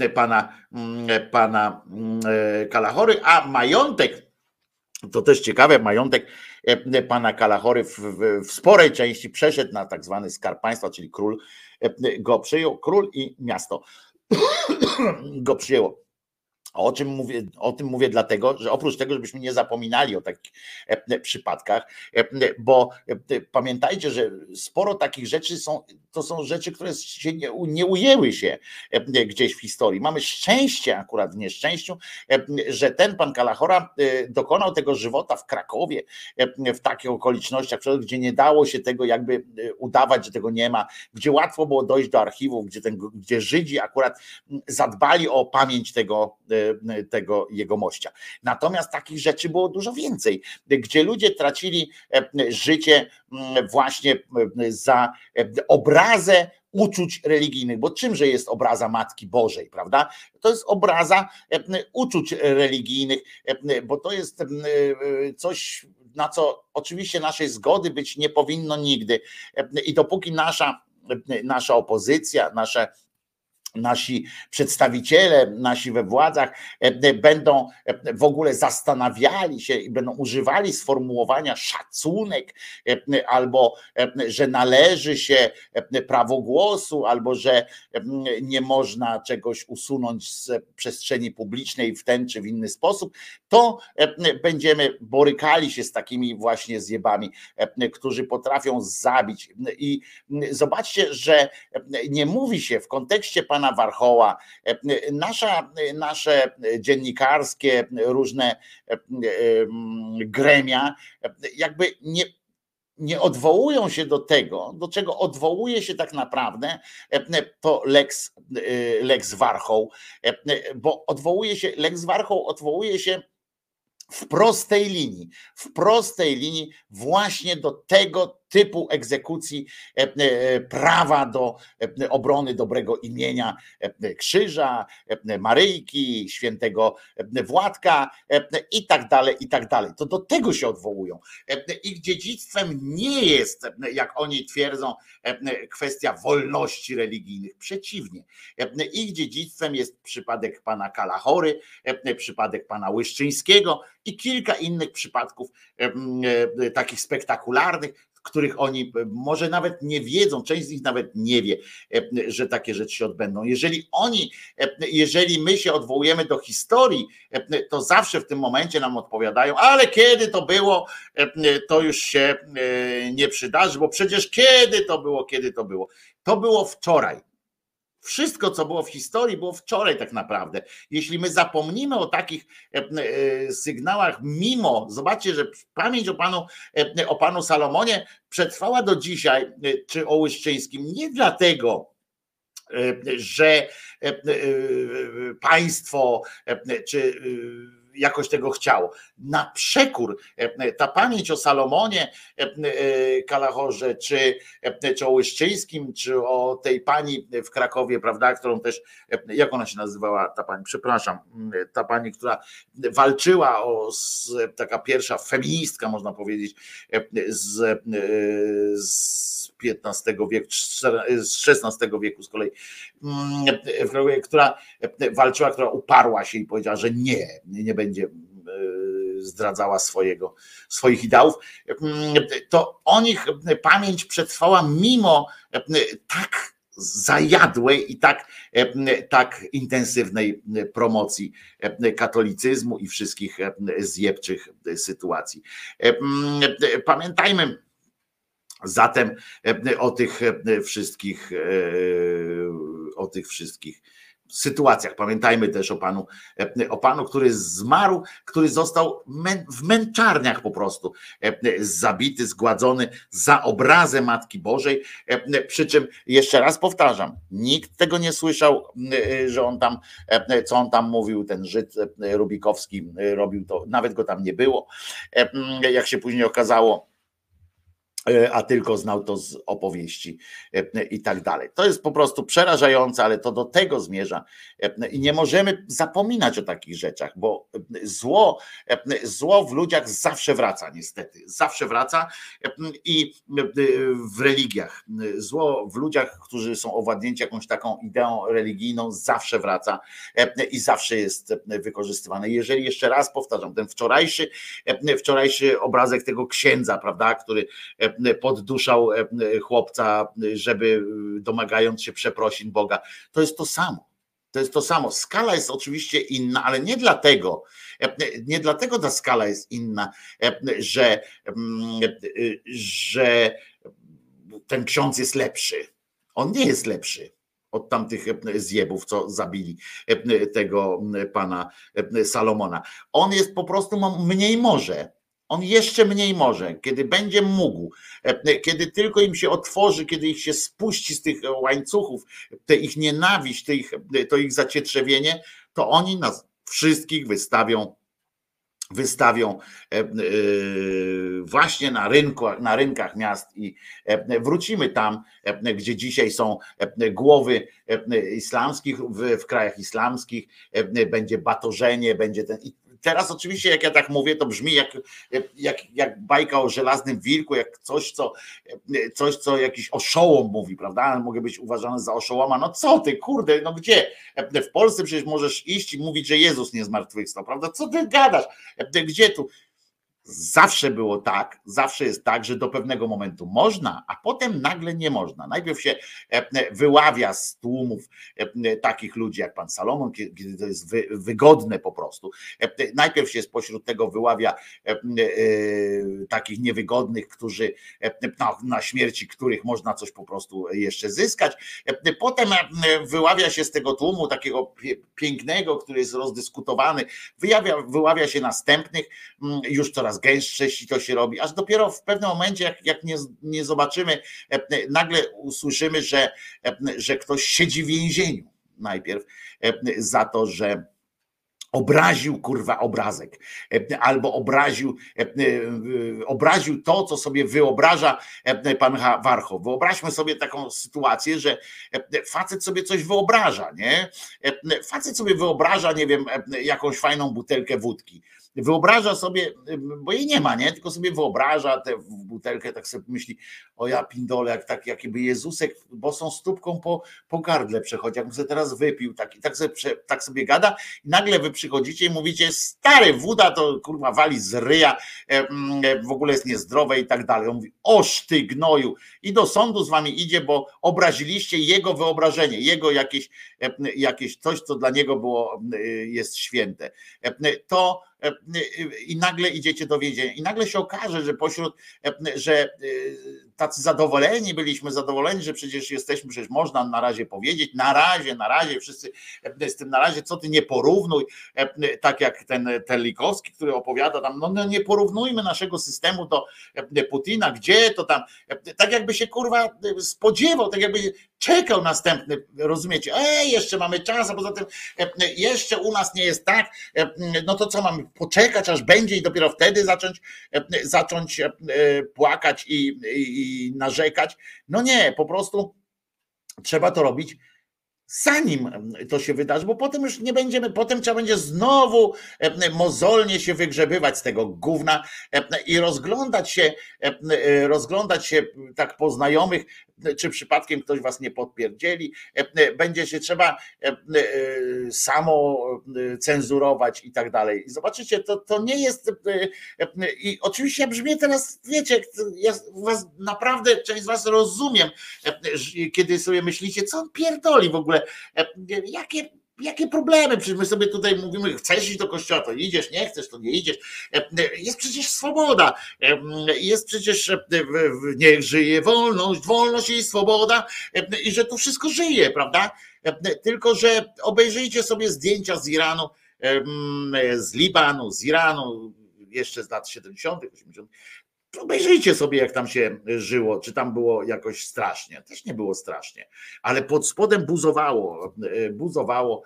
pana Kalachory, a majątek, to też ciekawe, majątek pana Kalachory w sporej części przeszedł na tak zwany Skarb Państwa, czyli król go przyjął, król i miasto go przyjęło. O tym mówię dlatego, że oprócz tego, żebyśmy nie zapominali o takich przypadkach, bo pamiętajcie, że sporo takich rzeczy to są rzeczy, które się nie ujęły się gdzieś w historii. Mamy szczęście akurat w nieszczęściu, że ten pan Kalachora dokonał tego żywota w Krakowie, w takich okolicznościach, gdzie nie dało się tego jakby udawać, że tego nie ma, gdzie łatwo było dojść do archiwów, gdzie Żydzi akurat zadbali o pamięć tego jegomościa. Natomiast takich rzeczy było dużo więcej, gdzie ludzie tracili życie właśnie za obrazę uczuć religijnych, bo czymże jest obraza Matki Bożej, prawda? To jest obraza uczuć religijnych, bo to jest na co oczywiście naszej zgody być nie powinno nigdy. I dopóki nasza opozycja, nasi przedstawiciele, nasi we władzach będą w ogóle zastanawiali się i będą używali sformułowania szacunek, albo że należy się prawo głosu, albo że nie można czegoś usunąć z przestrzeni publicznej w ten czy w inny sposób, to będziemy borykali się z takimi właśnie zjebami, którzy potrafią zabić. I zobaczcie, że nie mówi się w kontekście pana Warchoła, nasze dziennikarskie różne gremia jakby nie odwołują się do tego, do czego odwołuje się tak naprawdę to Lex Warchoł, bo Lex Warchoł odwołuje się w prostej linii właśnie do tego typu egzekucji prawa do obrony dobrego imienia Krzyża, Maryjki, świętego Władka i tak dalej. To do tego się odwołują. Ich dziedzictwem nie jest, jak oni twierdzą, kwestia wolności religijnych. Przeciwnie. Ich dziedzictwem jest przypadek pana Kalachory, przypadek pana Łyszczyńskiego i kilka innych przypadków takich spektakularnych, których oni może nawet nie wiedzą, część z nich nawet nie wie, że takie rzeczy się odbędą. Jeżeli my się odwołujemy do historii, to zawsze w tym momencie nam odpowiadają, ale kiedy to było, to już się nie przydarzy, bo przecież kiedy to było? To było wczoraj. Wszystko, co było w historii, było wczoraj tak naprawdę. Jeśli my zapomnimy o takich sygnałach, zobaczcie, że pamięć o panu Salomonie przetrwała do dzisiaj, czy o Łyszczyńskim, nie dlatego, że państwo czy jakoś tego chciało. Na przekór ta pamięć o Salomonie Kalachorze, czy o Łyszczyńskim, czy o tej pani w Krakowie, prawda, którą też, jak ona się nazywała, ta pani, przepraszam, ta pani, która walczyła taka pierwsza feministka, można powiedzieć, z XV wieku, z XVI wieku z kolei, która walczyła, która uparła się i powiedziała, że nie będzie zdradzała swoich ideałów, to o nich pamięć przetrwała mimo tak zajadłej i tak intensywnej promocji katolicyzmu i wszystkich zjebczych sytuacji. Pamiętajmy zatem o tych wszystkich sytuacjach. Pamiętajmy też o panu, który zmarł, który został w męczarniach po prostu zabity, zgładzony za obrazę Matki Bożej. Przy czym jeszcze raz powtarzam, nikt tego nie słyszał, że on tam, co on tam mówił, ten Żyd Rubikowski robił to, nawet go tam nie było, jak się później okazało, a tylko znał to z opowieści i tak dalej. To jest po prostu przerażające, ale to do tego zmierza i nie możemy zapominać o takich rzeczach, bo zło w ludziach zawsze wraca, niestety, zawsze wraca i w religiach. Zło w ludziach, którzy są owładnięci jakąś taką ideą religijną, zawsze wraca i zawsze jest wykorzystywane. Jeżeli jeszcze raz powtarzam, ten wczorajszy obrazek tego księdza, prawda, który podduszał chłopca, żeby domagając się przeprosin Boga. To jest to samo. To jest to samo. Skala jest oczywiście inna, ale nie dlatego ta skala jest inna, że ten ksiądz jest lepszy. On nie jest lepszy od tamtych zjebów, co zabili tego pana Salomona. On jest po prostu mniej może. On jeszcze mniej może, kiedy będzie mógł, kiedy tylko im się otworzy, kiedy ich się spuści z tych łańcuchów, tę ich nienawiść, to ich zacietrzewienie, to oni nas wszystkich wystawią właśnie na rynkach miast i wrócimy tam, gdzie dzisiaj są głowy islamskich, w krajach islamskich, będzie batorzenie, będzie ten... Teraz oczywiście, jak ja tak mówię, to brzmi jak bajka o żelaznym wilku, jak coś, co jakiś oszołom mówi, prawda? Mogę być uważany za oszołoma. No co ty, kurde, no gdzie? W Polsce przecież możesz iść i mówić, że Jezus nie zmartwychwstał, prawda? Co ty gadasz? Gdzie tu? Zawsze było tak, zawsze jest tak, że do pewnego momentu można, a potem nagle nie można. Najpierw się wyławia z tłumów takich ludzi jak pan Salomon, kiedy to jest wygodne po prostu. Najpierw się spośród tego wyławia takich niewygodnych, którzy na śmierci których można coś po prostu jeszcze zyskać. Potem wyławia się z tego tłumu takiego pięknego, który jest rozdyskutowany, wyławia się następnych, już coraz gęstsze to się robi, aż dopiero w pewnym momencie, jak nie zobaczymy, nagle usłyszymy, że ktoś siedzi w więzieniu najpierw za to, że obraził kurwa obrazek, albo obraził to, co sobie wyobraża pan Warchoł. Wyobraźmy sobie taką sytuację, że facet sobie coś wyobraża, nie? Facet sobie wyobraża, nie wiem, jakąś fajną butelkę wódki. Wyobraża sobie, bo jej nie ma, nie? Tylko sobie wyobraża tę butelkę, tak sobie myśli, o ja pindole, jakby Jezusek bosą stópką po gardle przechodzi, jakbym sobie teraz wypił, tak sobie gada i nagle wy przychodzicie i mówicie, stary, woda to kurwa wali z ryja, w ogóle jest niezdrowe i tak dalej. On mówi, oż ty gnoju, i do sądu z wami idzie, bo obraziliście jego wyobrażenie, jego jakieś coś, co dla niego jest święte. To i nagle idziecie do więzienia i nagle się okaże, że tacy byliśmy zadowoleni, że przecież można na razie powiedzieć, na razie wszyscy z tym na razie, co ty nie porównuj, tak jak ten Terlikowski, który opowiada tam, no nie porównujmy naszego systemu do Putina, gdzie to tam, tak jakby się kurwa spodziewał, tak jakby czekał następny, rozumiecie, jeszcze mamy czas, a poza tym jeszcze u nas nie jest tak, no to co mamy poczekać, aż będzie i dopiero wtedy zacząć płakać i narzekać. No nie, po prostu trzeba to robić zanim to się wydarzy, bo potem już nie będziemy, potem trzeba będzie znowu mozolnie się wygrzebywać z tego gówna i rozglądać się tak po znajomych, czy przypadkiem ktoś was nie podpierdzieli, będzie się trzeba samo cenzurować i tak dalej. I zobaczycie, to nie jest, i oczywiście ja brzmię teraz, wiecie, ja was naprawdę, część z was rozumiem, kiedy sobie myślicie, co on pierdoli w ogóle, jakie problemy, przecież my sobie tutaj mówimy, chcesz iść do kościoła, to idziesz, nie chcesz, to nie idziesz. Jest przecież swoboda, jest przecież niech żyje wolność i swoboda i że tu wszystko żyje, prawda? Tylko że obejrzyjcie sobie zdjęcia z Iranu, z Libanu, z Iranu, jeszcze z lat 70., 80. Obejrzyjcie sobie, jak tam się żyło, czy tam było jakoś strasznie. Też nie było strasznie, ale pod spodem buzowało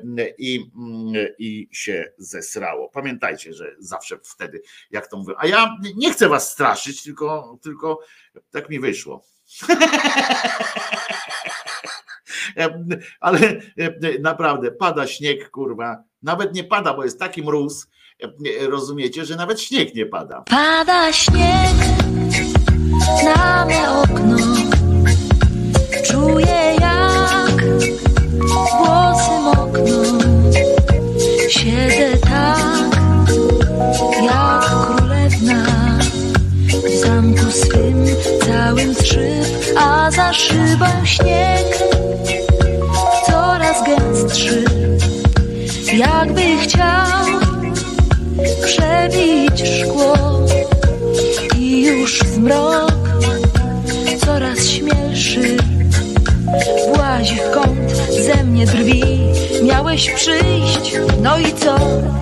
i się zesrało. Pamiętajcie, że zawsze wtedy, jak to mówię. A ja nie chcę was straszyć, tylko tak mi wyszło. Ale naprawdę pada śnieg, kurwa. Nawet nie pada, bo jest taki mróz. Rozumiecie, że nawet śnieg nie pada. Pada śnieg na me okno. Czuję, jak włosy mokną. Siedzę tak jak królewna w zamku swym, całym szyb, a za szybą śnieg coraz gęstszy, jakby chciał przebić szkło. I już zmrok coraz śmielszy włazi w kąt, ze mnie drwi. Miałeś przyjść, no i co?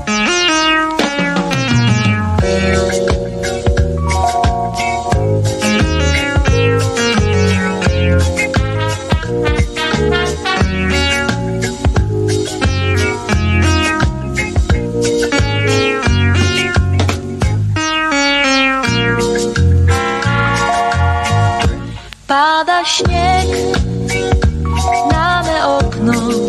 Pada śnieg na me okno.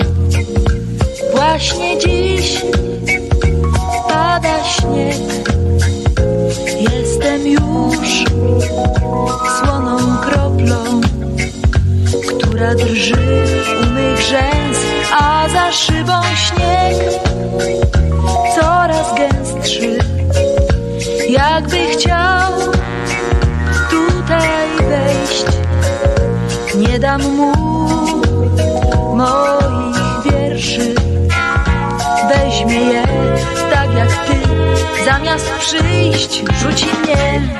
Właśnie dziś pada śnieg. Jestem już słoną kroplą, która drży u mych rzęs, a za szybą śnieg coraz gęstszy, jakby chciał tutaj wejść. Nie dam mu moich wierszy, weźmie je tak jak ty, zamiast przyjść rzuci mnie.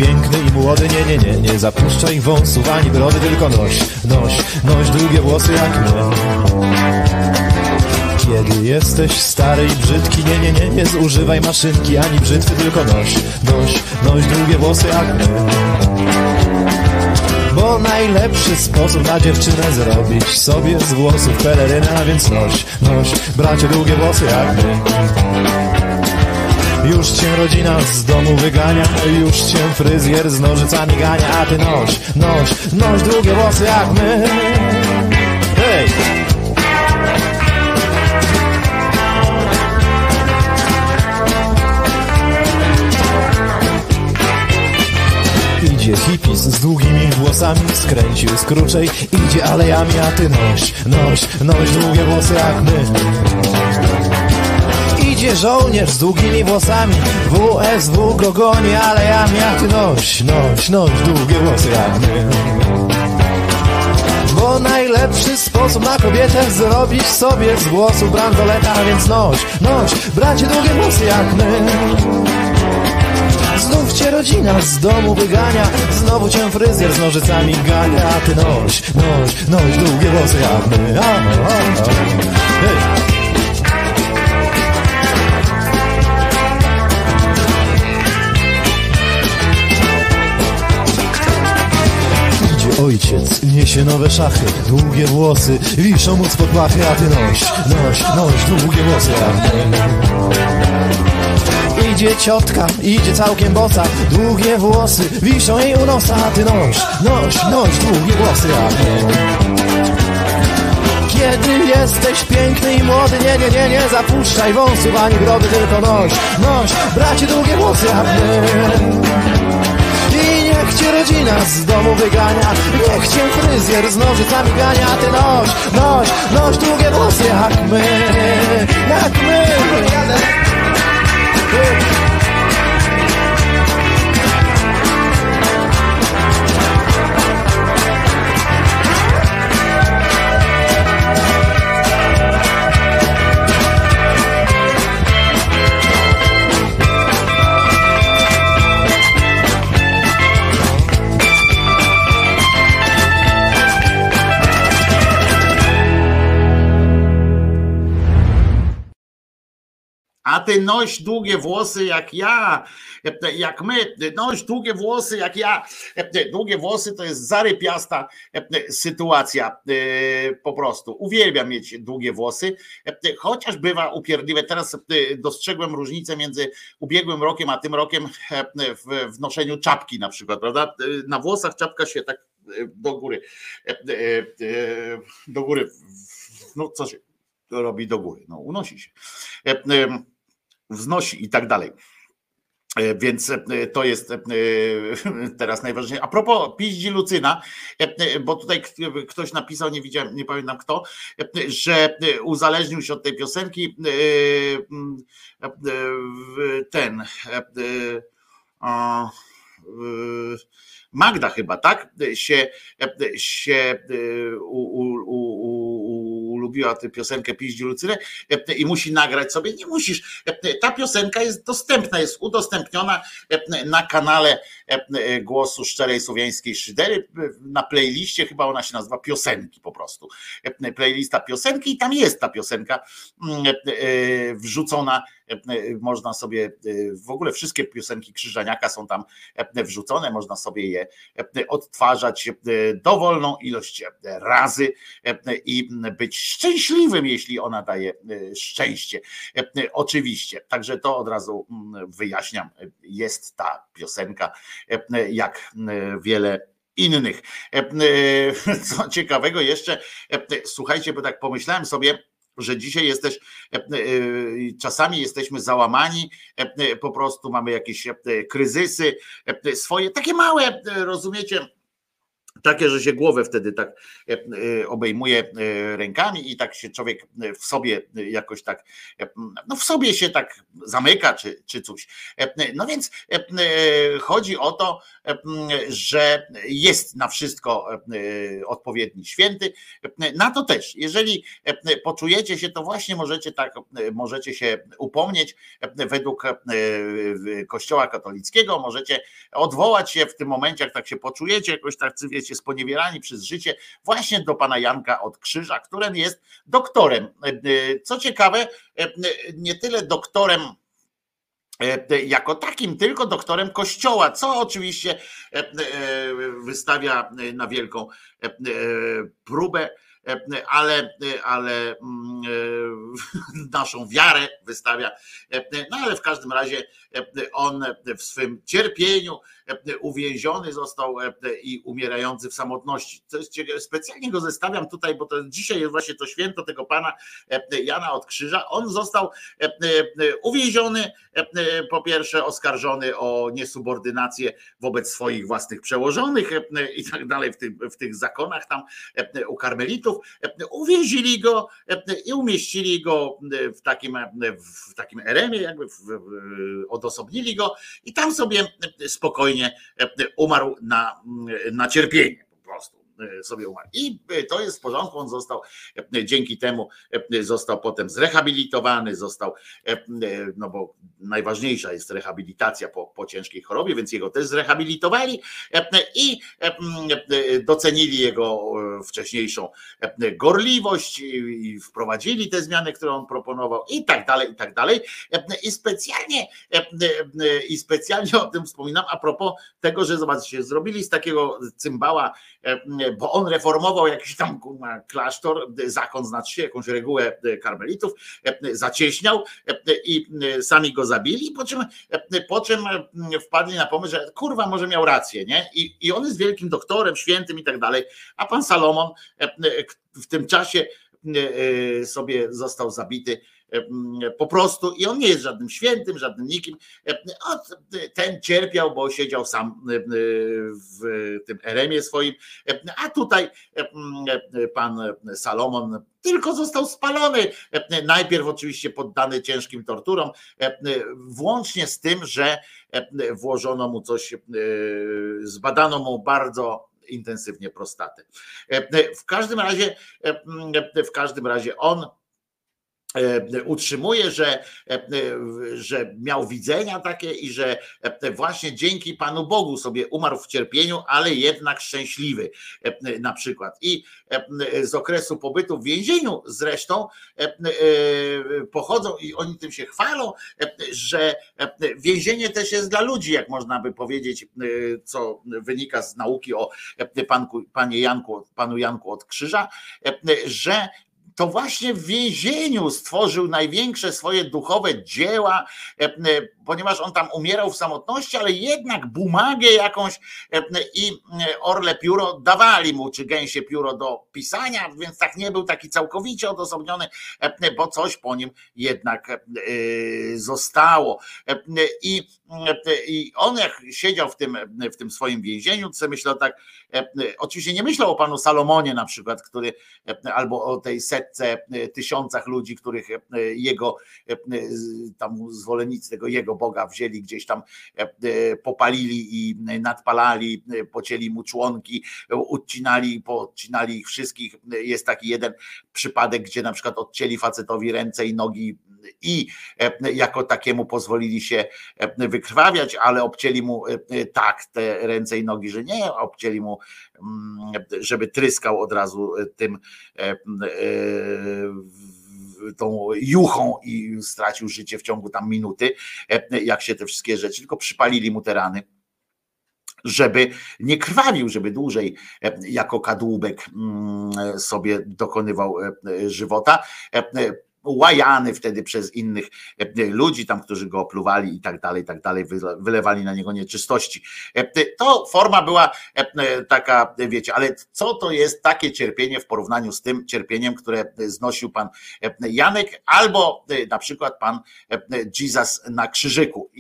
piękny i młody, nie zapuszczaj wąsów ani brody, tylko noś długie włosy jak my. Kiedy jesteś stary i brzydki, nie zużywaj maszynki ani brzytwy, tylko noś długie włosy jak my. Bo najlepszy sposób na dziewczynę zrobić sobie z włosów pelerynę, a więc noś, bracie, długie włosy jak my. Już cię rodzina z domu wygania, już cię fryzjer z nożycami gania, a ty noś długie włosy jak my. Hej! Idzie hipis z długimi włosami, skręcił z kruczej, idzie alejami, a ty noś długie włosy jak my. Idzie żołnierz z długimi włosami, WSW go goni alejami, a ty noś długie włosy jak my. Bo najlepszy sposób na kobietę zrobić sobie z włosów brandoleta, a więc noś, bracie, długie włosy jak my. Znów cię rodzina z domu wygania, znowu cię fryzjer z nożycami gania, a ty noś długie włosy jak my. Hej! Ojciec niesie nowe szachy, długie włosy wiszą mu spod pachy, a ty noś długie włosy jak my. Idzie ciotka, idzie całkiem bosa, długie włosy wiszą jej u nosa, a ty noś długie włosy jak my. Kiedy jesteś piękny i młody, nie zapuszczaj wąsów ani brody, tylko noś, bracie, długie włosy jak my. I niech cię rodzina z domu wygania, niech cię fryzjer z nożycami gania, a ty noś długie włosy jak my. A ty noś długie włosy jak ja, jak my, noś długie włosy jak ja. Długie włosy to jest zarypiasta sytuacja, po prostu. Uwielbiam mieć długie włosy, chociaż bywa upierdliwe. Teraz dostrzegłem różnicę między ubiegłym rokiem a tym rokiem w noszeniu czapki na przykład, prawda? Na włosach czapka się tak do góry, no co się robi do góry, no unosi się, wznosi i tak dalej. Więc to jest teraz najważniejsze. A propos piździ Lucyna, bo tutaj ktoś napisał, nie widziałem, nie pamiętam kto, że uzależnił się od tej piosenki Magda chyba, tak? się lubiła tę piosenkę Piździ Lucynę i musi nagrać sobie. Nie musisz. Ta piosenka jest dostępna, jest udostępniona na kanale Głosu Szczerej Słowiańskiej Szydery, na playliście, chyba ona się nazywa Piosenki po prostu. Playlista Piosenki i tam jest ta piosenka wrzucona. Można sobie, w ogóle wszystkie piosenki Krzyżaniaka są tam wrzucone, można sobie je odtwarzać dowolną ilość razy i być szczęśliwym, jeśli ona daje szczęście. Oczywiście, także to od razu wyjaśniam, jest ta piosenka jak wiele innych. Co ciekawego jeszcze, słuchajcie, bo tak pomyślałem sobie, że dzisiaj czasami jesteśmy załamani, po prostu mamy jakieś kryzysy swoje, takie małe, rozumiecie, Takie, że się głowę wtedy tak obejmuje rękami i tak się człowiek w sobie jakoś tak, no w sobie się tak zamyka czy coś. No więc chodzi o to, że jest na wszystko odpowiedni święty. Na to też, jeżeli poczujecie się, to właśnie możecie się upomnieć według Kościoła katolickiego, możecie odwołać się w tym momencie, jak tak się poczujecie, jakoś tak wiecie, sponiewierani przez życie, właśnie do pana Janka od Krzyża, który jest doktorem. Co ciekawe, nie tyle doktorem jako takim, tylko doktorem Kościoła, co oczywiście wystawia na wielką próbę, ale naszą wiarę wystawia. No ale w każdym razie on w swym cierpieniu uwięziony został i umierający w samotności. Co jest ciekawe, specjalnie go zestawiam tutaj, bo to dzisiaj jest właśnie to święto tego pana Jana od Krzyża. On został uwięziony, po pierwsze oskarżony o niesubordynację wobec swoich własnych przełożonych i tak dalej w tych zakonach tam u karmelitów. Uwięzili go i umieścili go w takim eremie, jakby odosobnili go i tam sobie spokojnie umarł na cierpienie, po prostu sobie umarł. I to jest w porządku, on został, dzięki temu został potem zrehabilitowany, no bo najważniejsza jest rehabilitacja po ciężkiej chorobie, więc jego też zrehabilitowali i docenili jego wcześniejszą gorliwość i wprowadzili te zmiany, które on proponował i tak dalej, i tak dalej. I specjalnie o tym wspominam a propos tego, że zobaczcie, zrobili z takiego cymbała, bo on reformował jakiś tam klasztor, zakon znaczy się, jakąś regułę karmelitów, zacieśniał i sami go zabili, po czym wpadli na pomysł, że kurwa może miał rację, nie? I on jest wielkim doktorem, świętym i tak dalej, a pan Salomon w tym czasie sobie został zabity po prostu i on nie jest żadnym świętym, żadnym nikim. Ten cierpiał, bo siedział sam w tym eremie swoim, a tutaj pan Salomon tylko został spalony. Najpierw oczywiście poddany ciężkim torturom, włącznie z tym, że włożono mu coś, zbadano mu bardzo intensywnie prostatę. W każdym razie on utrzymuje, że miał widzenia takie i że właśnie dzięki Panu Bogu sobie umarł w cierpieniu, ale jednak szczęśliwy na przykład. I z okresu pobytu w więzieniu zresztą pochodzą i oni tym się chwalą, że więzienie też jest dla ludzi, jak można by powiedzieć, co wynika z nauki o panu Janku od Krzyża, że to właśnie w więzieniu stworzył największe swoje duchowe dzieła, ponieważ on tam umierał w samotności, ale jednak bumagę jakąś i orle pióro dawali mu, czy gęsie pióro do pisania, więc tak nie był taki całkowicie odosobniony, bo coś po nim jednak zostało. I on jak siedział w tym swoim więzieniu, to myślał tak, oczywiście nie myślał o panu Salomonie na przykład, który, albo o tej tysiącach ludzi, których jego tam zwolennicy tego jego Boga wzięli gdzieś tam, popalili i nadpalali, pocięli mu członki, podcinali ich wszystkich. Jest taki jeden przypadek, gdzie na przykład odcięli facetowi ręce i nogi i jako takiemu pozwolili się wykrwawiać, ale obcięli mu tak te ręce i nogi, że nie, obcięli mu, żeby tryskał od razu tym tą juchą i stracił życie w ciągu tam minuty, jak się te wszystkie rzeczy, tylko przypalili mu te rany, żeby nie krwawił, żeby dłużej jako kadłubek sobie dokonywał żywota. łajany wtedy przez innych ludzi tam, którzy go opluwali i tak dalej, wylewali na niego nieczystości. To forma była taka, wiecie, ale co to jest takie cierpienie w porównaniu z tym cierpieniem, które znosił pan Janek albo na przykład pan Jesus na krzyżyku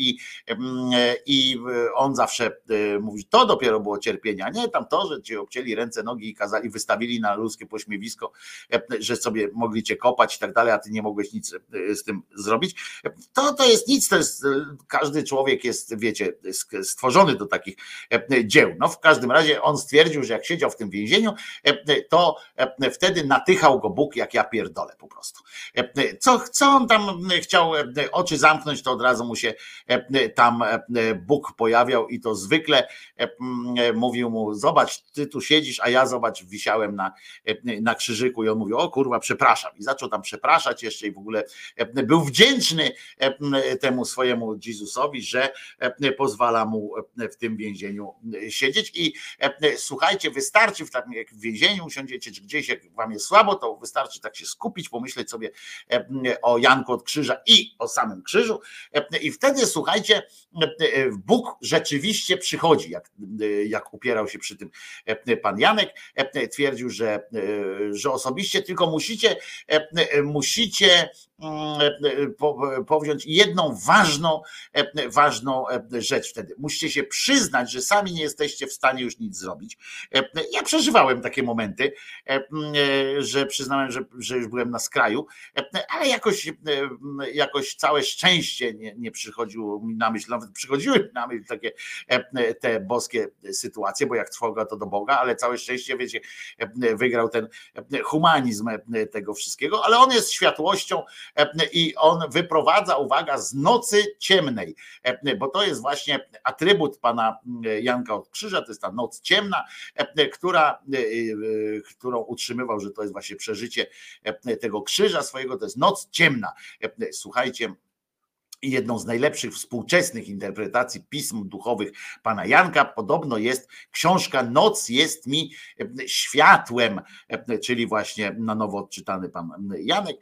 i on zawsze mówi, to dopiero było cierpienie, a nie tam to, że cię obcięli ręce, nogi i kazali, wystawili na ludzkie pośmiewisko, że sobie mogli cię kopać i tak dalej, a ty nie mogłeś nic z tym zrobić. To jest nic, to jest, każdy człowiek jest, wiecie, stworzony do takich dzieł. No w każdym razie on stwierdził, że jak siedział w tym więzieniu, to wtedy natychał go Bóg, jak ja pierdolę po prostu. Co on tam chciał oczy zamknąć, to od razu mu się tam Bóg pojawiał i to zwykle mówił mu, zobacz, ty tu siedzisz, a ja zobacz, wisiałem na krzyżyku i on mówił, o kurwa, przepraszam. I zaczął tam przepraszać jeszcze i w ogóle był wdzięczny temu swojemu Jezusowi, że pozwala mu w tym więzieniu siedzieć i słuchajcie, wystarczy jak w więzieniu usiądziecie, czy gdzieś jak wam jest słabo, to wystarczy tak się skupić, pomyśleć sobie o Janku od Krzyża i o samym krzyżu i wtedy słuchajcie, Bóg rzeczywiście przychodzi, jak upierał się przy tym pan Janek, twierdził, że osobiście tylko musicie powziąć jedną ważną rzecz wtedy. Musicie się przyznać, że sami nie jesteście w stanie już nic zrobić. Ja przeżywałem takie momenty, że przyznałem, że już byłem na skraju, ale jakoś całe szczęście nie przychodziło mi na myśl, nawet przychodziły mi na myśl takie te boskie sytuacje, bo jak trwoga to do Boga, ale całe szczęście, wiecie, wygrał ten humanizm tego wszystkiego, ale on jest światłością i on wyprowadza, uwaga, z nocy ciemnej, bo to jest właśnie atrybut pana Janka od Krzyża, to jest ta noc ciemna, którą utrzymywał, że to jest właśnie przeżycie tego krzyża swojego, to jest noc ciemna. Słuchajcie, jedną z najlepszych współczesnych interpretacji pism duchowych pana Janka podobno jest książka Noc jest mi światłem, czyli właśnie na nowo odczytany pan Janek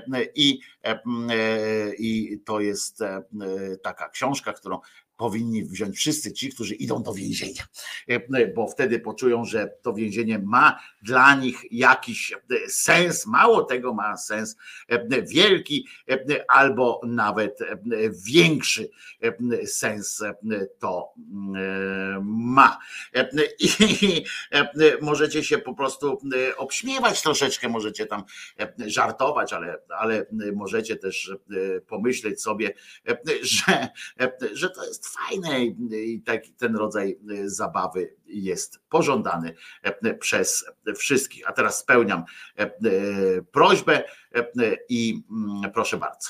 i to jest taka książka, którą powinni wziąć wszyscy ci, którzy idą do więzienia, bo wtedy poczują, że to więzienie ma dla nich jakiś sens, mało tego, ma sens wielki albo nawet większy sens to ma. I możecie się po prostu obśmiewać troszeczkę, możecie tam żartować, ale możecie też pomyśleć sobie, że to jest fajne i taki ten rodzaj zabawy jest pożądany przez wszystkich. A teraz spełniam prośbę i proszę bardzo.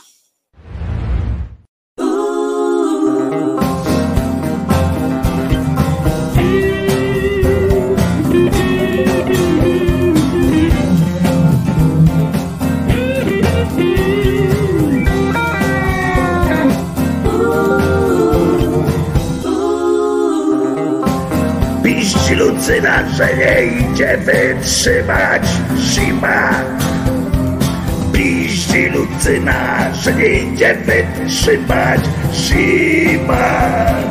Piści Lucyna, że nie idzie wytrzymać zima. Piści Lucyna, że nie idzie wytrzymać zima.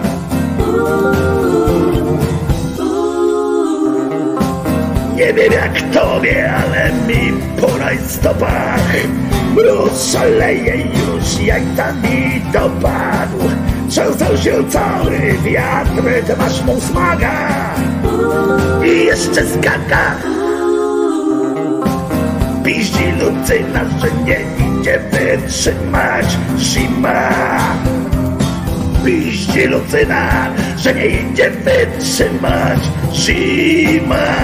Nie wiem jak tobie, ale mi po rajstopach mróz szaleje już, jak tam mi dopadł. Trzęsał się cały wiatr, ty masz mu smaga i jeszcze skaka. Piździ Lucyna, że nie idzie wytrzymać zima. Piździ Lucyna, że nie idzie wytrzymać zima.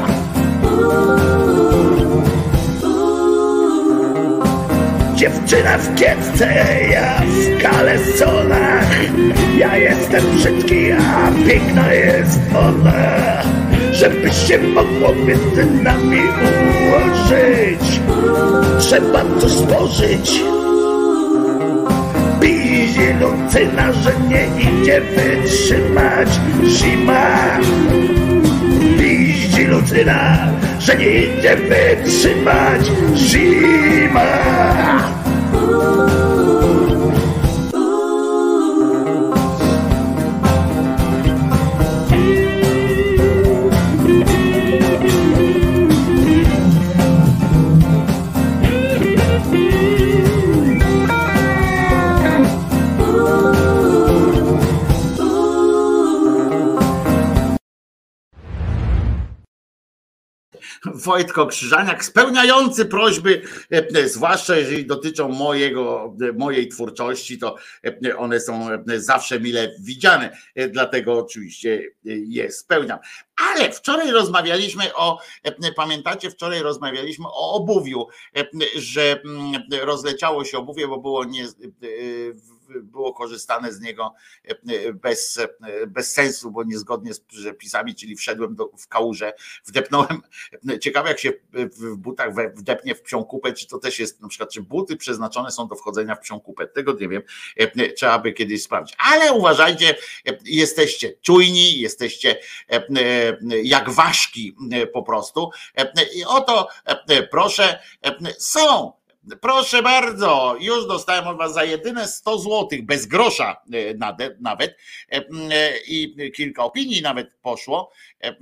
Dziewczyna w kietce, ja w kalesonach. Ja jestem brzydki, a piękna jest ona. Żeby się mogło między nami ułożyć, trzeba coś spożyć. Piździ Lucyna, że nie idzie wytrzymać zima. Piździ Lucyna, kurtyna, że nie idzie wytrzymać zima. Wojtko Krzyżaniak, spełniający prośby, zwłaszcza jeżeli dotyczą mojej twórczości, to one są zawsze mile widziane, dlatego oczywiście je spełniam. Ale wczoraj pamiętacie, wczoraj rozmawialiśmy o obuwiu, że rozleciało się obuwie, bo było korzystane z niego bez sensu, bo niezgodnie z przepisami, czyli wszedłem w kałużę, wdepnąłem. Ciekawe, jak się w butach wdepnie w psią kupę, czy to też jest na przykład, czy buty przeznaczone są do wchodzenia w psią kupę, tego nie wiem, trzeba by kiedyś sprawdzić. Ale uważajcie, jesteście czujni, jesteście jak ważki po prostu. I oto proszę, są. Proszę bardzo, już dostałem od was za jedyne 100 złotych, bez grosza nawet, i kilka opinii nawet poszło,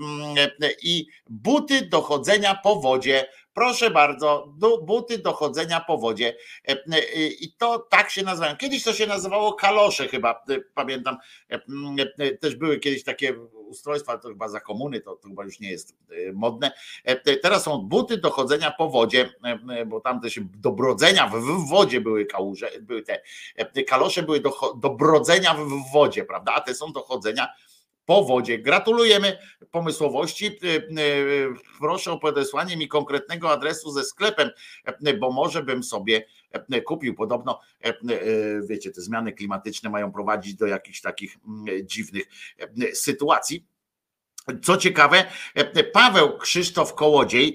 i buty do chodzenia po wodzie. Proszę bardzo, buty do chodzenia po wodzie. I to tak się nazywają. Kiedyś to się nazywało kalosze chyba, pamiętam. Też były kiedyś takie ustrojstwa, ale to chyba za komuny, to chyba już nie jest modne. Teraz są buty do chodzenia po wodzie, bo tam też do brodzenia w wodzie były kałuże, były te kalosze były do brodzenia w wodzie, prawda? A te są do chodzenia po wodzie. Gratulujemy pomysłowości. Proszę o podesłanie mi konkretnego adresu ze sklepem, bo może bym sobie kupił. Podobno, wiecie, te zmiany klimatyczne mają prowadzić do jakichś takich dziwnych sytuacji. Co ciekawe, Paweł Krzysztof Kołodziej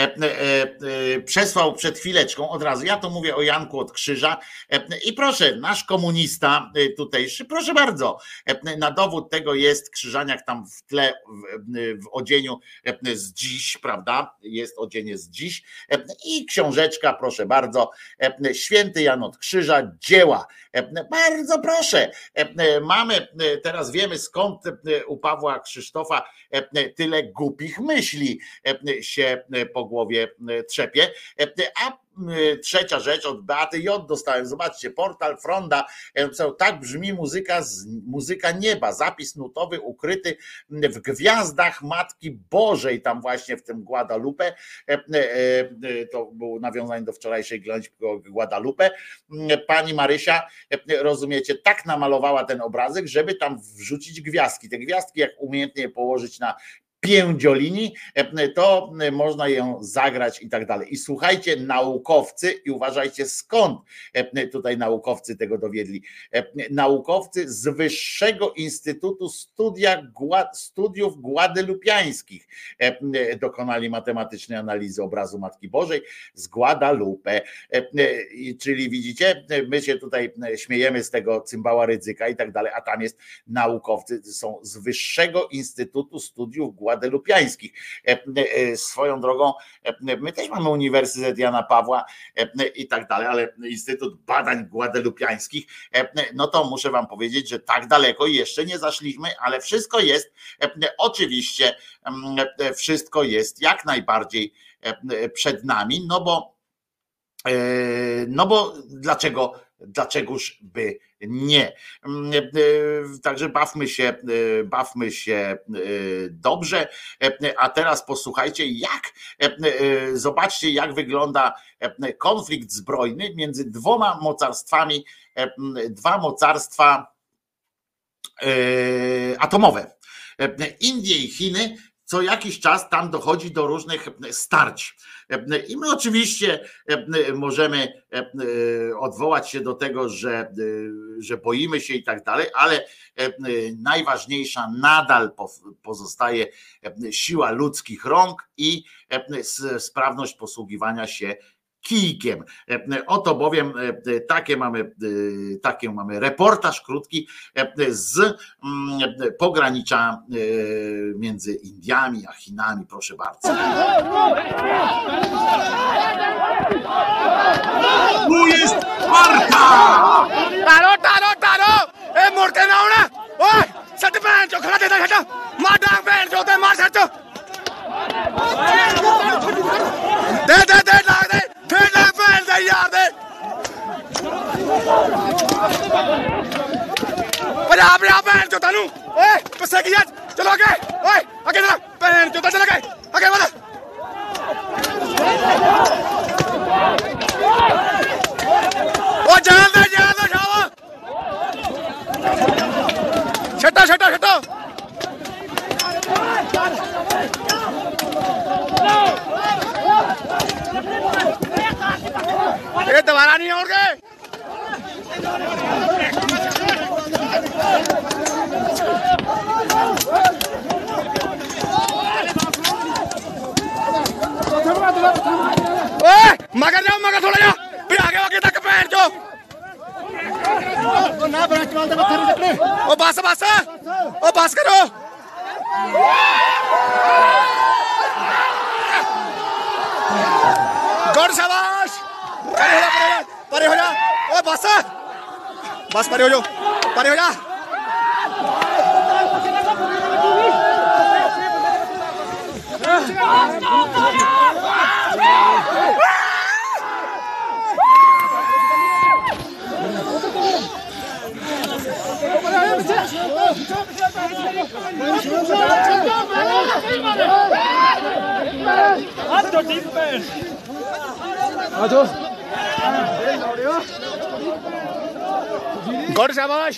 przesłał przed chwileczką od razu, ja to mówię o Janku od Krzyża, i proszę, nasz komunista tutejszy, proszę bardzo, na dowód tego jest Krzyżaniak tam w tle, w odzieniu z dziś, prawda, jest odzienie z dziś, i książeczka, proszę bardzo, Święty Jan od Krzyża, dzieła, bardzo proszę, mamy, teraz wiemy skąd u Pawła Krzysztofa tyle głupich myśli się po głowie trzepie. A trzecia rzecz, od Beaty J dostałem, zobaczcie, portal Fronda, tak brzmi muzyka nieba, zapis nutowy ukryty w gwiazdach Matki Bożej, tam właśnie w tym Guadalupe, to było nawiązanie do wczorajszej Guadalupe. Pani Marysia, rozumiecie, tak namalowała ten obrazek, żeby tam wrzucić gwiazdki. Te gwiazdki, jak umiejętnie położyć na piędziolinii, to można ją zagrać i tak dalej. I słuchajcie, naukowcy, i uważajcie skąd tutaj naukowcy tego dowiedli. Naukowcy z Wyższego Instytutu Studiów Guadalupiańskich dokonali matematycznej analizy obrazu Matki Bożej z Guadalupe. Czyli widzicie, my się tutaj śmiejemy z tego cymbała Rydzyka i tak dalej, a tam jest naukowcy, są z Wyższego Instytutu Studiów Guadalupiańskich. Swoją drogą, my też mamy Uniwersytet Jana Pawła i tak dalej, ale Instytut Badań Guadalupiańskich, no to muszę wam powiedzieć, że tak daleko jeszcze nie zaszliśmy, ale wszystko jest, oczywiście wszystko jest jak najbardziej przed nami, no bo dlaczegoż by nie. Także bawmy się dobrze. A teraz posłuchajcie, zobaczcie, jak wygląda konflikt zbrojny między dwoma mocarstwami, dwa mocarstwa atomowe. Indie i Chiny. Co jakiś czas tam dochodzi do różnych starć. I my oczywiście możemy odwołać się do tego, że boimy się i tak dalej, ale najważniejsza nadal pozostaje siła ludzkich rąk i sprawność posługiwania się kijkiem. Oto bowiem taki mamy reportaż krótki z pogranicza między Indiami a Chinami, proszę bardzo. Tu jest Sparta! Taro! Morte na una! Oi! Sate pencho, kharate da khata! Madang pencho te mar sacho! De lag de! Phela pen de yaar de! Bada pencho tanu! Oi! Passe ki yat! Chalo aage! Oi! Aage chalo! Pencho ta chalo aage! Aage wala! Oh jal de shawa! छटा ये दोबारा नहीं और गए ओए मगर थोड़ा जा फिर आगे तक पैर जो ना ब्रांच माल दे मत्थे निकले ओ बस करो गुड शाबाश परे हो जा ओ बस परे हो जा गुड शाबाश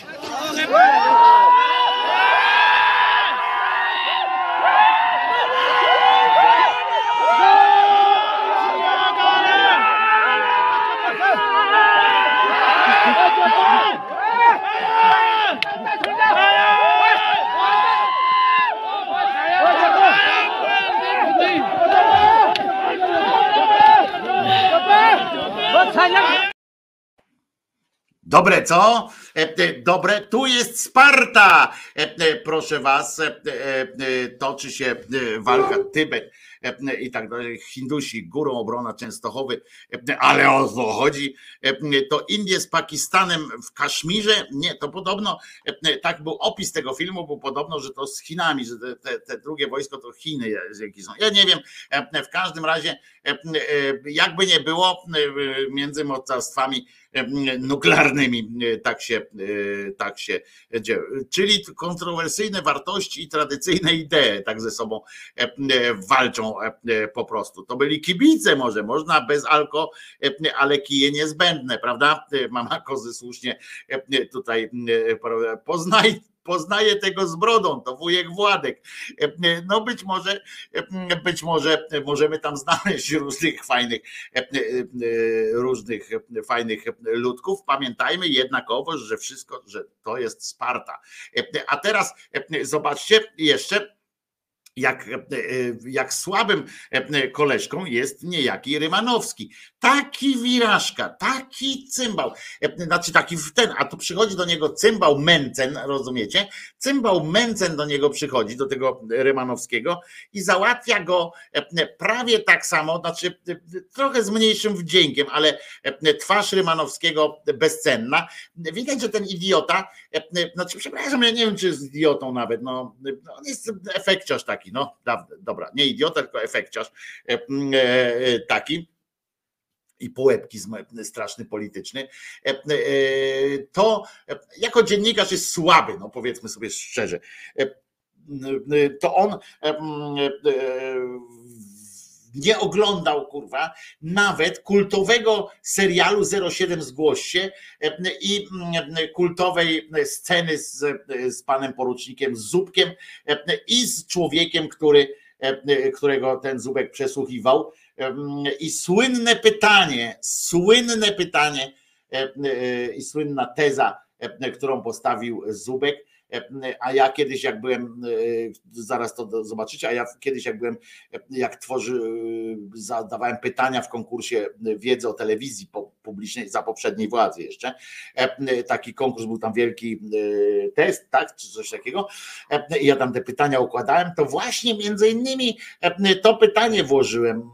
Dobre, co? Dobre, tu jest Sparta. Proszę was, toczy się walka Tybet i tak dalej. Hindusi, górą obrona Częstochowy, ale o co chodzi? To Indie z Pakistanem w Kaszmirze? Nie, to podobno, tak był opis tego filmu, był podobno, że to z Chinami, że te drugie wojsko to Chiny jakie są. Ja nie wiem, w każdym razie jakby nie było między mocarstwami nuklearnymi, tak się dzieje. Czyli kontrowersyjne wartości i tradycyjne idee tak ze sobą walczą po prostu. To byli kibice może, można bez alko, ale kije niezbędne, prawda? Mama Kozy słusznie tutaj poznaje tego z brodą, to wujek Władek. No być może możemy tam znaleźć różnych fajnych ludków. Pamiętajmy jednakowoż, że to jest Sparta. A teraz zobaczcie jeszcze, jak słabym koleżką jest niejaki Rymanowski. Taki wirażka, taki cymbał, znaczy taki a tu przychodzi do niego cymbał Mencen, rozumiecie? Cymbał Mencen do niego przychodzi, do tego Rymanowskiego i załatwia go prawie tak samo, znaczy trochę z mniejszym wdziękiem, ale twarz Rymanowskiego bezcenna. Widać, że ten idiota, znaczy przepraszam, ja nie wiem, czy jest idiotą nawet, no on jest efekciarz taki, no dobra, nie idiota, tylko efekciarz taki i połebkizm straszny polityczny, to jako dziennikarz jest słaby, no powiedzmy sobie szczerze, to on nie oglądał, kurwa, nawet kultowego serialu 07 Zgłoś się i kultowej sceny z panem porucznikiem Zubkiem i z człowiekiem, którego ten Zubek przesłuchiwał. I słynne pytanie i słynna teza, którą postawił Zubek, A ja kiedyś jak byłem, zaraz to zobaczycie, a ja kiedyś jak zadawałem pytania w konkursie wiedzy o telewizji publicznej za poprzedniej władzy jeszcze, taki konkurs, był tam wielki test, tak, czy coś takiego, i ja tam te pytania układałem, to właśnie między innymi to pytanie włożyłem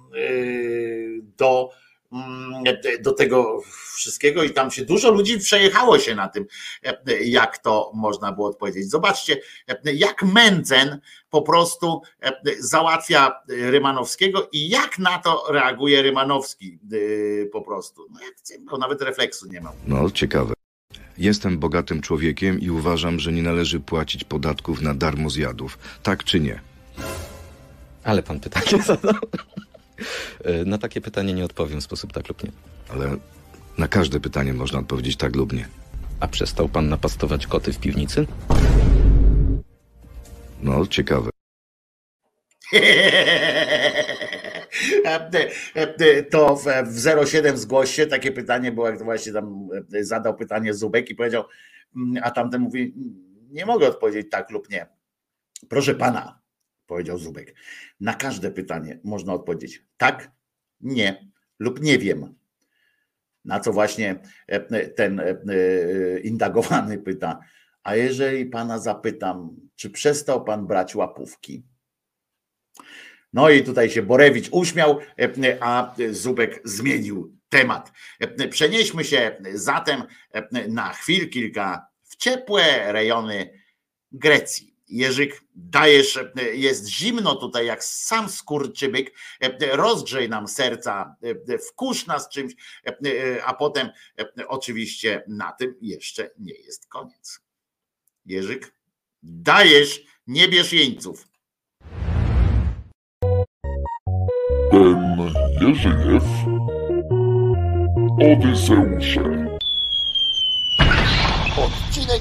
do tego wszystkiego i tam się dużo ludzi przejechało się na tym, jak to można było odpowiedzieć. Zobaczcie, jak Mentzen po prostu załatwia Rymanowskiego i jak na to reaguje Rymanowski po prostu. No jak nawet refleksu nie miał. No, ciekawe. Jestem bogatym człowiekiem i uważam, że nie należy płacić podatków na darmo zjadów. Tak czy nie? Ale pan pytanie zadał. Na takie pytanie nie odpowiem w sposób tak lub nie. Ale na każde pytanie można odpowiedzieć tak lub nie. A przestał pan napastować koty w piwnicy? No, ciekawe. To w 07 zgłoś się, takie pytanie było, jak to właśnie tam zadał pytanie Zubek i powiedział, a tamten mówi, nie mogę odpowiedzieć tak lub nie. Proszę pana, powiedział Zubek, na każde pytanie można odpowiedzieć tak, nie lub nie wiem. Na co właśnie ten indagowany pyta, a jeżeli pana zapytam, czy przestał pan brać łapówki? No i tutaj się Borewicz uśmiał, a Zubek zmienił temat. Przenieśmy się zatem na chwil kilka w ciepłe rejony Grecji. Jerzyk, dajesz, jest zimno tutaj jak sam skurczybyk, rozgrzej nam serca, wkurz nas czymś, a potem oczywiście na tym jeszcze nie jest koniec. Jerzyk, dajesz, nie bierz jeńców. Jerzyjew, Odyseusze. Odcinek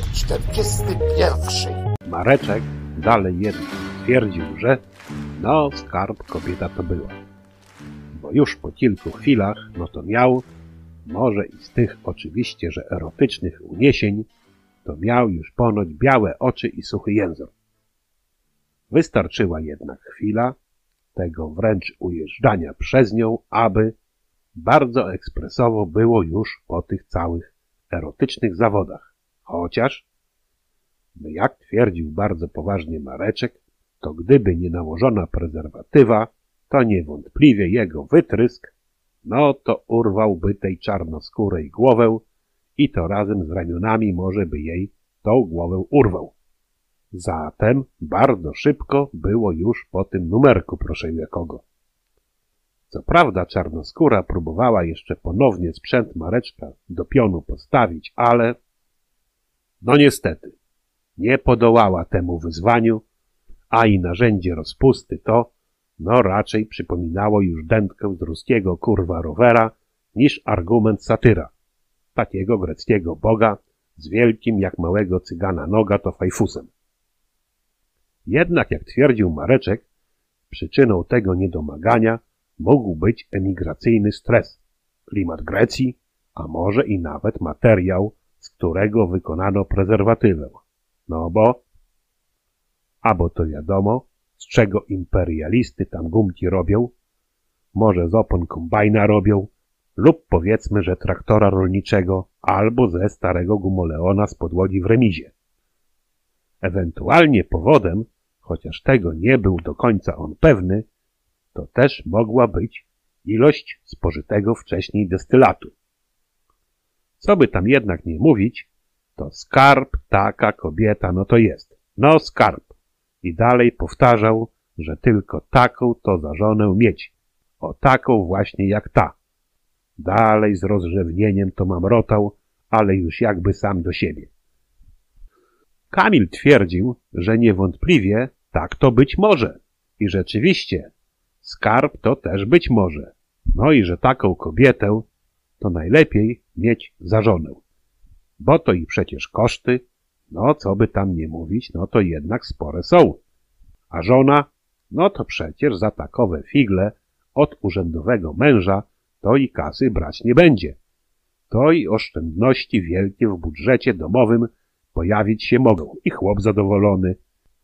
41. Mareczek dalej jednak twierdził, że no skarb kobieta to była. Bo już po kilku chwilach, no to miał, może i z tych oczywiście, że erotycznych uniesień, to miał już ponoć białe oczy i suchy język. Wystarczyła jednak chwila tego wręcz ujeżdżania przez nią, aby bardzo ekspresowo było już po tych całych erotycznych zawodach. Chociaż, no jak twierdził bardzo poważnie Mareczek, to gdyby nie nałożona prezerwatywa, to niewątpliwie jego wytrysk, no to urwałby tej czarnoskórej głowę i to razem z ramionami może by jej tą głowę urwał. Zatem bardzo szybko było już po tym numerku, proszę jakogo. Co prawda czarnoskóra próbowała jeszcze ponownie sprzęt Mareczka do pionu postawić, ale no niestety nie podołała temu wyzwaniu, a i narzędzie rozpusty to no raczej przypominało już dętkę z ruskiego kurwa rowera niż argument satyra, takiego greckiego boga z wielkim jak małego cygana noga to fajfusem. Jednak, jak twierdził Mareczek, przyczyną tego niedomagania mógł być emigracyjny stres, klimat Grecji, a może i nawet materiał, z którego wykonano prezerwatywę. No bo to wiadomo, z czego imperialisty tam gumki robią, może z opon kombajna robią, lub powiedzmy, że traktora rolniczego, albo ze starego gumoleona z podłogi w remizie. Ewentualnie powodem, chociaż tego nie był do końca on pewny, to też mogła być ilość spożytego wcześniej destylatu. Co by tam jednak nie mówić, to skarb taka kobieta no to jest. No skarb. I dalej powtarzał, że tylko taką to za żonę mieć. O taką właśnie jak ta. Dalej z rozrzewnieniem to mamrotał, ale już jakby sam do siebie. Kamil twierdził, że niewątpliwie tak to być może. I rzeczywiście, skarb to też być może. No i że taką kobietę to najlepiej mieć za żonę. Bo to i przecież koszty, no co by tam nie mówić, no to jednak spore są. A żona, no to przecież za takowe figle od urzędowego męża to i kasy brać nie będzie. To i oszczędności wielkie w budżecie domowym pojawić się mogą i chłop zadowolony.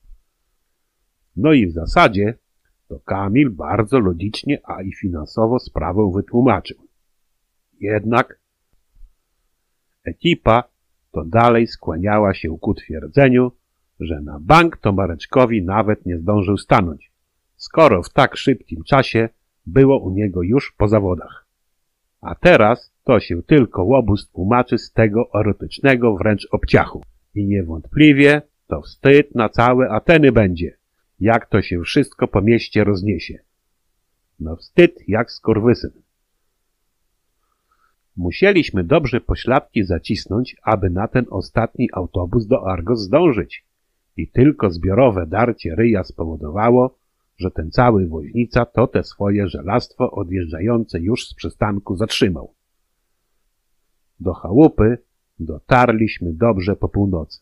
No i w zasadzie to Kamil bardzo logicznie, a i finansowo sprawę wytłumaczył. Jednak ekipa to dalej skłaniała się ku twierdzeniu, że na bank to Mareczkowi nawet nie zdążył stanąć, skoro w tak szybkim czasie było u niego już po zawodach. A teraz to się tylko łobuz tłumaczy z tego erotycznego wręcz obciachu. I niewątpliwie to wstyd na całe Ateny będzie, jak to się wszystko po mieście rozniesie. No wstyd jak skurwysyn. Musieliśmy dobrze pośladki zacisnąć, aby na ten ostatni autobus do Argos zdążyć. I tylko zbiorowe darcie ryja spowodowało, że ten cały woźnica to te swoje żelastwo odjeżdżające już z przystanku zatrzymał. Do chałupy dotarliśmy dobrze po północy.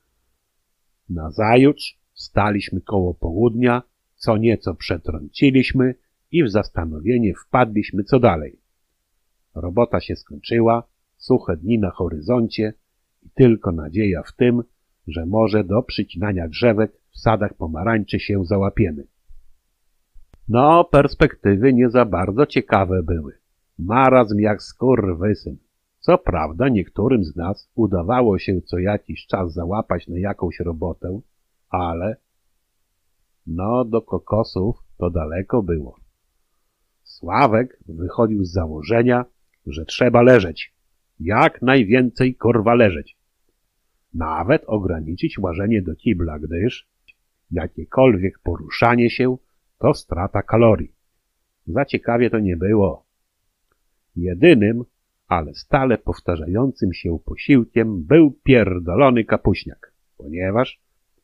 Nazajutrz staliśmy koło południa, co nieco przetrąciliśmy i w zastanowienie wpadliśmy co dalej. Robota się skończyła, suche dni na horyzoncie i tylko nadzieja w tym, że może do przycinania drzewek w sadach pomarańczy się załapiemy. No, perspektywy nie za bardzo ciekawe były. Marazm jak skurwysyn. Co prawda niektórym z nas udawało się co jakiś czas załapać na jakąś robotę, ale no do kokosów to daleko było. Sławek wychodził z założenia, że trzeba leżeć. Jak najwięcej kurwa leżeć. Nawet ograniczyć łażenie do kibla, gdyż jakiekolwiek poruszanie się to strata kalorii. Za ciekawie to nie było. Jedynym, ale stale powtarzającym się posiłkiem był pierdolony kapuśniak, ponieważ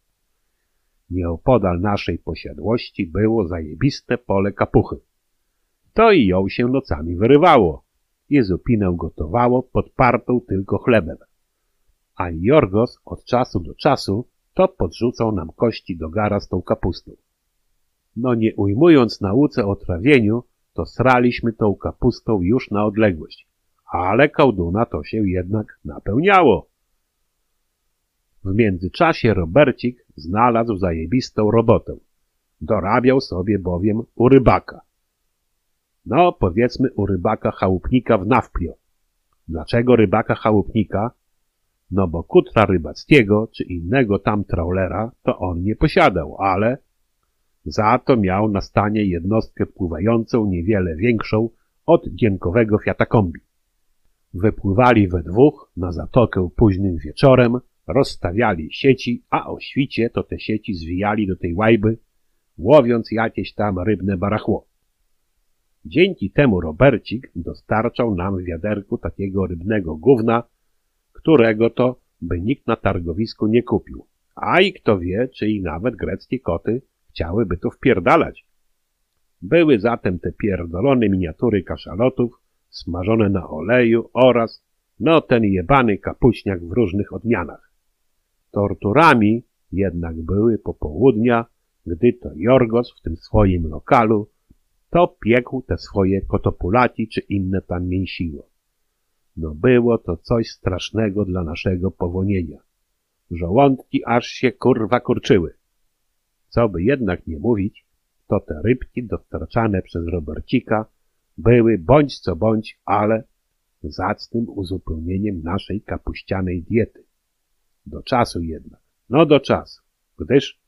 nieopodal naszej posiadłości było zajebiste pole kapuchy. To i ją się nocami wyrywało i zupinę gotowało podpartą tylko chlebem. A Jorgos od czasu do czasu to podrzucał nam kości do gara z tą kapustą. No nie ujmując nauce o trawieniu, to sraliśmy tą kapustą już na odległość, ale kołduna to się jednak napełniało. W międzyczasie Robercik znalazł zajebistą robotę. Dorabiał sobie bowiem u rybaka. No, powiedzmy u rybaka chałupnika w Nawplio. Dlaczego rybaka chałupnika? No bo kutra rybackiego czy innego tam traulera to on nie posiadał, ale za to miał na stanie jednostkę pływającą niewiele większą od gienkowego Fiata Kombi. Wypływali we dwóch na zatokę późnym wieczorem, rozstawiali sieci, a o świcie to te sieci zwijali do tej łajby, łowiąc jakieś tam rybne barachło. Dzięki temu Robercik dostarczał nam w wiaderku takiego rybnego gówna, którego to by nikt na targowisku nie kupił. A i kto wie, czy i nawet greckie koty chciałyby to wpierdalać. Były zatem te pierdolone miniatury kaszalotów, smażone na oleju oraz no ten jebany kapuśniak w różnych odmianach. Torturami jednak były popołudnia, gdy to Jorgos w tym swoim lokalu to piekł te swoje kotopulaki czy inne tam mięsiło. No było to coś strasznego dla naszego powonienia. Żołądki aż się kurwa kurczyły. Co by jednak nie mówić, to te rybki dostarczane przez Robercika były bądź co bądź, ale zacnym uzupełnieniem naszej kapuścianej diety. Do czasu jednak, no do czasu, gdyż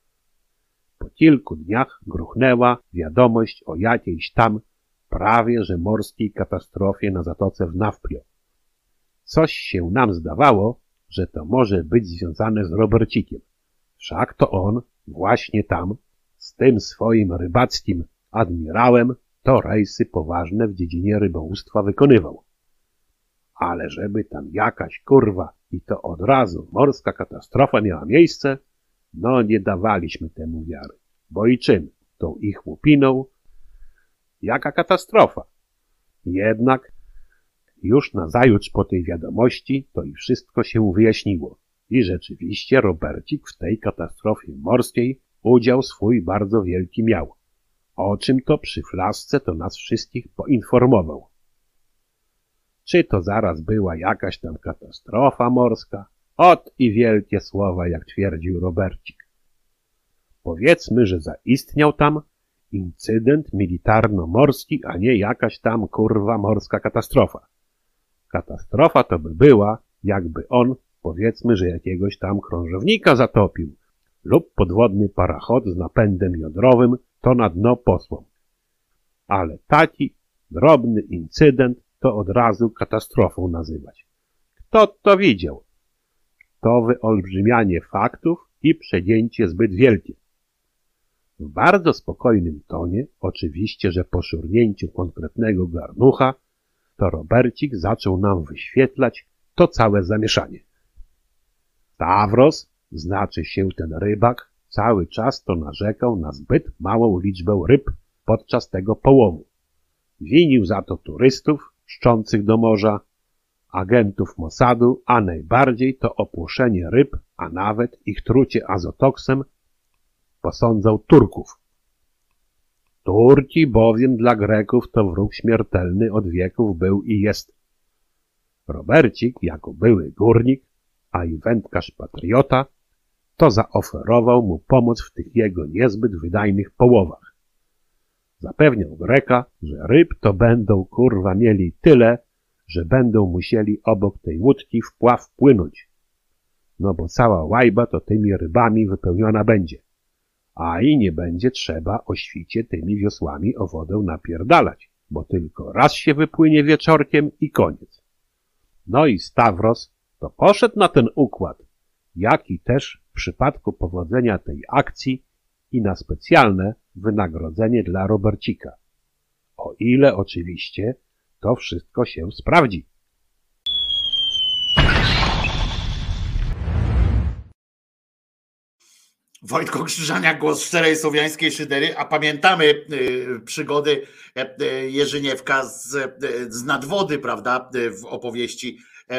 po kilku dniach gruchnęła wiadomość o jakiejś tam prawie że morskiej katastrofie na zatoce w Nawplio. Coś się nam zdawało, że to może być związane z Robercikiem. Wszak to on właśnie tam z tym swoim rybackim admirałem to rejsy poważne w dziedzinie rybołówstwa wykonywał. Ale żeby tam jakaś kurwa i to od razu morska katastrofa miała miejsce, no nie dawaliśmy temu wiary. Bo i czym? Tą ich łupiną? Jaka katastrofa? Jednak już nazajutrz po tej wiadomości to i wszystko się wyjaśniło. I rzeczywiście Robercik w tej katastrofie morskiej udział swój bardzo wielki miał. O czym to przy flaszce to nas wszystkich poinformował. Czy to zaraz była jakaś tam katastrofa morska? Ot i wielkie słowa, jak twierdził Robercik. Powiedzmy, że zaistniał tam incydent militarno-morski, a nie jakaś tam kurwa morska katastrofa. Katastrofa to by była, jakby on, powiedzmy, że jakiegoś tam krążownika zatopił lub podwodny parachod z napędem jądrowym to na dno posłał. Ale taki drobny incydent to od razu katastrofą nazywać. Kto to widział? To wyolbrzymianie faktów i przedjęcie zbyt wielkie. W bardzo spokojnym tonie, oczywiście, że po szurnięciu konkretnego garnucha, to Robercik zaczął nam wyświetlać to całe zamieszanie. Stavros, znaczy się ten rybak, cały czas to narzekał na zbyt małą liczbę ryb podczas tego połowu. Winił za to turystów szczących do morza, agentów Mossadu, a najbardziej to opłoszenie ryb, a nawet ich trucie azotoksem posądzał Turków. Turci bowiem dla Greków to wróg śmiertelny od wieków był i jest. Robercik, jako były górnik, a i wędkarz patriota, to zaoferował mu pomoc w tych jego niezbyt wydajnych połowach. Zapewniał Greka, że ryb to będą kurwa mieli tyle, że będą musieli obok tej łódki w pław płynąć. No bo cała łajba to tymi rybami wypełniona będzie. A i nie będzie trzeba o świcie tymi wiosłami o wodę napierdalać, bo tylko raz się wypłynie wieczorkiem i koniec. No i Stavros to poszedł na ten układ, jak i też w przypadku powodzenia tej akcji i na specjalne wynagrodzenie dla Robercika. O ile oczywiście to wszystko się sprawdzi. Wojtko Krzyżania, głos szczerej słowiańskiej szydery, a pamiętamy przygody Jerzyniewka z nadwody, prawda, w opowieści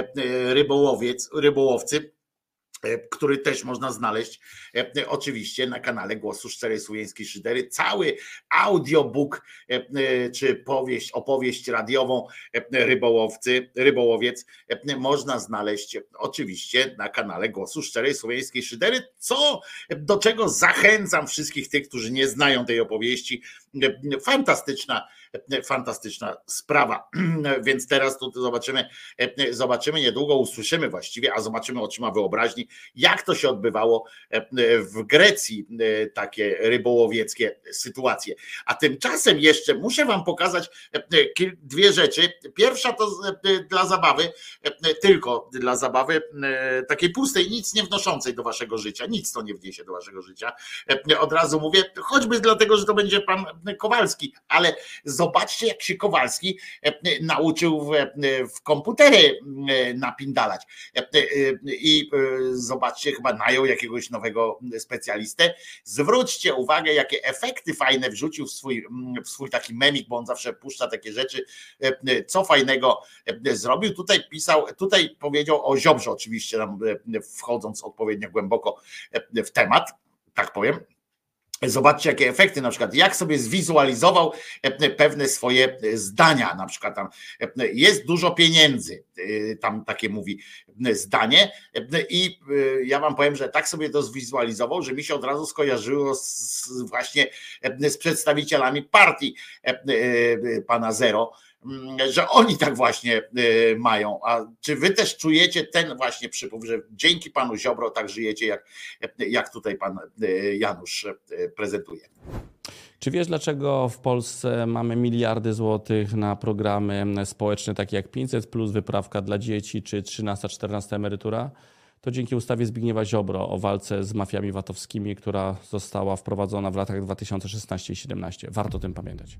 Rybołowcy, który też można znaleźć oczywiście na kanale Głosu Szczerej Słowiańskiej Szydery. Cały audiobook czy opowieść radiową Rybołowiec można znaleźć oczywiście na kanale Głosu Szczerej Słowiańskiej Szydery, do czego zachęcam wszystkich tych, którzy nie znają tej opowieści. Fantastyczna sprawa. Więc teraz tu zobaczymy, niedługo usłyszymy właściwie, a zobaczymy oczyma wyobraźni, jak to się odbywało w Grecji, takie rybołowieckie sytuacje. A tymczasem jeszcze muszę wam pokazać dwie rzeczy. Pierwsza to dla zabawy, tylko dla zabawy, takiej pustej, nic nie wnoszącej do waszego życia. Nic to nie wniesie do waszego życia. Od razu mówię, choćby dlatego, że to będzie pan Kowalski, ale zobaczcie, jak się Kowalski nauczył w komputery napindalać. I zobaczcie, chyba najął jakiegoś nowego specjalistę. Zwróćcie uwagę, jakie efekty fajne wrzucił w swój taki memik, bo on zawsze puszcza takie rzeczy, co fajnego zrobił. Tutaj powiedział o Ziobrze, oczywiście wchodząc odpowiednio głęboko w temat, tak powiem. Zobaczcie, jakie efekty, na przykład jak sobie zwizualizował pewne swoje zdania, na przykład tam jest dużo pieniędzy, tam takie mówi zdanie i ja wam powiem, że tak sobie to zwizualizował, że mi się od razu skojarzyło właśnie z przedstawicielami partii pana Zero, że oni tak właśnie mają. A czy wy też czujecie ten właśnie przypływ, że dzięki panu Ziobro tak żyjecie, jak tutaj pan Janusz prezentuje? Czy wiesz, dlaczego w Polsce mamy miliardy złotych na programy społeczne takie jak 500+, wyprawka dla dzieci czy 13, 14 emerytura? To dzięki ustawie Zbigniewa Ziobro o walce z mafiami VAT-owskimi, która została wprowadzona w latach 2016 i 2017. Warto o tym pamiętać.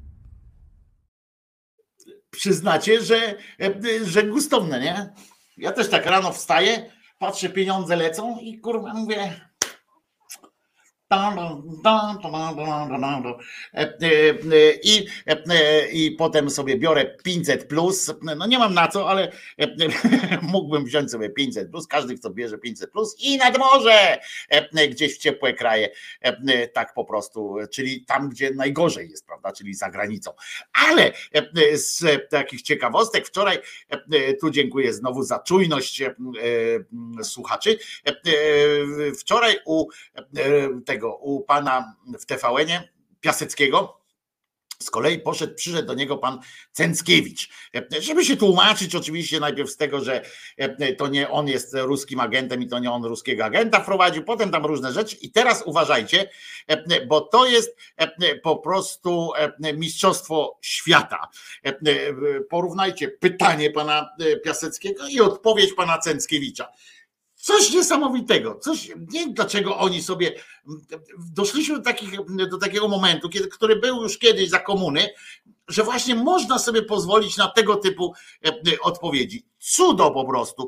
Przyznacie, że gustowne, nie? Ja też tak rano wstaję, patrzę, pieniądze lecą i kurwa mówię, I potem sobie biorę 500 plus, no nie mam na co, ale mógłbym wziąć sobie 500 plus, każdy kto bierze 500 plus i nad morze, gdzieś w ciepłe kraje, tak po prostu, czyli tam gdzie najgorzej jest, prawda, czyli za granicą. Ale z takich ciekawostek wczoraj, tu dziękuję znowu za czujność słuchaczy, wczoraj u pana w TVN-ie Piaseckiego z kolei przyszedł do niego pan Cęckiewicz, żeby się tłumaczyć oczywiście najpierw z tego, że to nie on jest ruskim agentem i to nie on ruskiego agenta wprowadził, potem tam różne rzeczy i teraz uważajcie, bo to jest po prostu mistrzostwo świata. Porównajcie pytanie pana Piaseckiego i odpowiedź pana Cęckiewicza. Coś niesamowitego, nie wiem dlaczego oni sobie, doszliśmy do takiego momentu, który był już kiedyś za komuny, że właśnie można sobie pozwolić na tego typu odpowiedzi. Cudo po prostu.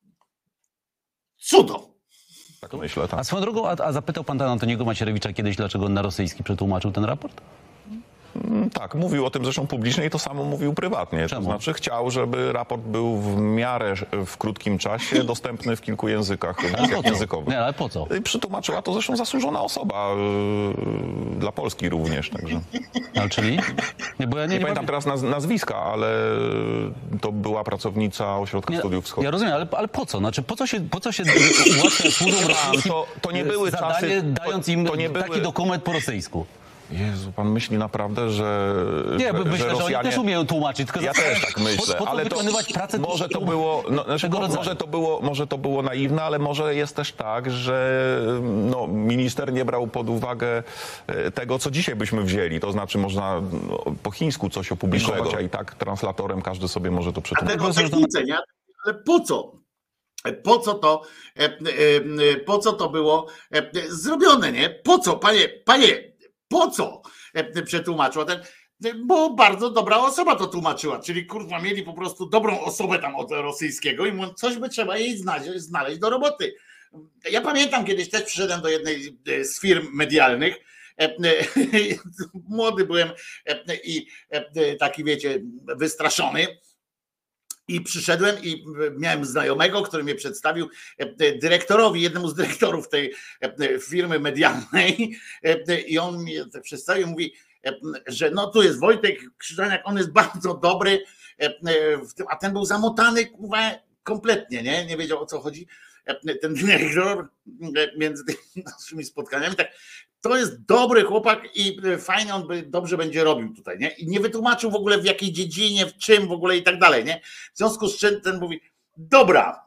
Cudo. Tak myślę, tak. A swoją drogą, a zapytał pan Antoniego Macierewicza kiedyś, dlaczego na rosyjski przetłumaczył ten raport? Tak, mówił o tym zresztą publicznie i to samo mówił prywatnie. Czemu? To znaczy chciał, żeby raport był w miarę w krótkim czasie dostępny w kilku językach językowych. Nie, ale po co? I przytłumaczyła to zresztą zasłużona osoba dla Polski również. Także. Ale czyli? Nie pamiętam teraz nazwiska, ale to była pracownica Ośrodka Studiów Wschodnich. Ja rozumiem, ale po co? Znaczy, po co się ułatwia służbom to nie były zadanie, czasy, dając im taki dokument po rosyjsku? Jezu, pan myśli naprawdę, że nie, myślę, że Rosjanie... oni też umieją tłumaczyć. Tylko ja też tak myślę, ale to pracę może to było, może to było naiwne, ale może jest też tak, że minister nie brał pod uwagę tego, co dzisiaj byśmy wzięli. To znaczy można po chińsku coś opublikować, a i tak translatorem każdy sobie może to przetłumaczyć. Ale po co? Po co to było zrobione, nie? Po co, panie, po co przetłumaczyła ten, bo bardzo dobra osoba to tłumaczyła, czyli kurwa mieli po prostu dobrą osobę tam od rosyjskiego i mówią, coś by trzeba jej znaleźć do roboty. Ja pamiętam kiedyś też przyszedłem do jednej z firm medialnych, młody byłem i taki wiecie wystraszony. I przyszedłem i miałem znajomego, który mnie przedstawił dyrektorowi, jednemu z dyrektorów tej firmy medialnej i on mnie przedstawił, mówi, że no tu jest Wojtek Krzyżaniak, on jest bardzo dobry, a ten był zamotany kompletnie, nie wiedział o co chodzi. Ten dyrektor między tymi naszymi spotkaniami, tak, to jest dobry chłopak i fajnie on dobrze będzie robił tutaj, nie? I nie wytłumaczył w ogóle w jakiej dziedzinie, w czym w ogóle i tak dalej, nie? W związku z czym ten mówi, dobra,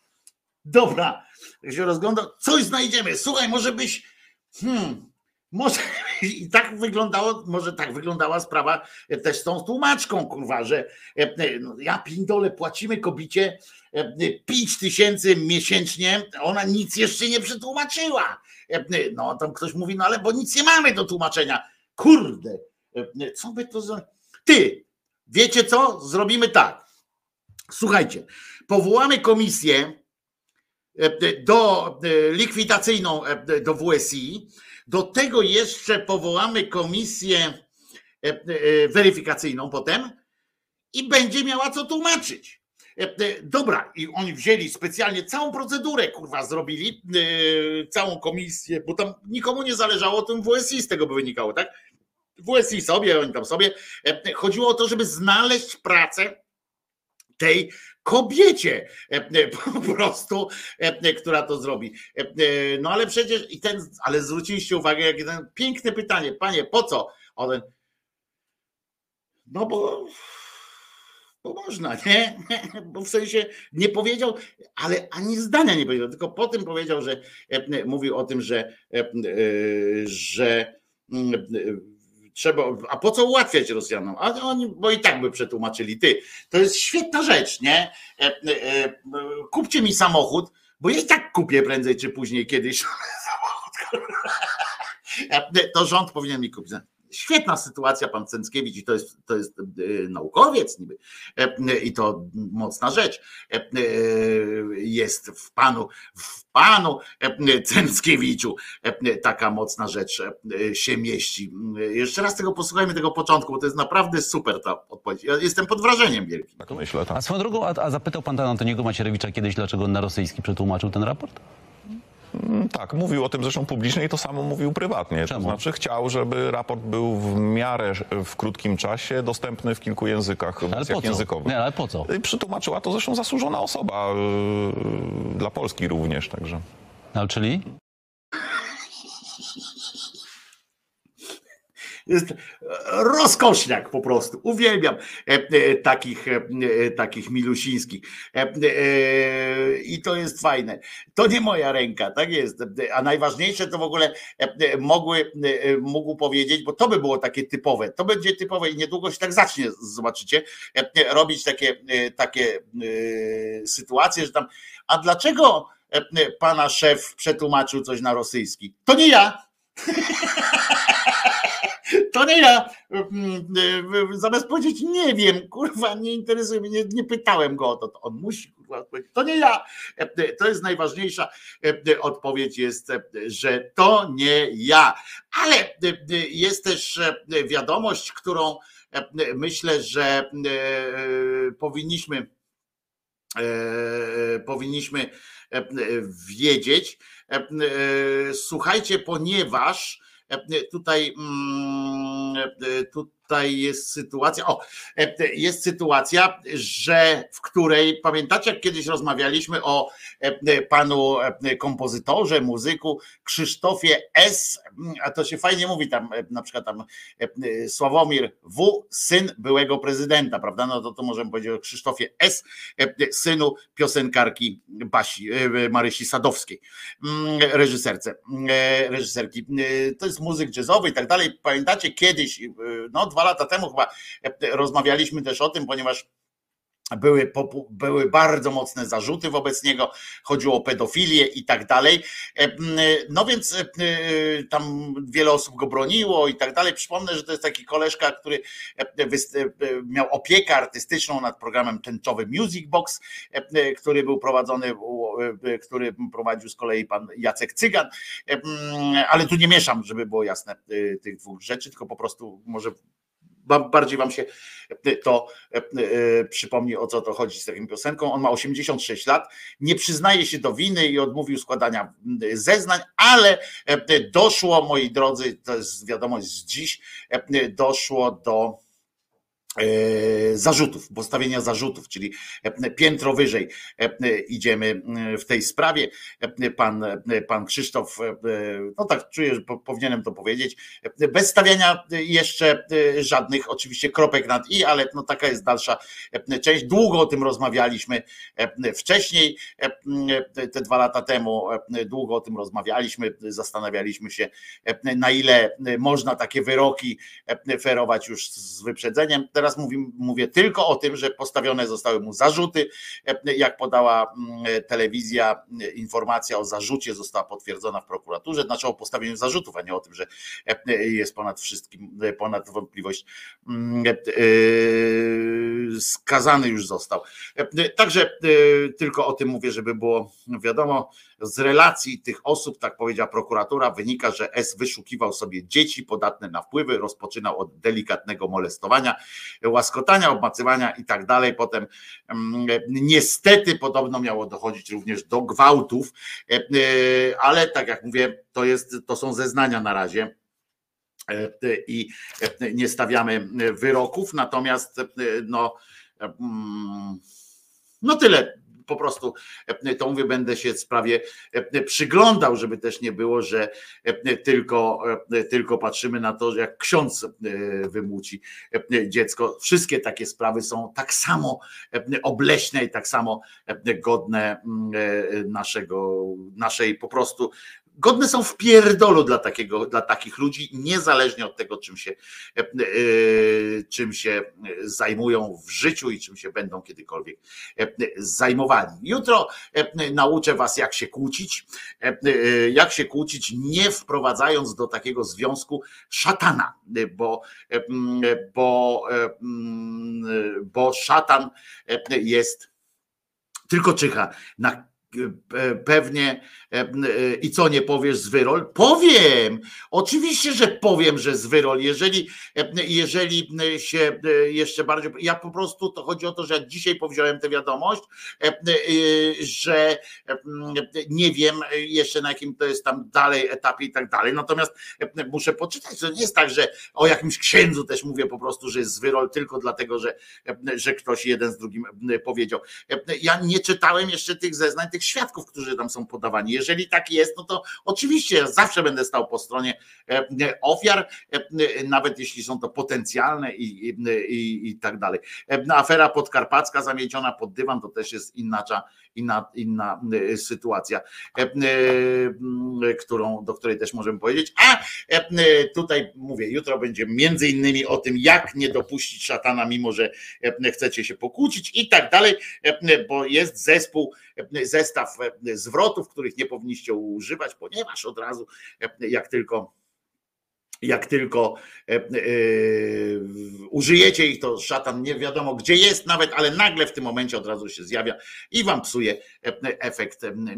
jak się rozgląda, coś znajdziemy, słuchaj, może byś, może i tak wyglądało, może tak wyglądała sprawa też z tą tłumaczką, kurwa, że ja pindole, płacimy kobicie 5 000 miesięcznie, ona nic jeszcze nie przetłumaczyła. No tam ktoś mówi, no ale bo nic nie mamy do tłumaczenia. Kurde, co by to za... Ty, wiecie co? Zrobimy tak. Słuchajcie, powołamy komisję likwidacyjną do WSI, do tego jeszcze powołamy komisję weryfikacyjną potem i będzie miała co tłumaczyć. Dobra, i oni wzięli specjalnie całą procedurę, kurwa, zrobili, całą komisję, bo tam nikomu nie zależało o tym WSI, z tego by wynikało, tak? WSI sobie, oni tam sobie. Chodziło o to, żeby znaleźć pracę tej kobiecie po prostu, która to zrobi. No ale przecież ale zwróciliście uwagę, jakie ten piękne pytanie, panie, po co? No bo można, nie? Bo w sensie nie powiedział, ale ani zdania nie powiedział, tylko potem powiedział, że mówił o tym, że trzeba, a po co ułatwiać Rosjanom? A oni, bo i tak by przetłumaczyli. To jest świetna rzecz, nie? Kupcie mi samochód, bo ja i tak kupię prędzej czy później kiedyś samochód. To rząd powinien mi kupić. świetna sytuacja, pan Cęckiewicz, i to jest naukowiec niby, i to mocna rzecz jest w panu Cęckiewiczu, taka mocna rzecz się mieści. Jeszcze raz posłuchajmy tego początku, bo to jest naprawdę super ta odpowiedź. Ja jestem pod wrażeniem wielkim. Tak myślę, tak. A swoją drogą, a zapytał pan Antoniego Macierewicza kiedyś, dlaczego on na rosyjski przetłumaczył ten raport? Tak, mówił o tym zresztą publicznie i to samo mówił prywatnie. Czemu? To znaczy chciał, żeby raport był w miarę w krótkim czasie dostępny w kilku językach, wersjach językowych. Nie, ale po co? Przetłumaczyła to zresztą zasłużona osoba dla Polski również, także. Ale czyli? Jest rozkoszniak po prostu. Uwielbiam takich milusińskich. I to jest fajne. To nie moja ręka, tak jest. A najważniejsze to w ogóle mógł powiedzieć, bo to by było takie typowe. To będzie typowe i niedługo się tak zacznie, zobaczycie, robić takie sytuacje, że tam, a dlaczego pana szef przetłumaczył coś na rosyjski? To nie ja. To nie ja. Zamiast powiedzieć nie wiem, kurwa, nie interesuje mnie, nie pytałem go o to. On musi, kurwa, odpowiedzieć. To nie ja. To jest najważniejsza odpowiedź, jest, że to nie ja. Ale jest też wiadomość, którą myślę, że powinniśmy wiedzieć. Słuchajcie, ponieważ tutaj jest sytuacja, w której, pamiętacie, jak kiedyś rozmawialiśmy o panu kompozytorze, muzyku Krzysztofie S., a to się fajnie mówi tam, na przykład tam Sławomir W., syn byłego prezydenta, prawda? No to możemy powiedzieć o Krzysztofie S., synu piosenkarki Marysi Sadowskiej, reżyserki. To jest muzyk jazzowy i tak dalej. Pamiętacie kiedyś, 2 lata temu chyba rozmawialiśmy też o tym, ponieważ były bardzo mocne zarzuty wobec niego, chodziło o pedofilię i tak dalej. No więc tam wiele osób go broniło i tak dalej. Przypomnę, że to jest taki koleżka, który miał opiekę artystyczną nad programem tęczowym Music Box, który był prowadzony, który prowadził z kolei pan Jacek Cygan, ale tu nie mieszam, żeby było jasne, tych dwóch rzeczy, tylko po prostu może bardziej wam się to przypomni, o co to chodzi z taką piosenką. On ma 86 lat, nie przyznaje się do winy i odmówił składania zeznań, ale doszło, moi drodzy, to jest wiadomość z dziś, doszło do zarzutów, postawienia zarzutów, czyli piętro wyżej idziemy w tej sprawie. Pan Krzysztof, no tak czuję, że powinienem to powiedzieć, bez stawiania jeszcze żadnych oczywiście kropek nad i, ale no taka jest dalsza część. Długo o tym rozmawialiśmy wcześniej, te 2 lata temu, długo o tym rozmawialiśmy, zastanawialiśmy się, na ile można takie wyroki ferować już z wyprzedzeniem. Teraz mówię tylko o tym, że postawione zostały mu zarzuty. Jak podała telewizja, informacja o zarzucie została potwierdzona w prokuraturze, znaczy o postawieniu zarzutów, a nie o tym, że jest ponad wszystkim, ponad wątpliwość, skazany już został. Także tylko o tym mówię, żeby było wiadomo. Z relacji tych osób, tak powiedziała prokuratura, wynika, że S. wyszukiwał sobie dzieci podatne na wpływy, rozpoczynał od delikatnego molestowania, łaskotania, obmacywania i tak dalej. Potem niestety podobno miało dochodzić również do gwałtów, ale tak jak mówię, to są zeznania na razie i nie stawiamy wyroków, natomiast no tyle. Po prostu to mówię, będę się sprawie przyglądał, żeby też nie było, że tylko patrzymy na to, że jak ksiądz wymuci dziecko. Wszystkie takie sprawy są tak samo obleśne i tak samo godne naszej po prostu godne są wpierdolu dla takich ludzi, niezależnie od tego, czym się zajmują w życiu i czym się będą kiedykolwiek zajmowali. Jutro nauczę was, jak się kłócić, nie wprowadzając do takiego związku szatana, bo szatan jest, tylko czyha na pewnie. I co, nie powiesz zwyrol? Powiem! Oczywiście, że powiem, że zwyrol. Jeżeli się jeszcze bardziej... Ja po prostu, to chodzi o to, że dzisiaj powziąłem tę wiadomość, że nie wiem jeszcze, na jakim to jest tam dalej etapie i tak dalej. Natomiast muszę poczytać. To nie jest tak, że o jakimś księdzu też mówię po prostu, że jest zwyrol tylko dlatego, że ktoś jeden z drugim powiedział. Ja nie czytałem jeszcze tych zeznań, tych świadków, którzy tam są podawani. Jeżeli tak jest, no to oczywiście ja zawsze będę stał po stronie ofiar, nawet jeśli są to potencjalne i tak dalej. Afera podkarpacka zamieciona pod dywan to też jest inna sytuacja, do której też możemy powiedzieć. A tutaj mówię, jutro będzie między innymi o tym, jak nie dopuścić szatana, mimo że chcecie się pokłócić i tak dalej, bo jest zestaw zwrotów, których nie powinniście używać, ponieważ od razu jak tylko użyjecie ich, to szatan nie wiadomo gdzie jest nawet, ale nagle w tym momencie od razu się zjawia i wam psuje efekt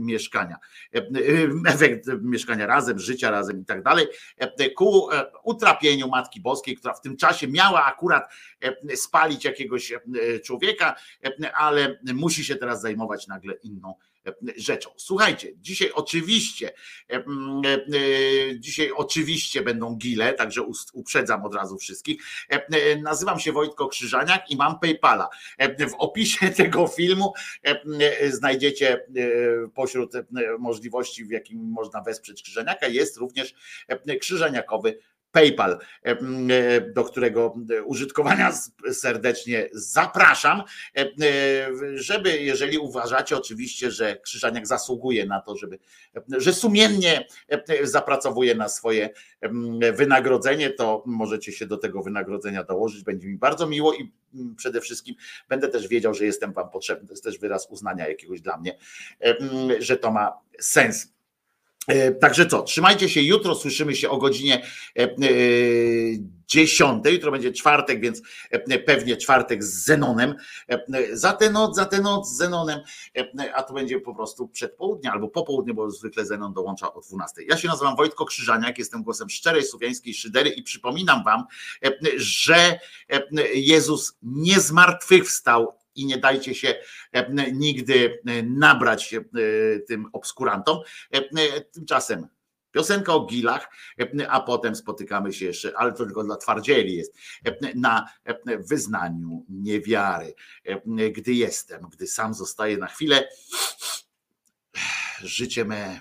mieszkania razem, życia razem i tak dalej, ku utrapieniu Matki Boskiej, która w tym czasie miała akurat spalić jakiegoś człowieka, ale musi się teraz zajmować nagle inną rzeczą. Słuchajcie, dzisiaj oczywiście będą gile, także uprzedzam od razu wszystkich. Nazywam się Wojtko Krzyżaniak i mam PayPala. W opisie tego filmu znajdziecie pośród możliwości, w jakim można wesprzeć Krzyżaniaka, jest również krzyżaniakowy PayPal, do którego użytkowania serdecznie zapraszam, żeby, jeżeli uważacie oczywiście, że Krzyżaniak zasługuje na to, że sumiennie zapracowuje na swoje wynagrodzenie, to możecie się do tego wynagrodzenia dołożyć, będzie mi bardzo miło i przede wszystkim będę też wiedział, że jestem wam potrzebny, to jest też wyraz uznania jakiegoś dla mnie, że to ma sens. Także co, trzymajcie się, jutro słyszymy się o godzinie 10, jutro będzie czwartek, więc pewnie czwartek z Zenonem, za tę noc z Zenonem, a to będzie po prostu przed południem albo po południu, bo zwykle Zenon dołącza o 12. Ja się nazywam Wojtko Krzyżaniak, jestem głosem szczerej słowiańskiej szydery i przypominam wam, że Jezus nie zmartwychwstał i nie dajcie się nigdy nabrać tym obskurantom. Tymczasem piosenka o gilach, a potem spotykamy się jeszcze, ale to tylko dla twardzieli jest, na wyznaniu niewiary. Gdy sam zostaję na chwilę, życie me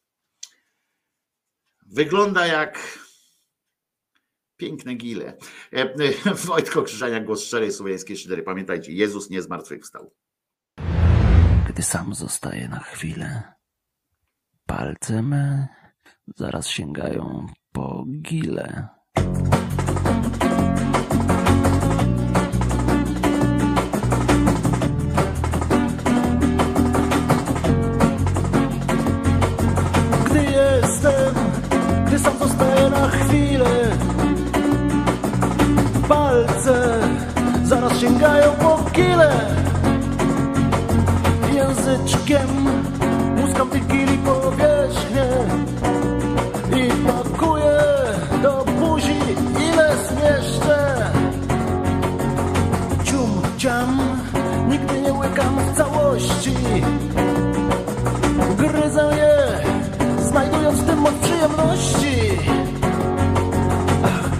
wygląda jak piękne gile. Wojtko Krzyżaniak, głos szczerej słowiańskiej szydery. Pamiętajcie, Jezus nie zmartwychwstał. Gdy sam zostaję na chwilę, palce me zaraz sięgają po gile. Gdy sam zostaję na chwilę, palce zaraz sięgają po kile. Języczkiem muskam tych gili powierzchnię i pakuję do buzi ile zmieszczę. Cium, ciam, nigdy nie łykam w całości. Gryzę je, znajdując w tym moc przyjemności. Ach,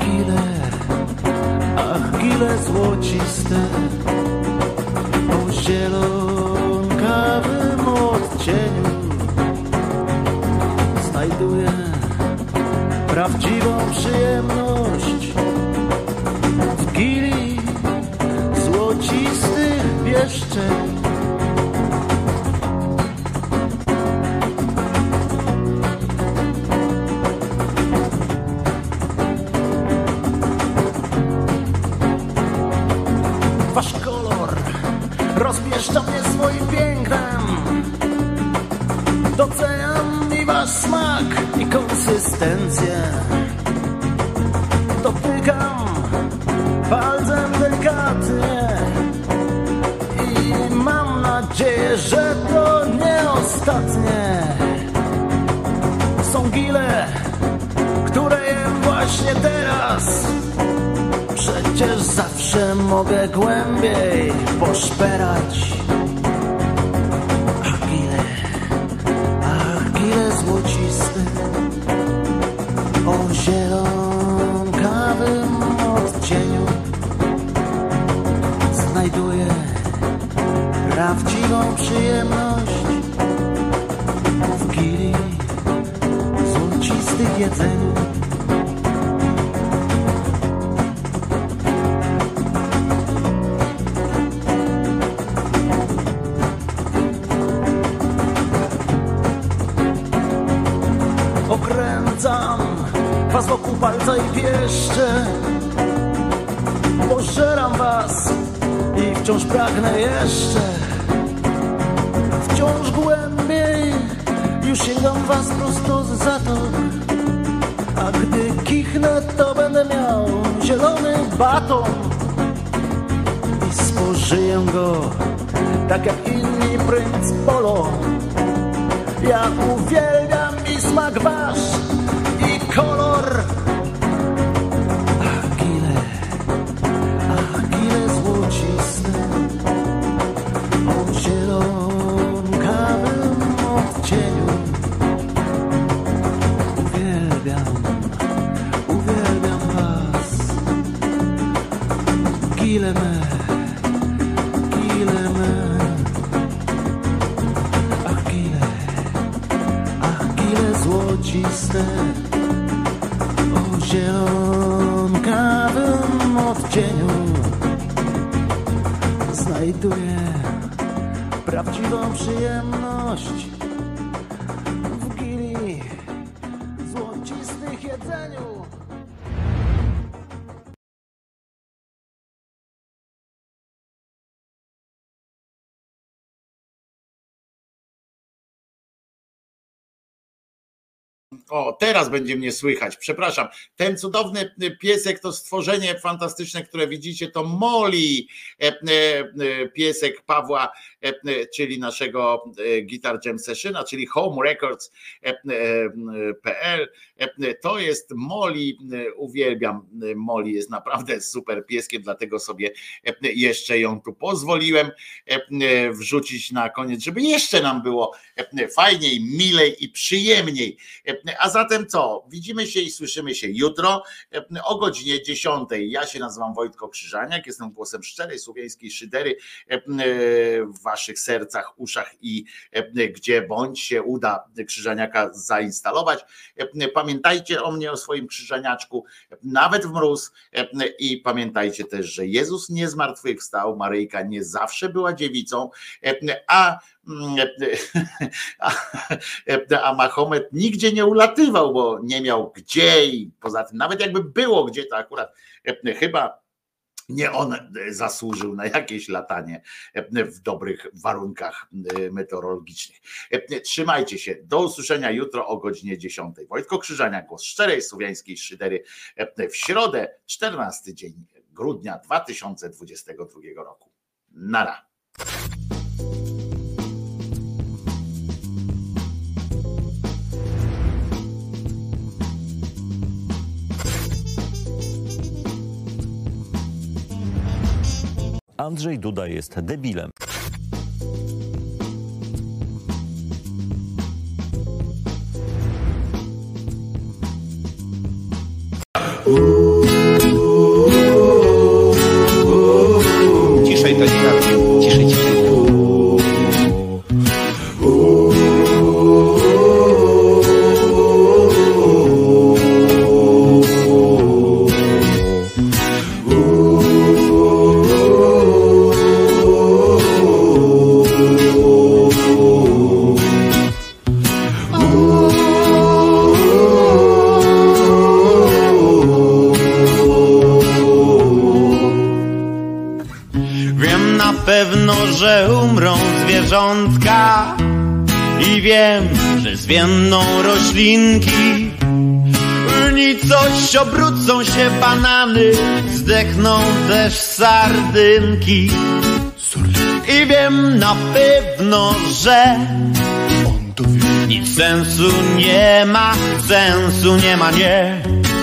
gile złociste o zielonkawym odcieniu. Znajduję prawdziwą przyjemność w gili złocistych pieszczeń. egzystencję. Dotykam palcem delikatnie i mam nadzieję, że to nie ostatnie. Są gile, które jem właśnie teraz. Przecież zawsze mogę głębiej poszperać. Ach gile złociste o zielonkawym odcieniu. Znajduję prawdziwą przyjemność w gili złocistych jedzeniu. Okręcam was wokół palca i pieszczę. Pożeram was i wciąż pragnę jeszcze. Wciąż głębiej już sięgam was prosto z zatok. A gdy kichnę, to będę miał zielony baton i spożyję go tak jak inni princ Polo. Ja uwielbiam i smak wasz i kolor. Ach gile złociste o zielonkawym odcieniu. Uwielbiam was. Gile me. Złociste o zielonkawym odcieniu. Znajduję prawdziwą przyjemność w gili złocistych jedzeniu. O, teraz będzie mnie słychać, przepraszam. Ten cudowny piesek to stworzenie fantastyczne, które widzicie, to Molly, piesek Pawła, czyli naszego Guitar Jam Sessiona, czyli homerecords.pl. To jest Molly, uwielbiam Molly, jest naprawdę super pieskiem, dlatego sobie jeszcze ją tu pozwoliłem wrzucić na koniec, żeby jeszcze nam było fajniej, milej i przyjemniej. A zatem co? Widzimy się i słyszymy się jutro o godzinie 10. Ja się nazywam Wojtko Krzyżaniak, jestem głosem szczerej słowiańskiej szydery w waszych sercach, uszach i gdzie bądź się uda Krzyżaniaka zainstalować. Pamiętajcie o mnie, o swoim krzyżaniaczku, nawet w mróz, i pamiętajcie też, że Jezus nie zmartwychwstał, Maryjka nie zawsze była dziewicą, a Mahomet nigdzie nie ulatywał, bo nie miał gdzie, i poza tym nawet jakby było gdzie, to akurat chyba nie on zasłużył na jakieś latanie w dobrych warunkach meteorologicznych. Trzymajcie się, do usłyszenia jutro o godzinie 10. Wojtko Krzyżaniak, głos szczerej słowiańskiej szydery, w środę, 14 dzień grudnia 2022 roku. Nara. Andrzej Duda jest debilem. Ciszej, to nie tak. Ciszej, ciszej. Że umrą zwierzątka i wiem, że zwiędną roślinki, nicość, obrócą się banany, zdechną też sardynki. I wiem na pewno, że nic sensu nie ma, nie.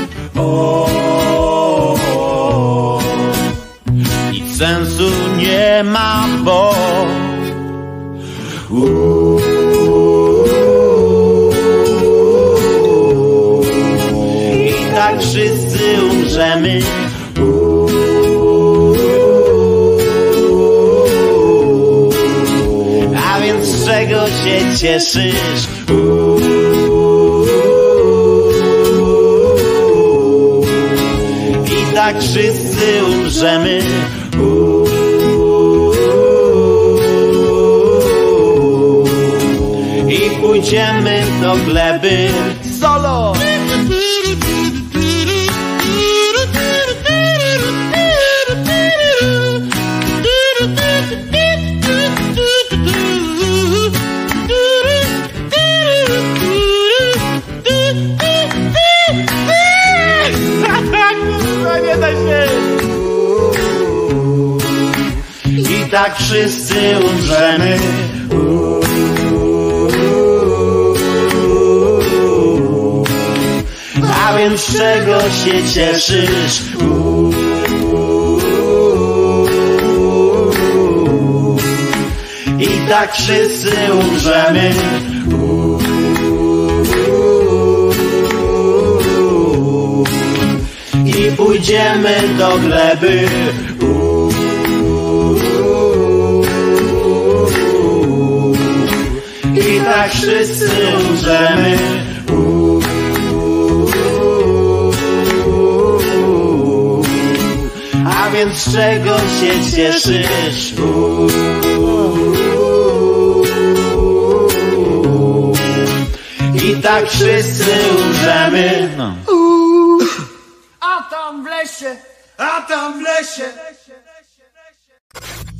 Nic sensu nie ma, bo i tak wszyscy umrzemy. A więc z czego się cieszysz? I tak wszyscy umrzemy. I pójdziemy do gleby. Solo! Nie da się. I tak wszyscy umrzemy. A więc z czego się cieszysz? I tak wszyscy umrzemy. I pójdziemy do gleby. I tak wszyscy umrzemy. A więc z czego się cieszysz? I tak wszyscy umrzemy. No. A tam w lesie, a tam w lesie.